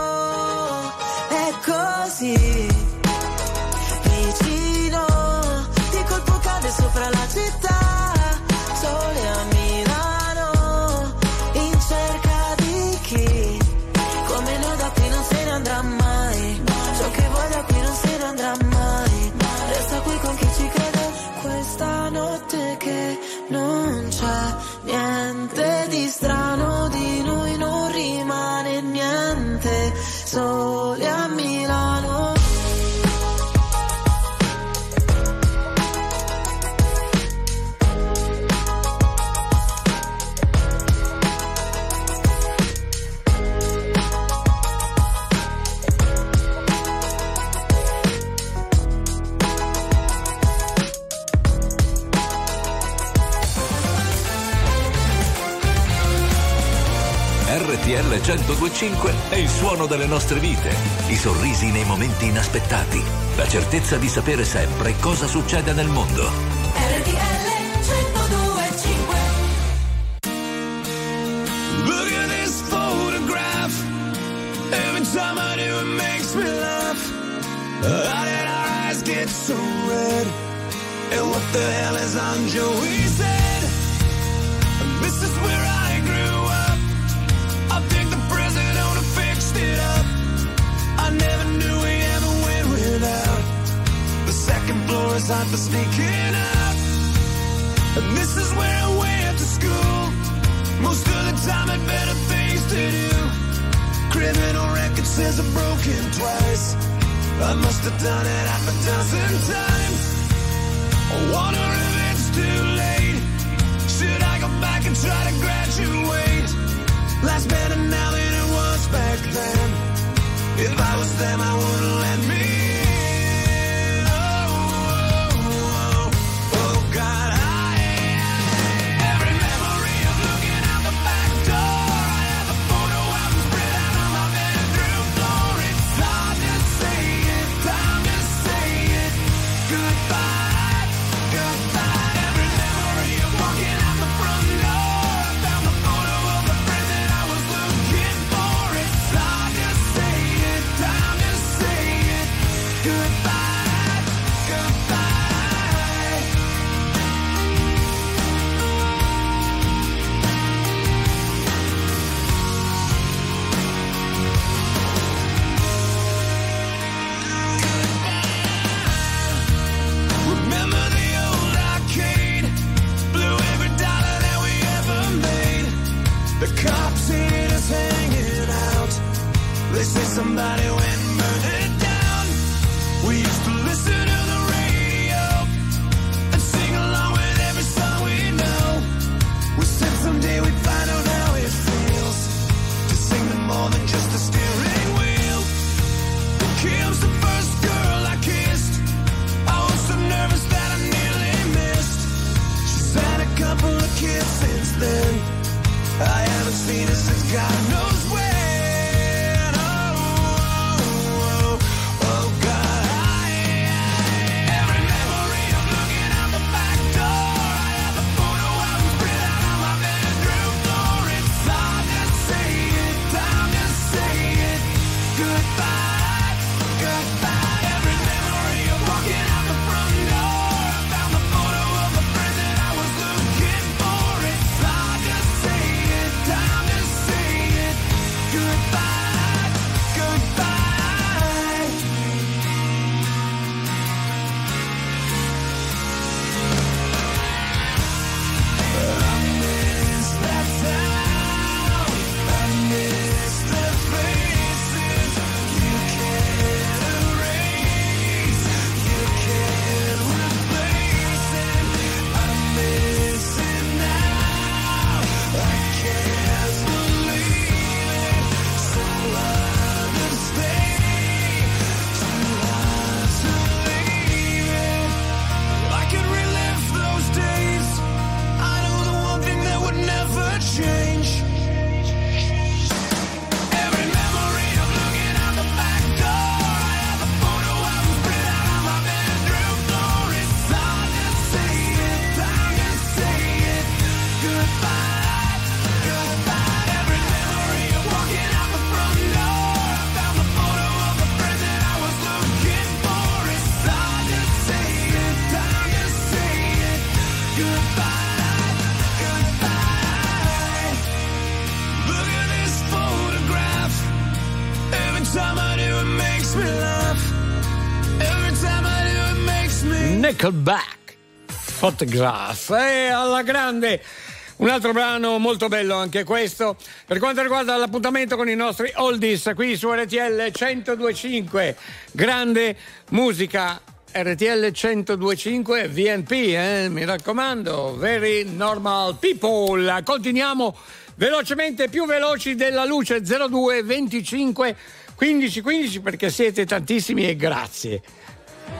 è così vicino, di colpo cade sopra la città. Soli a Milano, in cerca di chi come noi da qui non se ne andrà mai. Ciò che vuoi da qui non se ne andrà mai. Resta qui con chi ci crede. Questa notte che non c'è niente di strano, di noi non rimane niente. Soli a Milano. R T L centodue e cinque è il suono delle nostre vite, i sorrisi nei momenti inaspettati, la certezza di sapere sempre cosa succede nel mondo. R T L centodue e cinque. Look at this photograph. makes me laugh. How did our eyes get so red? And what the hell is on Joey's head? This is where I grew up. I think the present owner fixed it up. I never knew we ever went without. The second floor is hot for sneaking out. And this is where I went to school. Most of the time had better things to do. Criminal record says I'm broken twice. I must have done it half a dozen times. I wonder if it's too late. Should I go back and try to graduate? Life's better now than it was back then. If I was them, I wouldn't let me in. Oh, oh, oh, oh God, I every memory of looking out the back door. I have a photo album spread out on my bedroom floor. It's hard to say it, time to say it. Goodbye, goodbye. Every memory of walking out the front door. I found the photo of the friend that I was looking for. It's hard to say it, time to say it. Goodbye, goodbye. Remember the old arcade? Blew every dollar that we ever made. The cops seen us hanging out. They say somebody went and burned it down. We used to listen to the radio and sing along with every song we know. We said someday we'd find out how it feels to sing to more than just a steering wheel. Kim's the first girl I kissed. I was so nervous that I nearly missed. She's had a couple of kids since then. I haven't seen her since God knows when. Oh, oh, oh, oh God, I every memory of looking out the back door. I have a photo album spread out on my bedroom floor. It's hard to say it, time to say it. Goodbye, goodbye. Every memory of walking out the front door. I found the photo of the friend that I was looking for. It's hard to say it, time to say it. Goodbye, goodbye. I miss that town. I miss the faces you can't erase, you can't replace it. I miss it now. I can't believe it. So hard to stay, too hard to leave it. I could relive those days. I know the one thing that would never change. Every memory of looking out the back door. I have a photo album spread out on my bedroom floor. It's hard to say it, time to say it. Goodbye, goodbye. Every memory of walking out the front door. I found the photo of the friend that I was looking for. It's hard to say it, time to say it. Goodbye, goodbye. Look at this photograph. Every time I do it makes me laugh. Every time I do it makes me Nickelback, Photograph. E alla grande. Un altro brano molto bello anche questo per quanto riguarda l'appuntamento con i nostri oldies qui su R T L centodue e cinque. Grande musica. R T L centodue e cinque V N P, eh? Mi raccomando, Very Normal People. Continuiamo velocemente, più veloci della luce. Zero due venticinque quindici quindici perché siete tantissimi e grazie.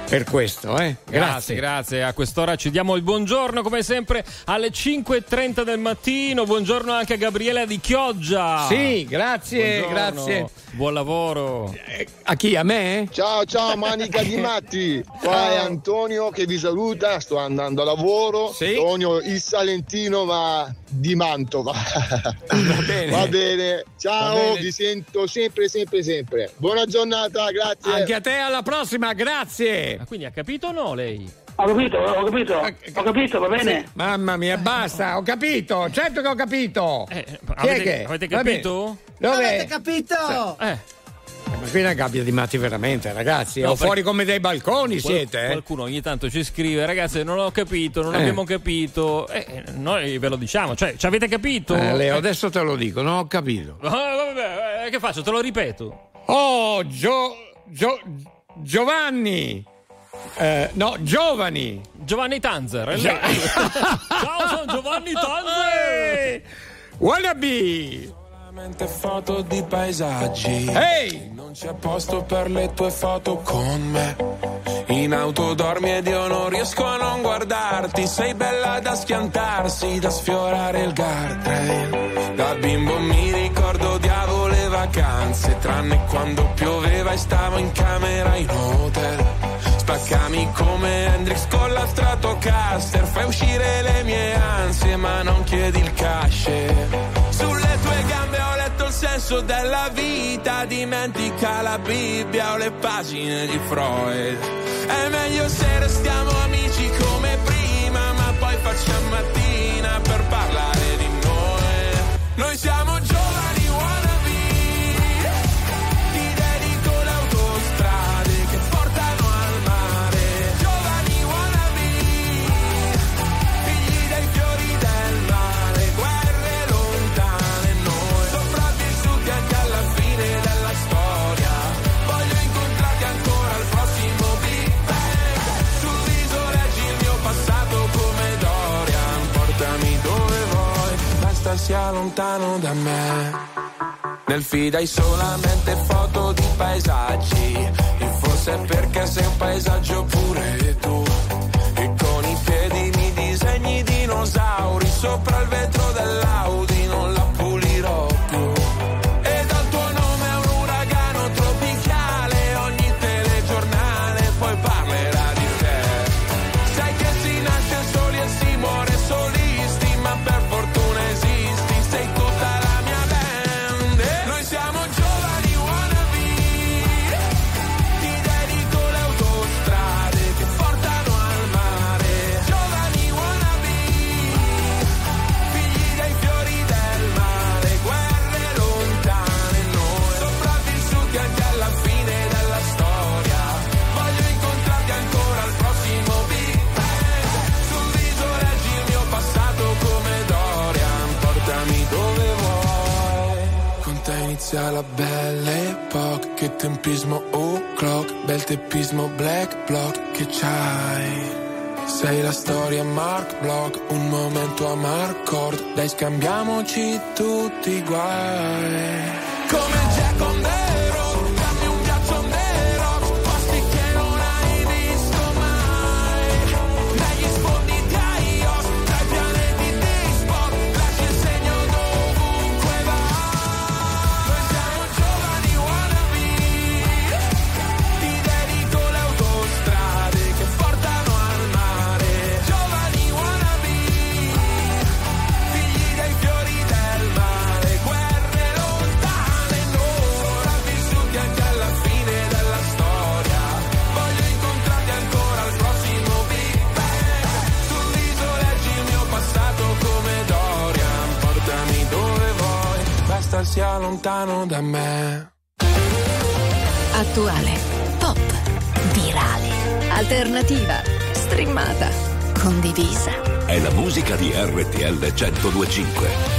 per questo, eh. Grazie. Grazie, grazie. A quest'ora ci diamo il buongiorno come sempre alle cinque e trenta del mattino. Buongiorno anche a Gabriele di Chioggia. Sì, grazie, Buongiorno. grazie. Buon lavoro. A chi? A me? Ciao, ciao, manica di matti. Qua è Antonio che vi saluta. Sto andando a lavoro. Sì? Antonio, il salentino, ma di Mantova. Va bene. Va bene. Ciao, Va bene. vi sento sempre, sempre, sempre. Buona giornata, grazie. Anche a te, alla prossima, grazie. Ma quindi ha capito o no lei? Ho capito, ho capito, ho capito, va bene? Sì. Mamma mia, basta, ho capito, certo che ho capito. Eh, Chi avete, è che? avete Va bene. capito? Dove? Avete capito? Eh. Ma qui è una gabbia di matti veramente, ragazzi. No, o perché- fuori come dei balconi Qual- siete, eh? Qualcuno ogni tanto ci scrive, ragazzi, non ho capito, non Eh. abbiamo capito. Eh, noi ve lo diciamo, cioè, ci avete capito? Eh, Leo, Eh. adesso te lo dico, non ho capito. Ah, vabbè, eh, che faccio? Te lo ripeto. Oh, Gio, Gio, Giovanni. Eh, no, Giovani. Giovanni Tanzer. è Gio- lei. Ciao, sono Giovanni Tanzer. Wannabe. Foto di paesaggi. Ehi! Non c'è posto per le tue foto con me. In auto dormi ed io non riesco a non guardarti. Sei bella da schiantarsi, da sfiorare il guardrail. Da bimbo mi ricordo odiavo le vacanze, tranne quando pioveva e stavo in camera in hotel. Spaccami come Hendrix con la Stratocaster. Fai uscire le mie ansie ma non chiedi il cash. Sulle tue gambe ho letto il senso della vita. Dimentica la Bibbia o le pagine di Freud. È meglio se restiamo amici come prima, ma poi facciamo mattina per parlare di noi. Noi siamo giovani wannabe. Ti dedico le autostrade che portano al mare. Giovani wannabe, figli dei fiori del mare. Guerre lontane, noi sopravvissuti anche alla fine della storia. Voglio incontrarti ancora al prossimo Big Bang. Sul viso leggi il mio passato come Dorian. Portami dove vuoi, basta sia lontano da me. Nel feed hai solamente foto di paesaggi, e forse è perché sei un paesaggio pure tu. E con i piedi mi disegni dinosauri sopra il vetro dell'Audi, non la pulirò più. E dal tuo nome è un uragano tropicale, ogni telegiornale poi parlerà di te. Sai che si nasce soli e si muore solisti, ma per fortuna esisti, sei tutta la mia band. E noi siamo giovani wannabe, ti dedico le autostrade che portano al mare. Giovani wannabe, figli dei fiori del mare. Guerre lontane, noi sopravvissuti anche alla fine della storia. Voglio incontrarti ancora al prossimo Big Bang. Sul viso leggi il mio passato come Dorian. Portami dove vuoi, con te inizia la belle epoca. Che tempismo o'clock, bel teppismo black block che c'hai. Sei la storia Mark Block, un momento a Marcord. Dai, scambiamoci tutti i guai. Come Jack on the road, dammi un ghiaccio on the rocks, posti che non hai visto mai. Negli sfondi di iOS, tra i pianeti di spot, lasci il segno dovunque vai. Noi siamo giovani wannabe, ti dedico le autostrade che portano al mare. Giovani wannabe, figli dei fiori del mare. Guerre lontane, noi sopravvissuti anche alla fine della storia. Voglio incontrarti ancora al prossimo Big Bang. Sul viso leggi il mio passato come Dorian. Portami dove vuoi, basta sia lontano da me. Attuale, pop, virale, alternativa, streamata, condivisa. È la musica di R T L centodue e cinque.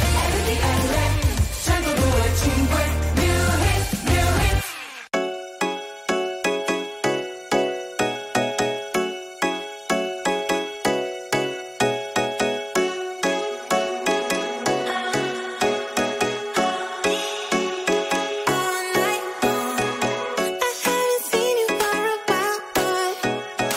I haven't seen you for a while, boy.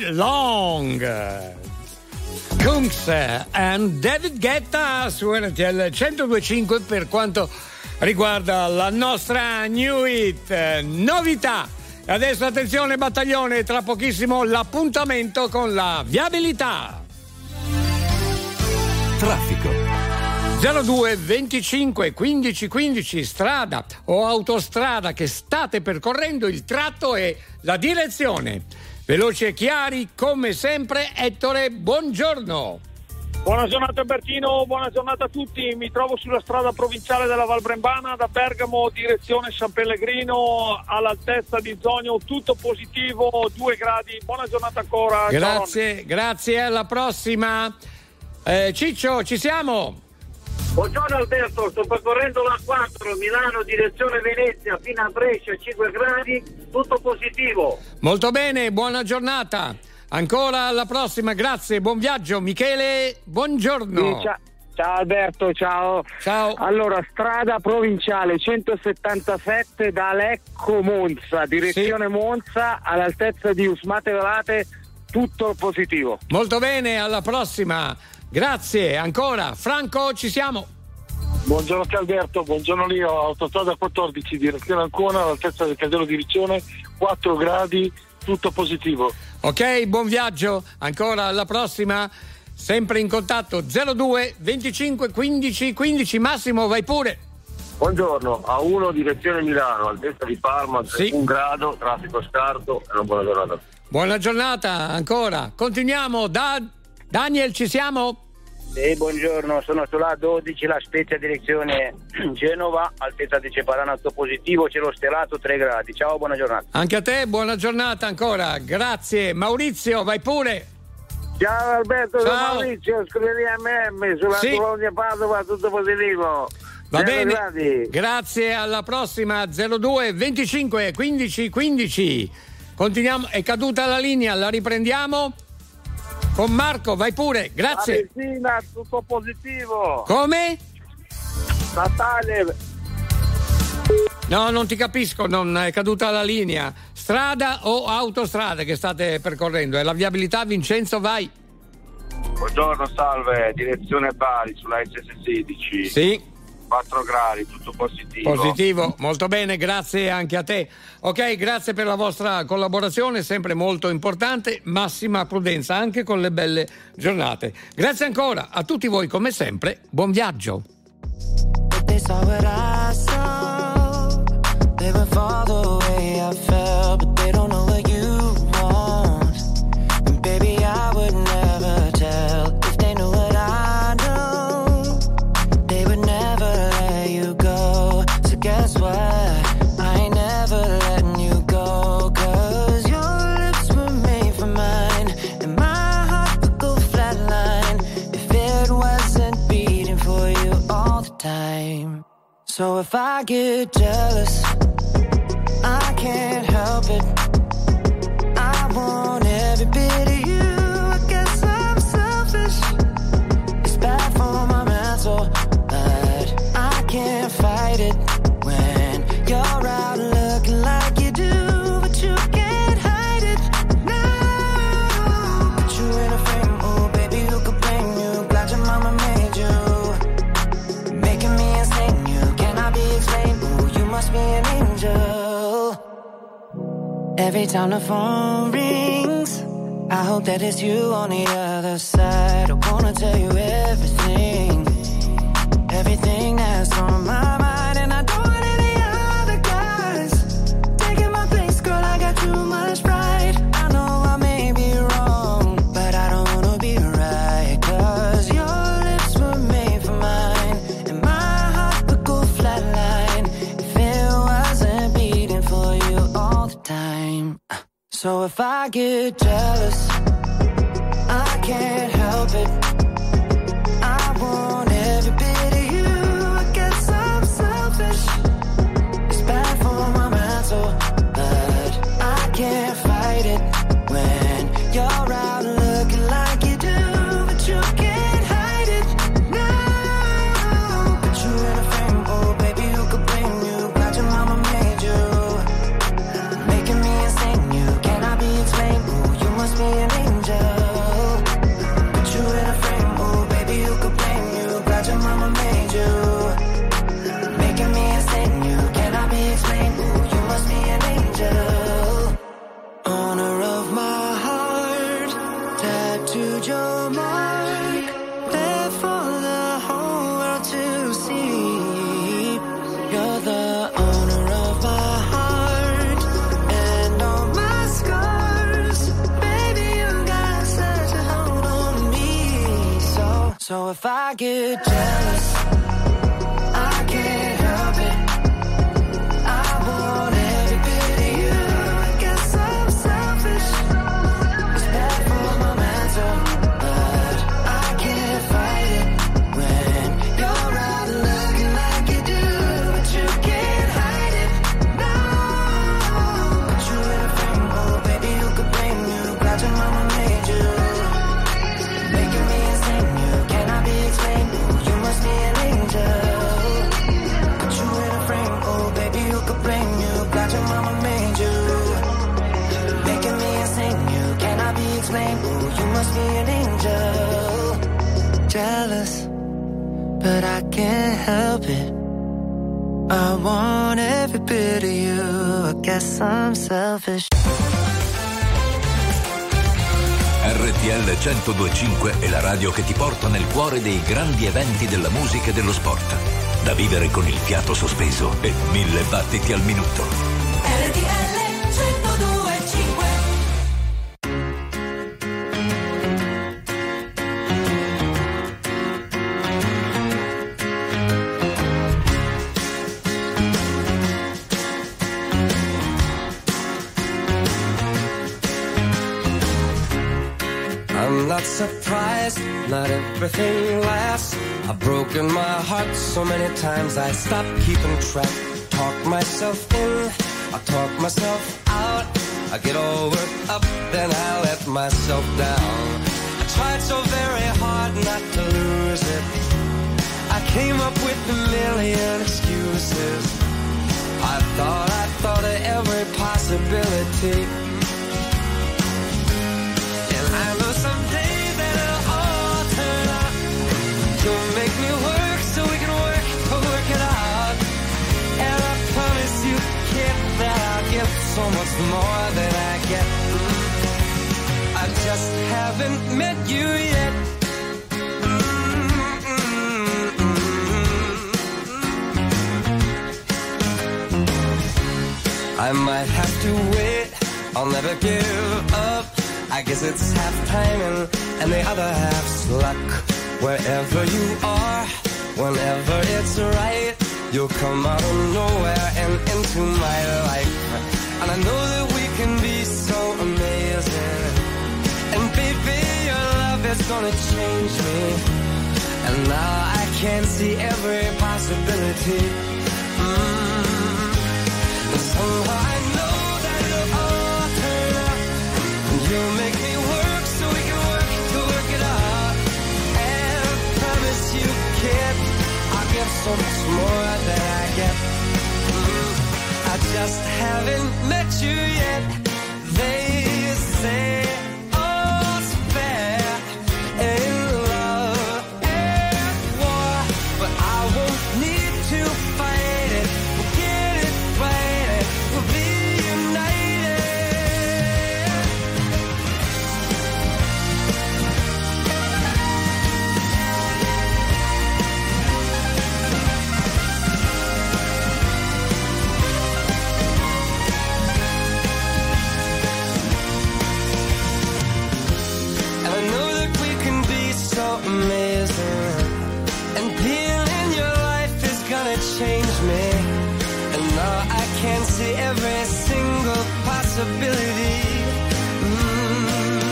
Ride Long. Kungs and David Guetta su R T L centodue e cinque per quanto riguarda la nostra new hit, novità. Adesso attenzione battaglione, tra pochissimo l'appuntamento con la viabilità. Traffico. zero due venticinque quindici quindici, strada o autostrada che state percorrendo, il tratto e la direzione. Veloci e chiari come sempre. Ettore, buongiorno. Buona giornata Bertino, buona giornata a tutti. Mi trovo sulla strada provinciale della Val Brembana da Bergamo direzione San Pellegrino all'altezza di Zogno, tutto positivo, due gradi. Buona giornata ancora. Grazie, Ciao. grazie, alla prossima. Eh, Ciccio, ci siamo? Buongiorno Alberto, sto percorrendo la quattro Milano direzione Venezia fino a Brescia, cinque gradi, tutto positivo. Molto bene, buona giornata. Ancora alla prossima, grazie, buon viaggio. Michele, buongiorno. Sì, ciao. Ciao Alberto, ciao. Ciao. Allora, strada provinciale centosettantasette da Lecco Monza, direzione sì. Monza, all'altezza di Usmate Velate, tutto positivo. Molto bene, alla prossima. Grazie, ancora. Franco, ci siamo. Buongiorno Alberto, buongiorno Lio, autostrada quattordici, direzione Ancona, all'altezza del Casello di Riccione, quattro gradi, tutto positivo. Ok, buon viaggio, ancora alla prossima. Sempre in contatto zero due venticinque quindici quindici. Massimo, vai pure. Buongiorno, A uno direzione Milano, altezza di Parma, sì. un grado, traffico scarso e una buona giornata. Buona giornata ancora. Continuiamo da Daniel, ci siamo? Sì, buongiorno, sono sulla A dodici, La Spezia direzione Genova, altezza di Ceparano, positivo, cielo stellato, tre gradi. Ciao, buona giornata. Anche a te, buona giornata ancora, grazie. Maurizio, vai pure. Ciao Alberto, Ciao. sono Maurizio, scrivi a me, sulla Sì. Bologna Padova, tutto positivo. Va Zero bene, gradi. grazie, alla prossima. Zero due venticinque quindici quindici. Continuiamo, è caduta la linea, la riprendiamo con Marco, vai pure, grazie. Messina, tutto positivo. Come? Natale. No, non ti capisco, non è caduta la linea. Strada o autostrada che state percorrendo? È la viabilità, Vincenzo, vai. Buongiorno, salve, direzione Bari sulla S S sedici. Sì. quattro gradi, tutto positivo. Positivo, molto bene, grazie anche a te. Ok, grazie per la vostra collaborazione, sempre molto importante. Massima prudenza anche con le belle giornate. Grazie ancora a tutti voi, come sempre. Buon viaggio. Time. So if I get jealous, I can't help it. I want every bit of you. I guess I'm selfish. It's bad for my mental, but I can't fight it when you're out looking like you do, but you can't hide it. No, put you in a frame, oh baby, who could blame you? Glad your mama made you. Must be an angel. Every time the phone rings, I hope that it's you on the other side. I wanna tell you everything, everything that's on my mind, and I don't want any other guys taking my place, girl. I got too much pride. I know I may be wrong, but I don't wanna be right, 'cause your lips were made for mine, and my heart would go flatline if it wasn't beating for you all the time. So if I get jealous, I can't help it. I want every bit of you. I guess I'm selfish. It's bad for my mental, but I can't fight it when you're out looking like you do, but you can't hide it. No, put you in a frame, oh baby, who could blame you? Glad your mama made you, making me insane. You cannot be explained. Oh, you must be an So if I get jealous, I can't help it. I want every bit of you. I guess I'm selfish. It's bad for my mental, but I can't fight it when you're out looking like you do, but you can't hide it. No, put you in a frame, oh baby, you could blame you. Glad your mama made you, making me insane. You cannot be explained. Oh, you must be an angel. Put you in a frame, oh baby, you could blame you. Glad your mama made you, making me insane. You cannot be explained. Oh, you must be an angel. Jealous, but I can't help it. I want every bit of you. I guess I'm selfish. R T L centodue e cinque è la radio che ti porta nel cuore dei grandi eventi della musica e dello sport. Da vivere con il fiato sospeso e mille battiti al minuto. R T L centodue e cinque. I'm not surprised, not everything lasts. I've broken my heart so many times I stopped keeping track. Talk myself in, I talk myself out. I get all worked up, then I let myself down. I tried so very hard not to lose it. I came up with a million excuses. I thought, I thought of every possibility. I know someday that it'll all turn out. You'll make me work so we can work to work it out. And I promise you, kid, that I'll give so much more than I get. I just haven't met you yet. I might have to wait, I'll never give up. I guess it's half timing and the other half's luck. Wherever you are, whenever it's right, you'll come out of nowhere and into my life. And I know that we can be so amazing. And baby, your love is gonna change me. And now I can see every possibility. Mm. And somehow I know that it'll all turn out. You'll make me work so we can work to work it out. And I promise you, kid, I'll give so much more than I get. Mm, I just haven't met you yet. They say all's fair in love and war, but I won't need to fight it. We'll get it right, we'll be united. Amazing, and being in your life is gonna change me. And now I can see every single possibility. Mm.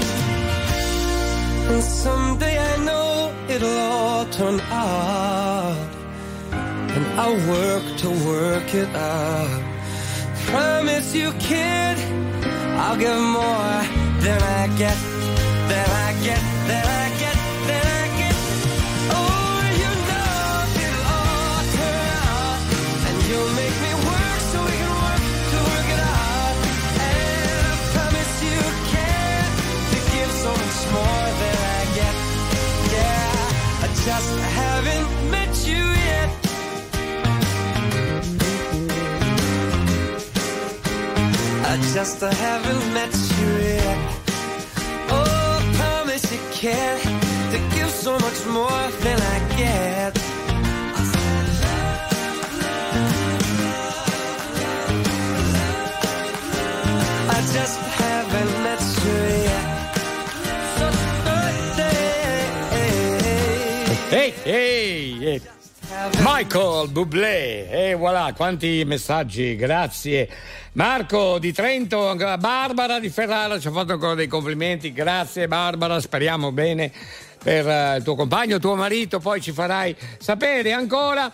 And someday I know it'll all turn out, and I'll work to work it out. Promise you, kid, I'll give more than I get, than I get, than I get. Just haven't met you yet. I just haven't met you yet. Oh, I promise you can't to give so much more than I get. I just haven't met you yet. So birthday, Ehi, ehi, ehi. Michael Bublé, e voilà, quanti messaggi, grazie. Marco di Trento, Barbara di Ferrara ci ha fatto ancora dei complimenti, grazie Barbara, speriamo bene per uh, il tuo compagno, tuo marito, poi ci farai sapere ancora.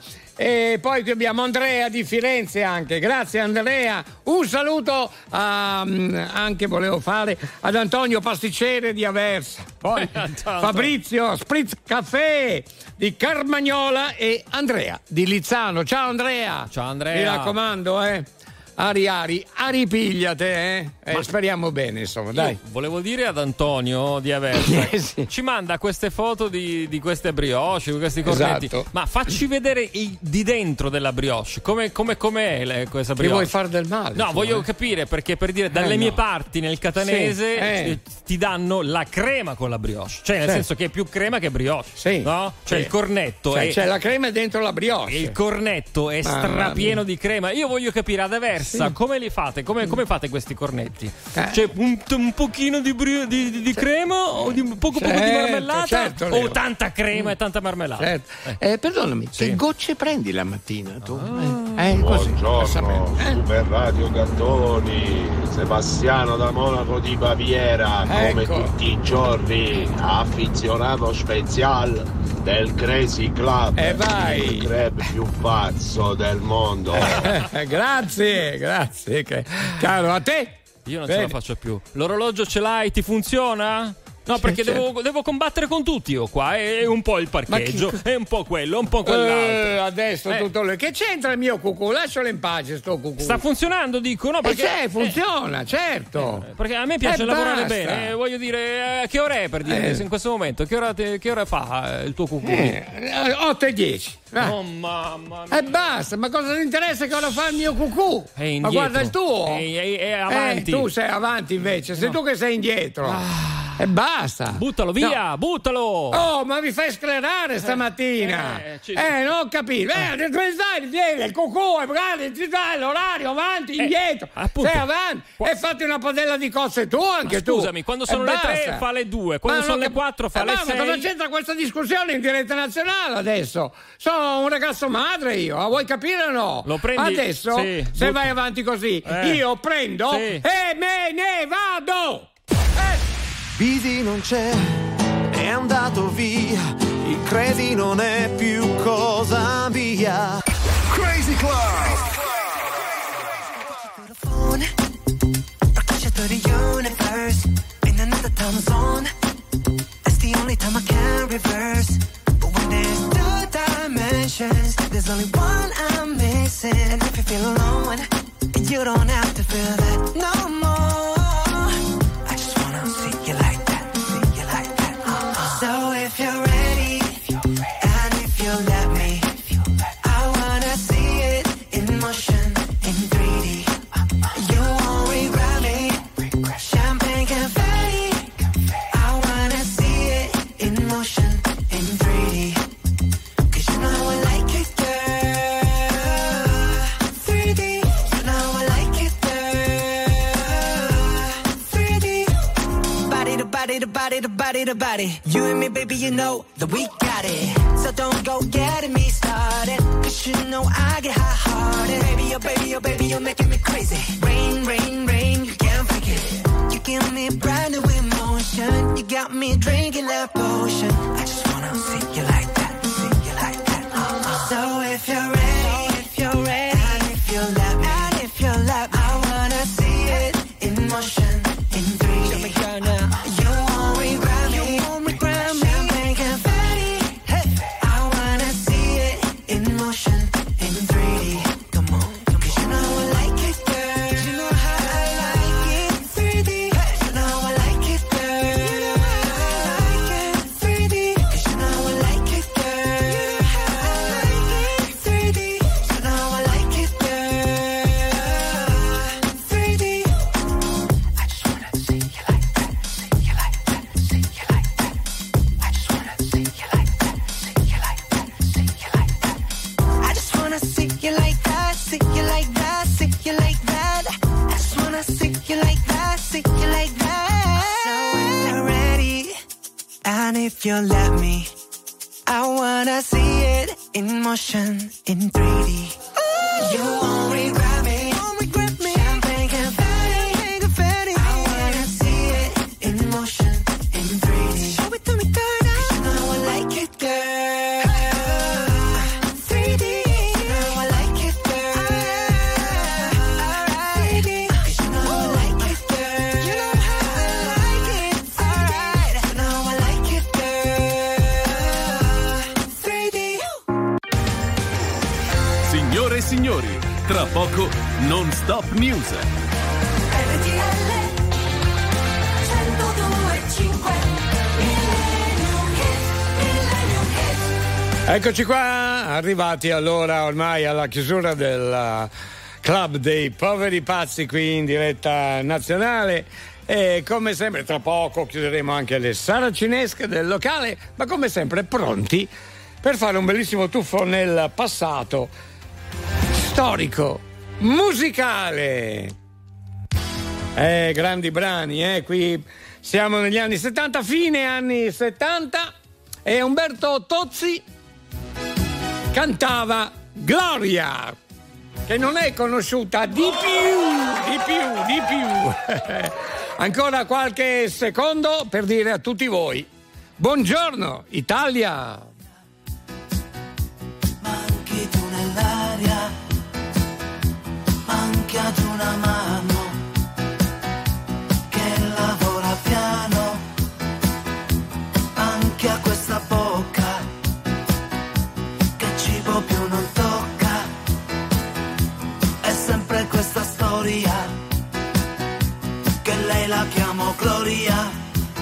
E poi qui abbiamo Andrea di Firenze anche, grazie Andrea, un saluto a, anche volevo fare ad Antonio Pasticcere di Aversa, poi Fabrizio Spritz Caffè di Carmagnola e Andrea di Lizzano. Ciao Andrea. Ciao Andrea. Mi raccomando, eh. Ari Ari, aripigliate, eh? eh speriamo bene, insomma, dai. Io volevo dire ad Antonio di Aversa, eh, sì. ci manda queste foto di, di queste brioche, di questi cornetti, esatto. Ma facci vedere il, di dentro della brioche, come come com'è le, questa brioche. Ti vuoi far del male? No, tu, voglio eh? capire, perché per dire dalle eh, mie no. parti nel catanese sì, eh. ti danno la crema con la brioche, cioè nel sì. senso che è più crema che brioche, sì. no? Cioè sì. il cornetto cioè, è, c'è la crema dentro la brioche. il cornetto è strapieno di crema. Io voglio capire ad Aversa sì. come li fate? Come, come fate questi cornetti? Eh. Cioè un, un pochino di, brio, di, di, di crema o di poco certo, poco di marmellata certo, o Leo. tanta crema mm. e tanta marmellata? Certo. Eh. Eh, perdonami, sì. che gocce prendi la mattina tu? Ah. Eh, così, buongiorno, eh? Super Radio Gattoni, Sebastiano da Monaco di Baviera, come Ecco. tutti i giorni, affezionato special del Crazy Club, eh vai. il club più pazzo del mondo. Eh, grazie, grazie, caro, a te. Io non Bene. ce la faccio più. L'orologio ce l'hai? Ti funziona? No, Sì, perché certo. devo, devo combattere con tutti io qua. È un po' il parcheggio, chi... è un po' quello, un po' quell'altro. Eh, adesso eh. tutto lì. Che c'entra il mio cucù? Lascialo in pace sto cucù. Sta funzionando, dico, no? Perché eh, c'è, funziona, eh. certo. Eh, perché a me piace eh, lavorare basta. bene. Eh, voglio dire, eh, che ora è per dire eh. in questo momento? Che ora, te, che ora fa eh, il tuo cucù? Eh, otto e dieci. Ah. Oh mamma mia. E basta, ma cosa ti interessa che ora fa il mio cucù? Ma guarda il tuo. È, è, è avanti. Eh, tu sei avanti invece, sei no. tu che sei indietro. Ah. E basta. Buttalo via, no. buttalo. Oh, ma mi fai sclerare stamattina. Eh, eh, ci... eh non ho capito. Eh, eh. Stai, vieni, il cucù, magari ti dai l'orario, avanti, eh, indietro. Appunto. Sei avanti. Qua... E fatti una padella di cozze tu anche ma tu. Scusami, quando sono e le basta. tre fa le due, quando ma sono le cap- quattro fa eh, le ma sei. Ma cosa c'entra questa discussione in diretta nazionale adesso? Sono un ragazzo madre io, la vuoi capire o no? Lo prendi? Adesso, sì, se but... vai avanti così, eh. io prendo sì. e me ne vado. Eh. Bisi non c'è, è andato via, il crazy non è più cosa via. Crazy Club. To the universe in another time zone. That's the only time I can reverse. But when there's two dimensions, there's only one I'm missing. And if you feel alone, you don't have to feel that no more. I just wanna see you like that, see you like that. Uh-uh. So if you're ready, if you're ready, and if you let me, if you let me, I wanna see it in motion, in three D. Uh-uh. You won't regret me. Champagne confetti, I wanna see it in motion, in three D. Cause you know I like it, girl. three D, you know I like it, girl. three D, body to body to body to body to body. You and me, baby, you know that we got it. So don't go getting me started. Cause you know I get hot-hearted. Baby, oh baby, oh baby, you're making me crazy. Rain, rain, rain, you can't fake it. You give me brand new emotion. You got me drinking that potion. I just wanna see you like that, see you like that. Uh-uh. So if you're ready, if you're ready, and if you let me, and if you let me, I wanna see it in motion, in three D. Show me girl now. You won't regret me, you won't regret me. Champagne confetti, hey. I wanna see it in motion, in three D. Come on, cause you know I like it, girl. You know how I like it, three D. You know I like it, girl. You know how I like it, three D. Cause you know I like it, girl. You know how I like it, three D. You know I like it, girl. three D. I just wanna see you like that, see you like that, see you like that. I just wanna see you like that, see you like that, see you like that. I just wanna see you like that, see you like that, see you like that. I just wanna see you like that, see you like that. So if you're ready, and if you let me, I wanna wanna see it in motion in three D. You won't regret me. Won't regret me. Champagne confetti. confetti. I wanna see it in motion in three D. Show it to me, girl. You know I like it, girl. three D. You know I like it, girl. three D. You know I like it, girl. You know how I like it. Alright. You know I like it, girl. three D. Signore e signori, tra poco Non Stop News. Eccoci qua, arrivati allora ormai alla chiusura del Club dei Poveri Pazzi qui in diretta nazionale e come sempre tra poco chiuderemo anche le saracinesche del locale, ma come sempre pronti per fare un bellissimo tuffo nel passato storico, musicale. Eh, grandi brani, eh, qui siamo negli anni settanta, fine anni settanta e Umberto Tozzi cantava Gloria, che non è conosciuta di più, di più, di più. Ancora qualche secondo per dire a tutti voi buongiorno Italia. Manchi tu nell'aria, manchi ad una mano che lavora piano, anche a questa bocca che cibo più non tocca. È sempre questa storia che lei la chiamo Gloria.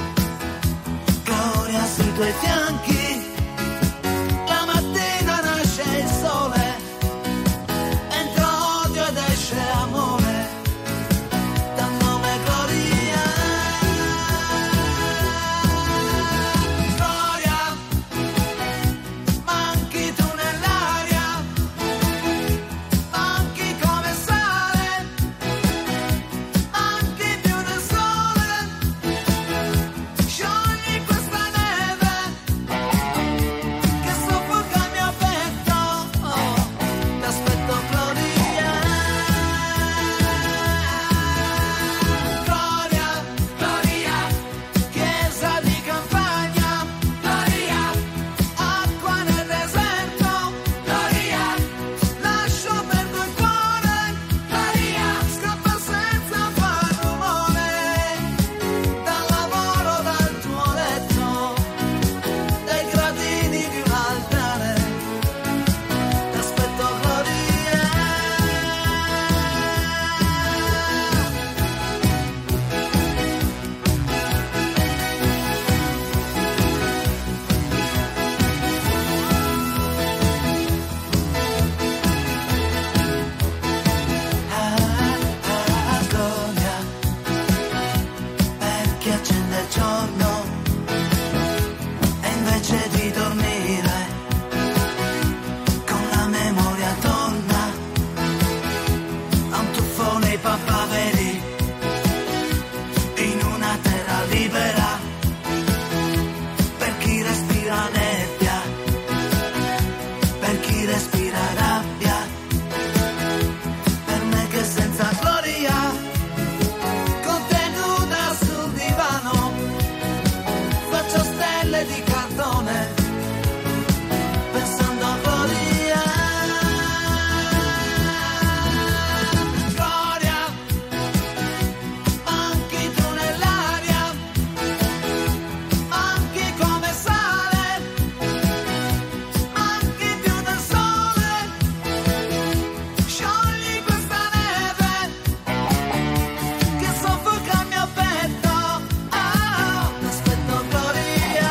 Gloria sui tuoi fianchi, la mattina nasce il sole, entra odio ed esce amore, dal nome Gloria. Gloria, manchi tu nell'aria, manchi come sale, manchi più del sole, sciogli questa neve che soffoca il mio petto. Oh, t'aspetto Gloria. Gloria, Gloria, chiesa di campagna, Gloria, acqua nel deserto, Gloria, lascio perdo il cuore, Gloria, scappa senza far rumore, dal lavoro, dal tuo letto, dai gradini di un altare, t'aspetto Gloria. Ah, Gloria, per chi accende il giorno e invece di dormire con la memoria torna a un tuffo nei papaveri in una terra libera, per chi respira nebbia, per chi respira rabbia, per me che senza gloria, con te nuda sul divano, faccio stelle di cartone, pensando a gloria. Gloria, manchi tu nell'aria, manchi come sale, manchi più del sole, sciogli questa neve che soffoca il mio petto. Ah, t'aspetto Gloria.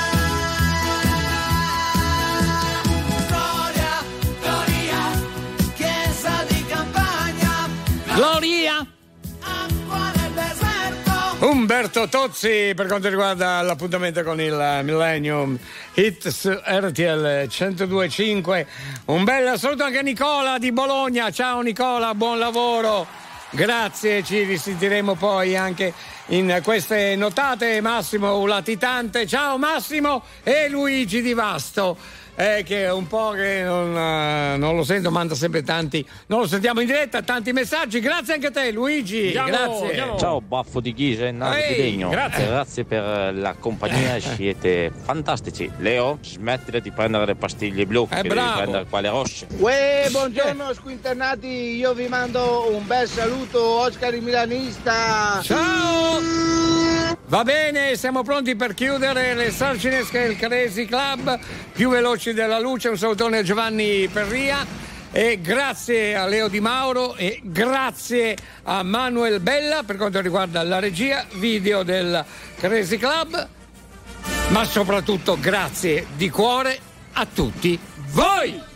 Gloria, Gloria, chiesa di campagna, Gloria. acqua nel deserto. Umberto Tozzi per quanto riguarda l'appuntamento con il Millennium Hit su R T L centodue e cinque. Un bel saluto anche a Nicola di Bologna. Ciao Nicola, buon lavoro. Grazie, ci risentiremo poi anche in queste notate. Massimo, un latitante. Ciao Massimo, e Luigi Di Vasto. Eh, che è un po' che non, uh, non lo sento, manda sempre tanti, non lo sentiamo in diretta, tanti messaggi. Grazie anche a te Luigi. Andiamo, grazie. Andiamo. Ciao Baffo di Ghisa e Naso Ehi, di Legno. grazie. Grazie per la compagnia, siete fantastici. Leo, smettila di prendere le pastiglie blu, eh, che bravo. devi prendere quelle rosse. Uè, buongiorno squinternati, io vi mando un bel saluto, Oscar il milanista. Ciao. Va bene, siamo pronti per chiudere le Sarcinesche e il Crazy Club, più veloci della luce. Un salutone a Giovanni Perria e grazie a Leo Di Mauro e grazie a Manuel Bella per quanto riguarda la regia video del Crazy Club, ma soprattutto grazie di cuore a tutti voi.